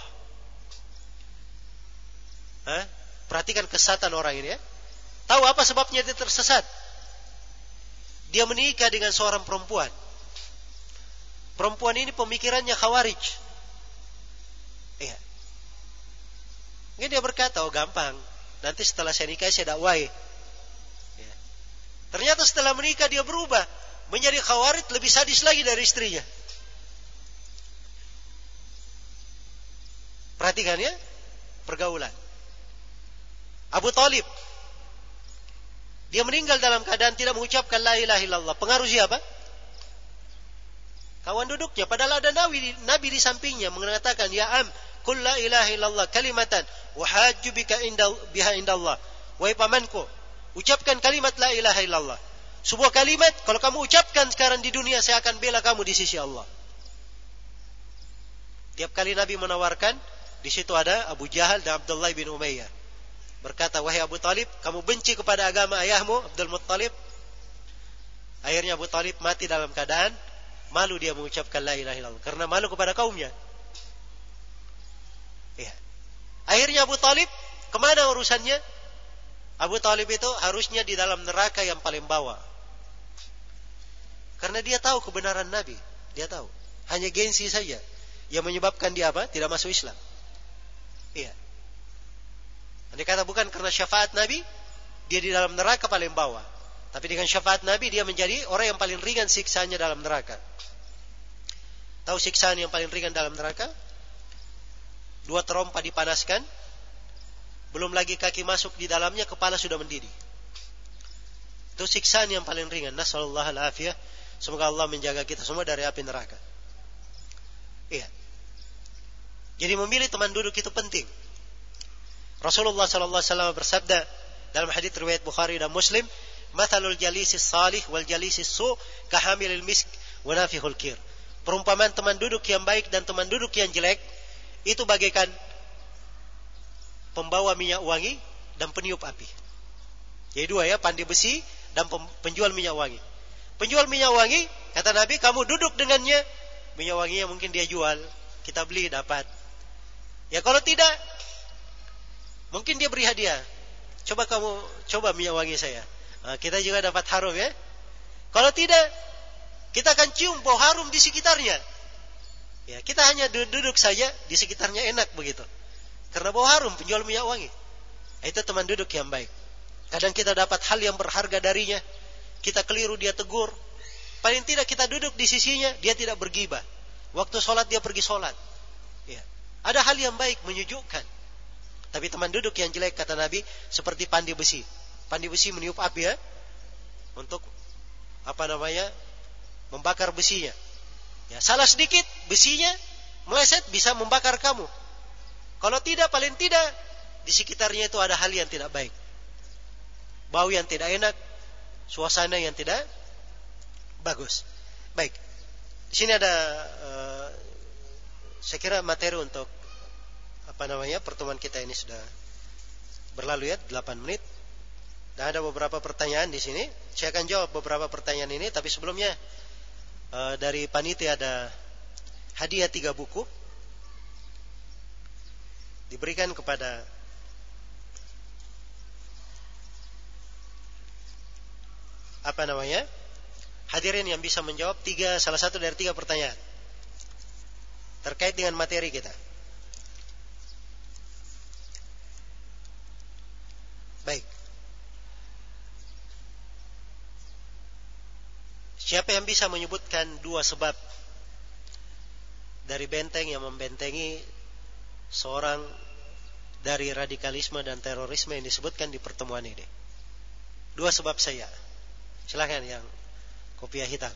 Hah? Perhatikan kesesatan orang ini ya. Tahu apa sebabnya dia tersesat? Dia menikah dengan seorang perempuan. Perempuan ini pemikirannya khawarij. Iya. Ini dia berkata, oh gampang. Nanti setelah saya nikah saya dakwai. Ya. Ternyata setelah menikah dia berubah menjadi khawarij, lebih sadis lagi dari istrinya. Perhatikan ya, pergaulan. Abu Thalib, dia meninggal dalam keadaan tidak mengucapkan la ilaha illallah. Pengaruh siapa? Kawan duduknya. Padahal ada Nabi, Nabi di sampingnya mengatakan, ya am, kul la ilaha illallah kalimatan wahajju bika inda biha indallah. Wahai pamanku, ucapkan kalimat la ilaha illallah. Sebuah kalimat kalau kamu ucapkan sekarang di dunia, saya akan bela kamu di sisi Allah. Tiap kali Nabi menawarkan, di situ ada Abu Jahal dan Abdullah bin Umayyah. Berkata, wahai Abu Talib, kamu benci kepada agama ayahmu Abdul Muttalib. Akhirnya Abu Talib mati dalam keadaan malu dia mengucapkan la ilaha illallah, karena malu kepada kaumnya. Ya. Akhirnya Abu Talib kemana urusannya? Abu Talib itu harusnya di dalam neraka yang paling bawah, karena dia tahu kebenaran Nabi. Dia tahu. Hanya gengsi saja yang menyebabkan dia apa? Tidak masuk Islam. Iya. Dia kata bukan karena syafaat Nabi, dia di dalam neraka paling bawah. Tapi dengan syafaat Nabi dia menjadi orang yang paling ringan siksanya dalam neraka. Tahu siksaan yang paling ringan dalam neraka? Dua terompa dipanaskan, belum lagi kaki masuk di dalamnya, kepala sudah mendidih. Itu siksaan yang paling ringan. Nasallallahu al-afiyah. Semoga Allah menjaga kita semua dari api neraka. Iya. Jadi memilih teman duduk itu penting. Rasulullah sallallahu alaihi wasallam bersabda dalam hadits riwayat Bukhari dan Muslim, "Mathalul jalisis salih wal jalisis su' kahamilil misk wa nafihul kir." Perumpamaan teman duduk yang baik dan teman duduk yang jelek itu bagaikan pembawa minyak wangi dan peniup api. Jadi dua ya, pandai besi dan penjual minyak wangi. Penjual minyak wangi, kata Nabi, kamu duduk dengannya, minyak wanginya mungkin dia jual, kita beli dapat. Ya kalau tidak, mungkin dia beri hadiah. Coba kamu, coba minyak wangi saya. Nah, kita juga dapat harum ya. Kalau tidak, kita akan cium bau harum di sekitarnya. Ya, kita hanya duduk saja di sekitarnya enak begitu. Karena bau harum penjual minyak wangi. Itu teman duduk yang baik. Kadang kita dapat hal yang berharga darinya, kita keliru dia tegur. Paling tidak kita duduk di sisinya, dia tidak bergibah. Waktu sholat dia pergi sholat. Ya. Ada hal yang baik, menyejukkan. Tapi teman duduk yang jelek, kata Nabi, seperti pandai besi. Pandai besi meniup api ya, untuk apa namanya, membakar besinya. Ya, salah sedikit besinya meleset bisa membakar kamu. Kalau tidak, paling tidak di sekitarnya itu ada hal yang tidak baik, bau yang tidak enak, suasana yang tidak bagus. Baik, di sini ada uh, saya kira materi untuk apa namanya pertemuan kita ini sudah berlalu ya, delapan menit. Dan ada beberapa pertanyaan di sini. Saya akan jawab beberapa pertanyaan ini, tapi sebelumnya uh, dari panitia ada hadiah tiga buku diberikan kepada apa namanya hadirin yang bisa menjawab tiga salah satu dari tiga pertanyaan terkait dengan materi kita. Baik. Siapa yang bisa menyebutkan dua sebab dari benteng yang membentengi seorang dari radikalisme dan terorisme yang disebutkan di pertemuan ini? Dua sebab saya. Silakan yang kopiah hitam.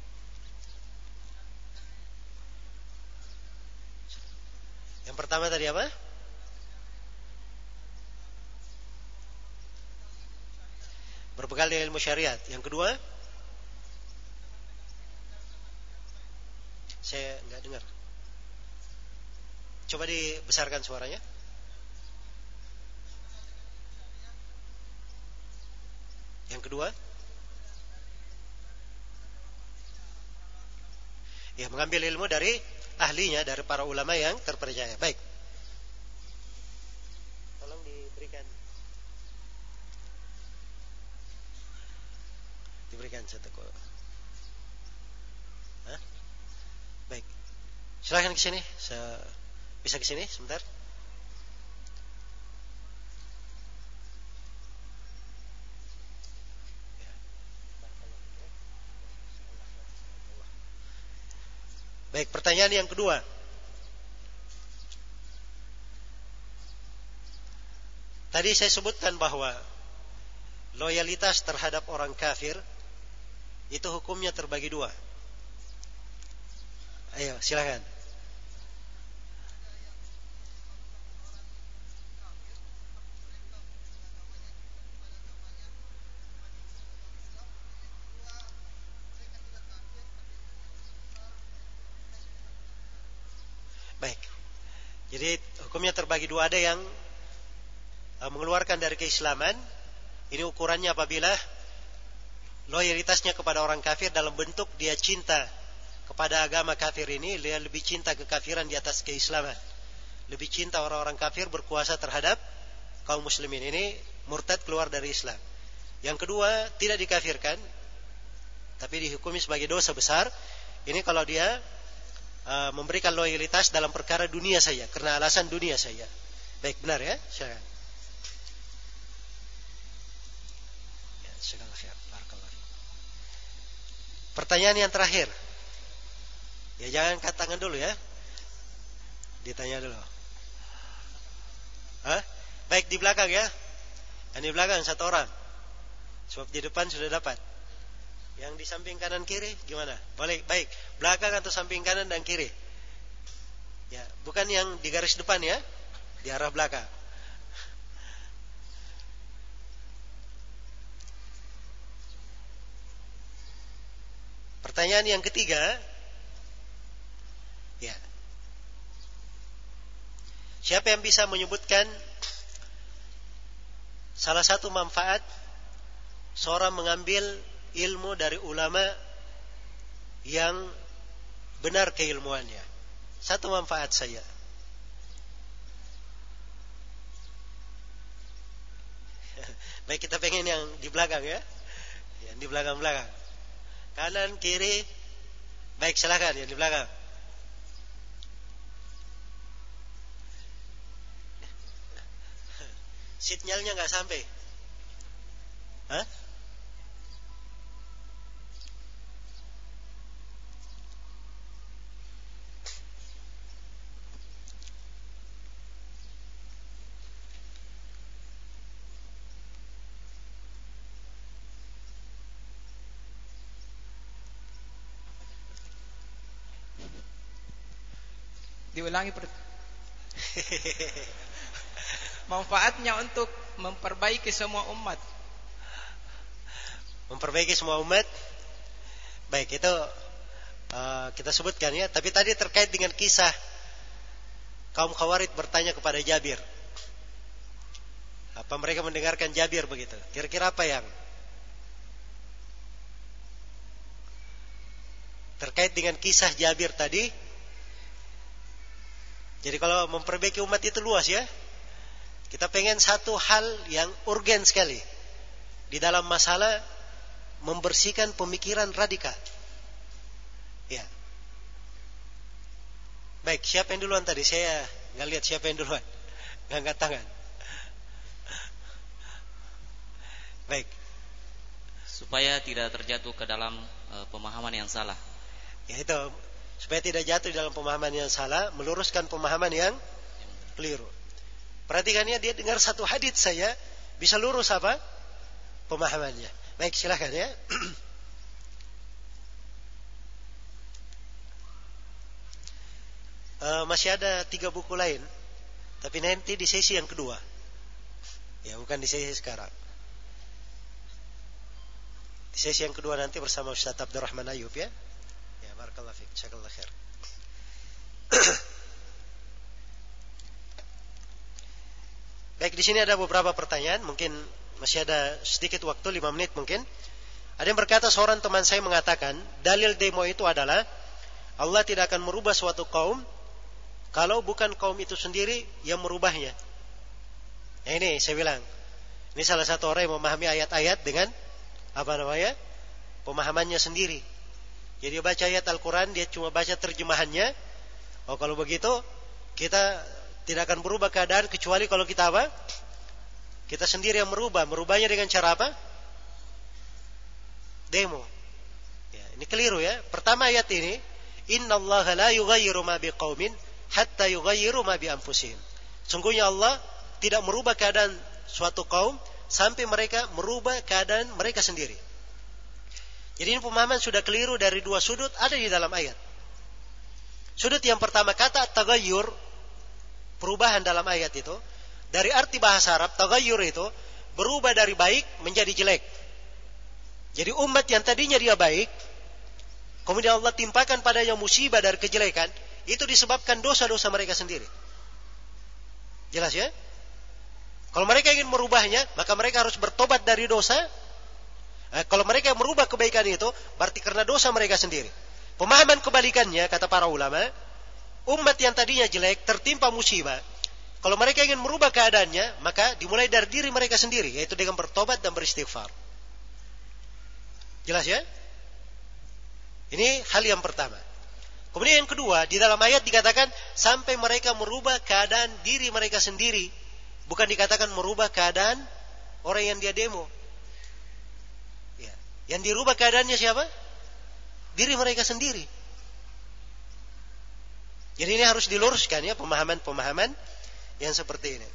Yang pertama tadi apa? Berbekal dengan ilmu syariat. Yang kedua? Saya enggak dengar. Coba dibesarkan suaranya. Yang kedua? Ya, mengambil ilmu dari ahlinya, dari para ulama yang terpercaya. Baik. Tolong diberikan diberikan satu kok. Hah? Baik. Silakan ke sini. Saya bisa ke sini sebentar. Baik, pertanyaan yang kedua. Tadi saya sebutkan bahwa loyalitas terhadap orang kafir itu hukumnya terbagi dua. Ayo, silakan. Baik. Jadi hukumnya terbagi dua. Ada yang uh, mengeluarkan dari keislaman. Ini ukurannya apabila loyalitasnya kepada orang kafir dalam bentuk dia cinta kepada agama kafir ini, dia lebih cinta kekafiran di atas keislaman. Lebih cinta orang-orang kafir berkuasa terhadap kaum muslimin. Ini murtad, keluar dari Islam. Yang kedua, tidak dikafirkan, tapi dihukumi sebagai dosa besar. Ini kalau dia Uh, memberikan loyalitas dalam perkara dunia saja, karena alasan dunia saja. Baik, benar ya? Silakan. Ya, silakan. Pertanyaan yang terakhir. Ya jangan angkat tangan dulu ya. Ditanya dulu. Hah? Baik di belakang ya. Yang di belakang satu orang. Sebab di depan sudah dapat. Yang di samping kanan kiri gimana? Boleh, baik. Belakang atau samping kanan dan kiri. Ya, bukan yang di garis depan ya. Di arah belakang. Pertanyaan yang ketiga. Ya. Siapa yang bisa menyebutkan salah satu manfaat seorang mengambil ilmu dari ulama yang benar keilmuannya? Satu manfaat saja. Baik, kita pengen yang di belakang ya. Yang di belakang-belakang. Kanan, kiri. Baik, silakan yang di belakang. Sinyalnya nggak sampai. Hah? Diulangi per... Manfaatnya untuk memperbaiki semua umat. Memperbaiki semua umat. Baik, itu uh, kita sebutkan ya. Tapi tadi terkait dengan kisah kaum Khawarij bertanya kepada Jabir. Apa mereka mendengarkan Jabir begitu? Kira-kira apa yang terkait dengan kisah Jabir tadi? Jadi kalau memperbaiki umat itu luas ya. Kita pengen satu hal yang urgen sekali di dalam masalah membersihkan pemikiran radikal. Ya. Baik, siapa yang duluan tadi? Saya nggak lihat siapa yang duluan. Nggak angkat tangan. Baik. Supaya tidak terjatuh ke dalam uh, pemahaman yang salah. Ya itu, supaya tidak jatuh dalam pemahaman yang salah, meluruskan pemahaman yang keliru. Perhatikannya, dia dengar satu hadits saya bisa lurus apa? Pemahamannya. Baik, silakan ya. uh, masih ada tiga buku lain, tapi nanti di sesi yang kedua. Ya, bukan di sesi sekarang. Di sesi yang kedua nanti bersama Ustaz Abdurrahman Ayub ya. Ya, barakallahu fiik. Jazakallahu khair. Baik, di sini ada beberapa pertanyaan, mungkin masih ada sedikit waktu, lima menit mungkin. Ada yang berkata, seorang teman saya mengatakan, dalil demo itu adalah Allah tidak akan merubah suatu kaum kalau bukan kaum itu sendiri yang merubahnya. Nah, ini saya bilang, ini salah satu orang yang memahami ayat-ayat dengan apa namanya? Pemahamannya sendiri. Jadi dia baca ayat Al-Quran, dia cuma baca terjemahannya. Oh, kalau begitu kita tidak akan berubah keadaan kecuali kalau kita apa? Kita sendiri yang merubah. Merubahnya dengan cara apa? Demo. Ya, ini keliru ya. Pertama ayat ini, innallaha la yughayyiru ma biqaumin hatta yughayyiru ma bi anfusihim. Sungguhnya Allah tidak merubah keadaan suatu kaum sampai mereka merubah keadaan mereka sendiri. Jadi ini pemahaman sudah keliru dari dua sudut ada di dalam ayat. Sudut yang pertama, kata taghayyur, perubahan dalam ayat itu, dari arti bahasa Arab, taghayyur itu berubah dari baik menjadi jelek. Jadi umat yang tadinya dia baik, kemudian Allah timpakan padanya musibah dari kejelekan, itu disebabkan dosa-dosa mereka sendiri. Jelas ya? Kalau mereka ingin merubahnya, maka mereka harus bertobat dari dosa. Nah, kalau mereka merubah kebaikan itu, berarti karena dosa mereka sendiri. Pemahaman kebalikannya, kata para ulama, umat yang tadinya jelek tertimpa musibah. Kalau mereka ingin merubah keadaannya, maka dimulai dari diri mereka sendiri, yaitu dengan bertobat dan beristighfar. Jelas ya? Ini hal yang pertama. Kemudian yang kedua, di dalam ayat dikatakan sampai mereka merubah keadaan diri mereka sendiri, bukan dikatakan merubah keadaan orang yang dia demo. Ya. Yang dirubah keadaannya siapa? diri mereka sendiri. Jadi ini harus diluruskan ya, pemahaman-pemahaman yang seperti ini.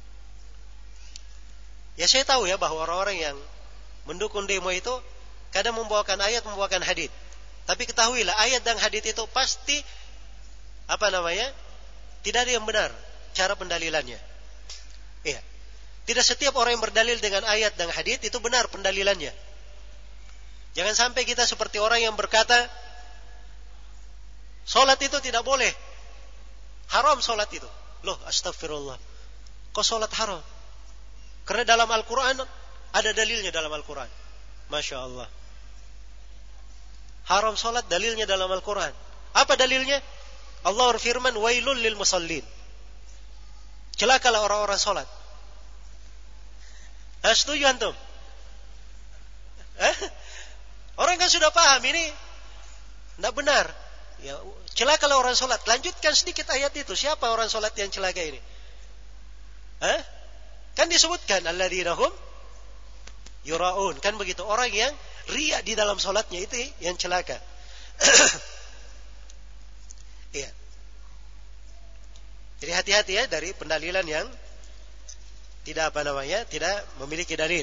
Ya saya tahu ya bahwa orang-orang yang mendukung demo itu kadang membawakan ayat, membawakan hadits. Tapi ketahuilah ayat dan hadits itu pasti apa namanya? Tidak ada yang benar cara pendalilannya. Iya. Tidak setiap orang yang berdalil dengan ayat dan hadits itu benar pendalilannya. Jangan sampai kita seperti orang yang berkata solat itu tidak boleh. Haram solat itu. Loh, astagfirullah. Kok solat haram? Karena dalam Al-Quran ada dalilnya dalam Al-Quran. Masya Allah. Haram solat dalilnya dalam Al-Quran. Apa dalilnya? Allah berfirman, wailul lil musallin. Celakalah orang-orang solat. Nah, setuju antum? Eh? Orang kan sudah paham ini tidak benar. Ya, celakalah orang solat. Lanjutkan sedikit ayat itu. Siapa orang solat yang celaka ini? Eh? Kan disebutkan alladzina hum yuraun, kan begitu. Orang yang riya di dalam salatnya itu yang celaka. Iya. Jadi hati-hati ya dari pendalilan yang tidak apa namanya, tidak memiliki dalil.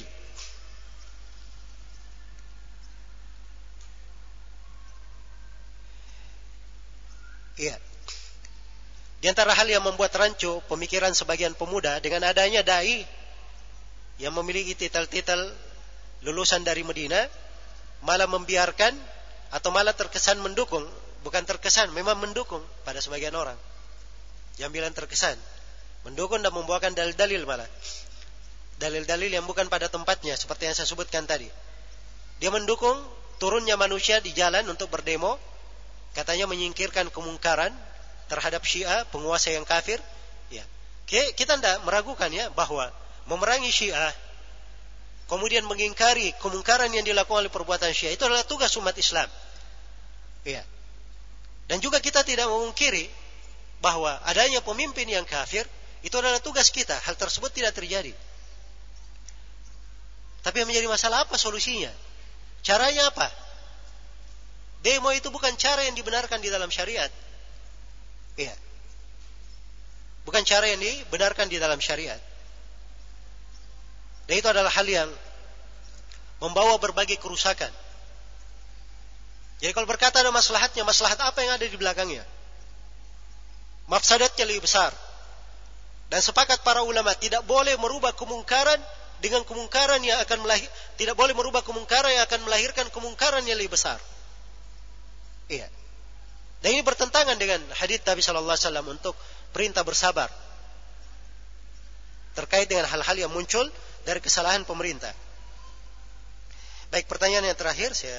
Iya. Di antara hal yang membuat rancu pemikiran sebagian pemuda dengan adanya dai yang memiliki titel-titel lulusan dari Medina malah membiarkan atau malah terkesan mendukung, bukan terkesan, memang mendukung pada sebagian orang. Yang bilang terkesan, mendukung dan membawakan dalil-dalil malah. Dalil-dalil yang bukan pada tempatnya seperti yang saya sebutkan tadi. Dia mendukung turunnya manusia di jalan untuk berdemo, katanya menyingkirkan kemungkaran terhadap Syiah, penguasa yang kafir. Ya. Kita tidak meragukan ya bahwa memerangi Syiah, kemudian mengingkari kemungkaran yang dilakukan oleh perbuatan Syiah itu adalah tugas umat Islam. Ya. Dan juga kita tidak memungkiri bahwa adanya pemimpin yang kafir itu adalah tugas kita. Hal tersebut tidak terjadi. Tapi yang menjadi masalah apa solusinya? Caranya apa? Demo itu bukan cara yang dibenarkan di dalam syariat. Iya. Bukan cara yang dibenarkan di dalam syariat. Dan itu adalah hal yang membawa berbagai kerusakan. Jadi kalau berkata ada maslahatnya, maslahat apa yang ada di belakangnya? Mafsadatnya lebih besar. Dan sepakat para ulama tidak boleh merubah kemungkaran dengan kemungkaran yang akan melahir, tidak boleh merubah kemungkaran yang akan melahirkan kemungkaran yang lebih besar. Iya. Dan ini bertentangan dengan hadits Nabi sallallahu alaihi wasallam untuk perintah bersabar terkait dengan hal-hal yang muncul dari kesalahan pemerintah. Baik, pertanyaan yang terakhir saya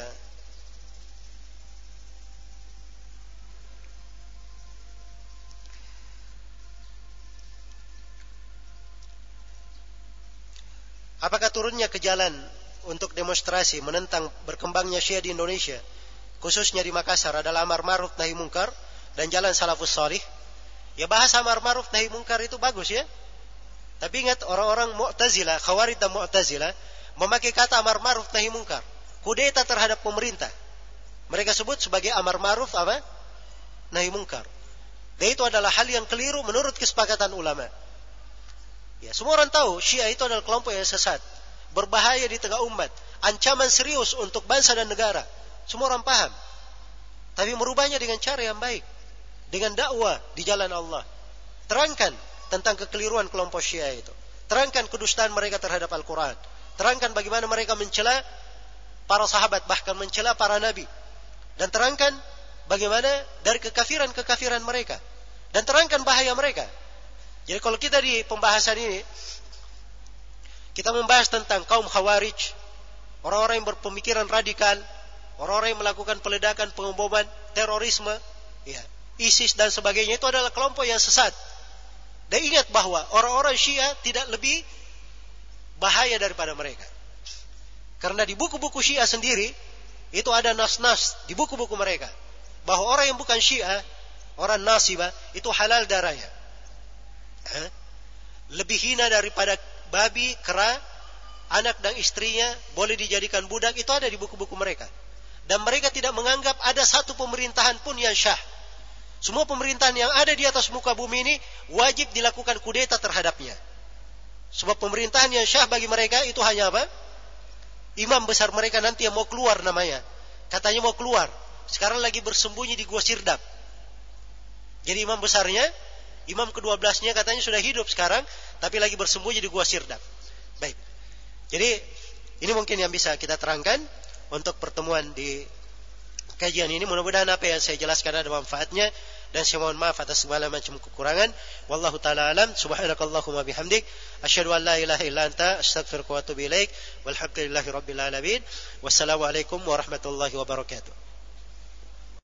apakah turunnya ke jalan untuk demonstrasi menentang berkembangnya Syiah di Indonesia, khususnya di Makassar, adalah amar ma'ruf nahi munkar dan jalan salafus salih? Ya, bahasa amar ma'ruf nahi munkar itu bagus ya. Tapi ingat, orang-orang Mu'tazilah, Khawarij dan Mu'tazilah memakai kata amar ma'ruf nahi munkar, kudeta terhadap pemerintah. Mereka sebut sebagai amar ma'ruf apa? Nahi munkar. Dan itu adalah hal yang keliru menurut kesepakatan ulama. Ya, semua orang tahu Syiah itu adalah kelompok yang sesat, berbahaya di tengah umat, ancaman serius untuk bangsa dan negara. Semua orang paham. Tapi merubahnya dengan cara yang baik, dengan dakwah di jalan Allah. Terangkan tentang kekeliruan kelompok Syiah itu. Terangkan kedustaan mereka terhadap Al-Quran. Terangkan bagaimana mereka mencela para sahabat, bahkan mencela para nabi. Dan terangkan bagaimana dari kekafiran-kekafiran mereka. Dan terangkan bahaya mereka. Jadi kalau kita di pembahasan ini, kita membahas tentang kaum Khawarij, orang-orang yang berpemikiran radikal, orang-orang yang melakukan peledakan, pengeboman, terorisme, ya, ISIS dan sebagainya, itu adalah kelompok yang sesat. Dan ingat bahwa orang-orang Syiah tidak lebih bahaya daripada mereka. Karena di buku-buku Syiah sendiri, itu ada nas-nas di buku-buku mereka, bahwa orang yang bukan Syiah, orang Nasibah, itu halal darahnya. Eh? Lebih hina daripada babi, kera, anak dan istrinya boleh dijadikan budak, itu ada di buku-buku mereka. Dan mereka tidak menganggap ada satu pemerintahan pun yang syah. Semua pemerintahan yang ada di atas muka bumi ini wajib dilakukan kudeta terhadapnya. Sebab pemerintahan yang syah bagi mereka itu hanya apa? Imam besar mereka nanti yang mau keluar namanya. Katanya mau keluar. Sekarang lagi bersembunyi di Gua Sirdap. Jadi imam besarnya, imam kedua belasnya katanya sudah hidup sekarang, tapi lagi bersembunyi di Gua Sirdap. Baik. Jadi ini mungkin yang bisa kita terangkan untuk pertemuan di kajian ini. Mudah-mudahan apa yang saya jelaskan ada manfaatnya, dan saya mohon maaf atas segala macam kekurangan. Wallahu taala alam. Subhanakallahumma bihamdik asyhadu an la ilaha illa anta astaghfiruka wa atubu ilaik. Walhamdulillahi rabbil alamin. Wassalamu alaikum warahmatullahi wabarakatuh.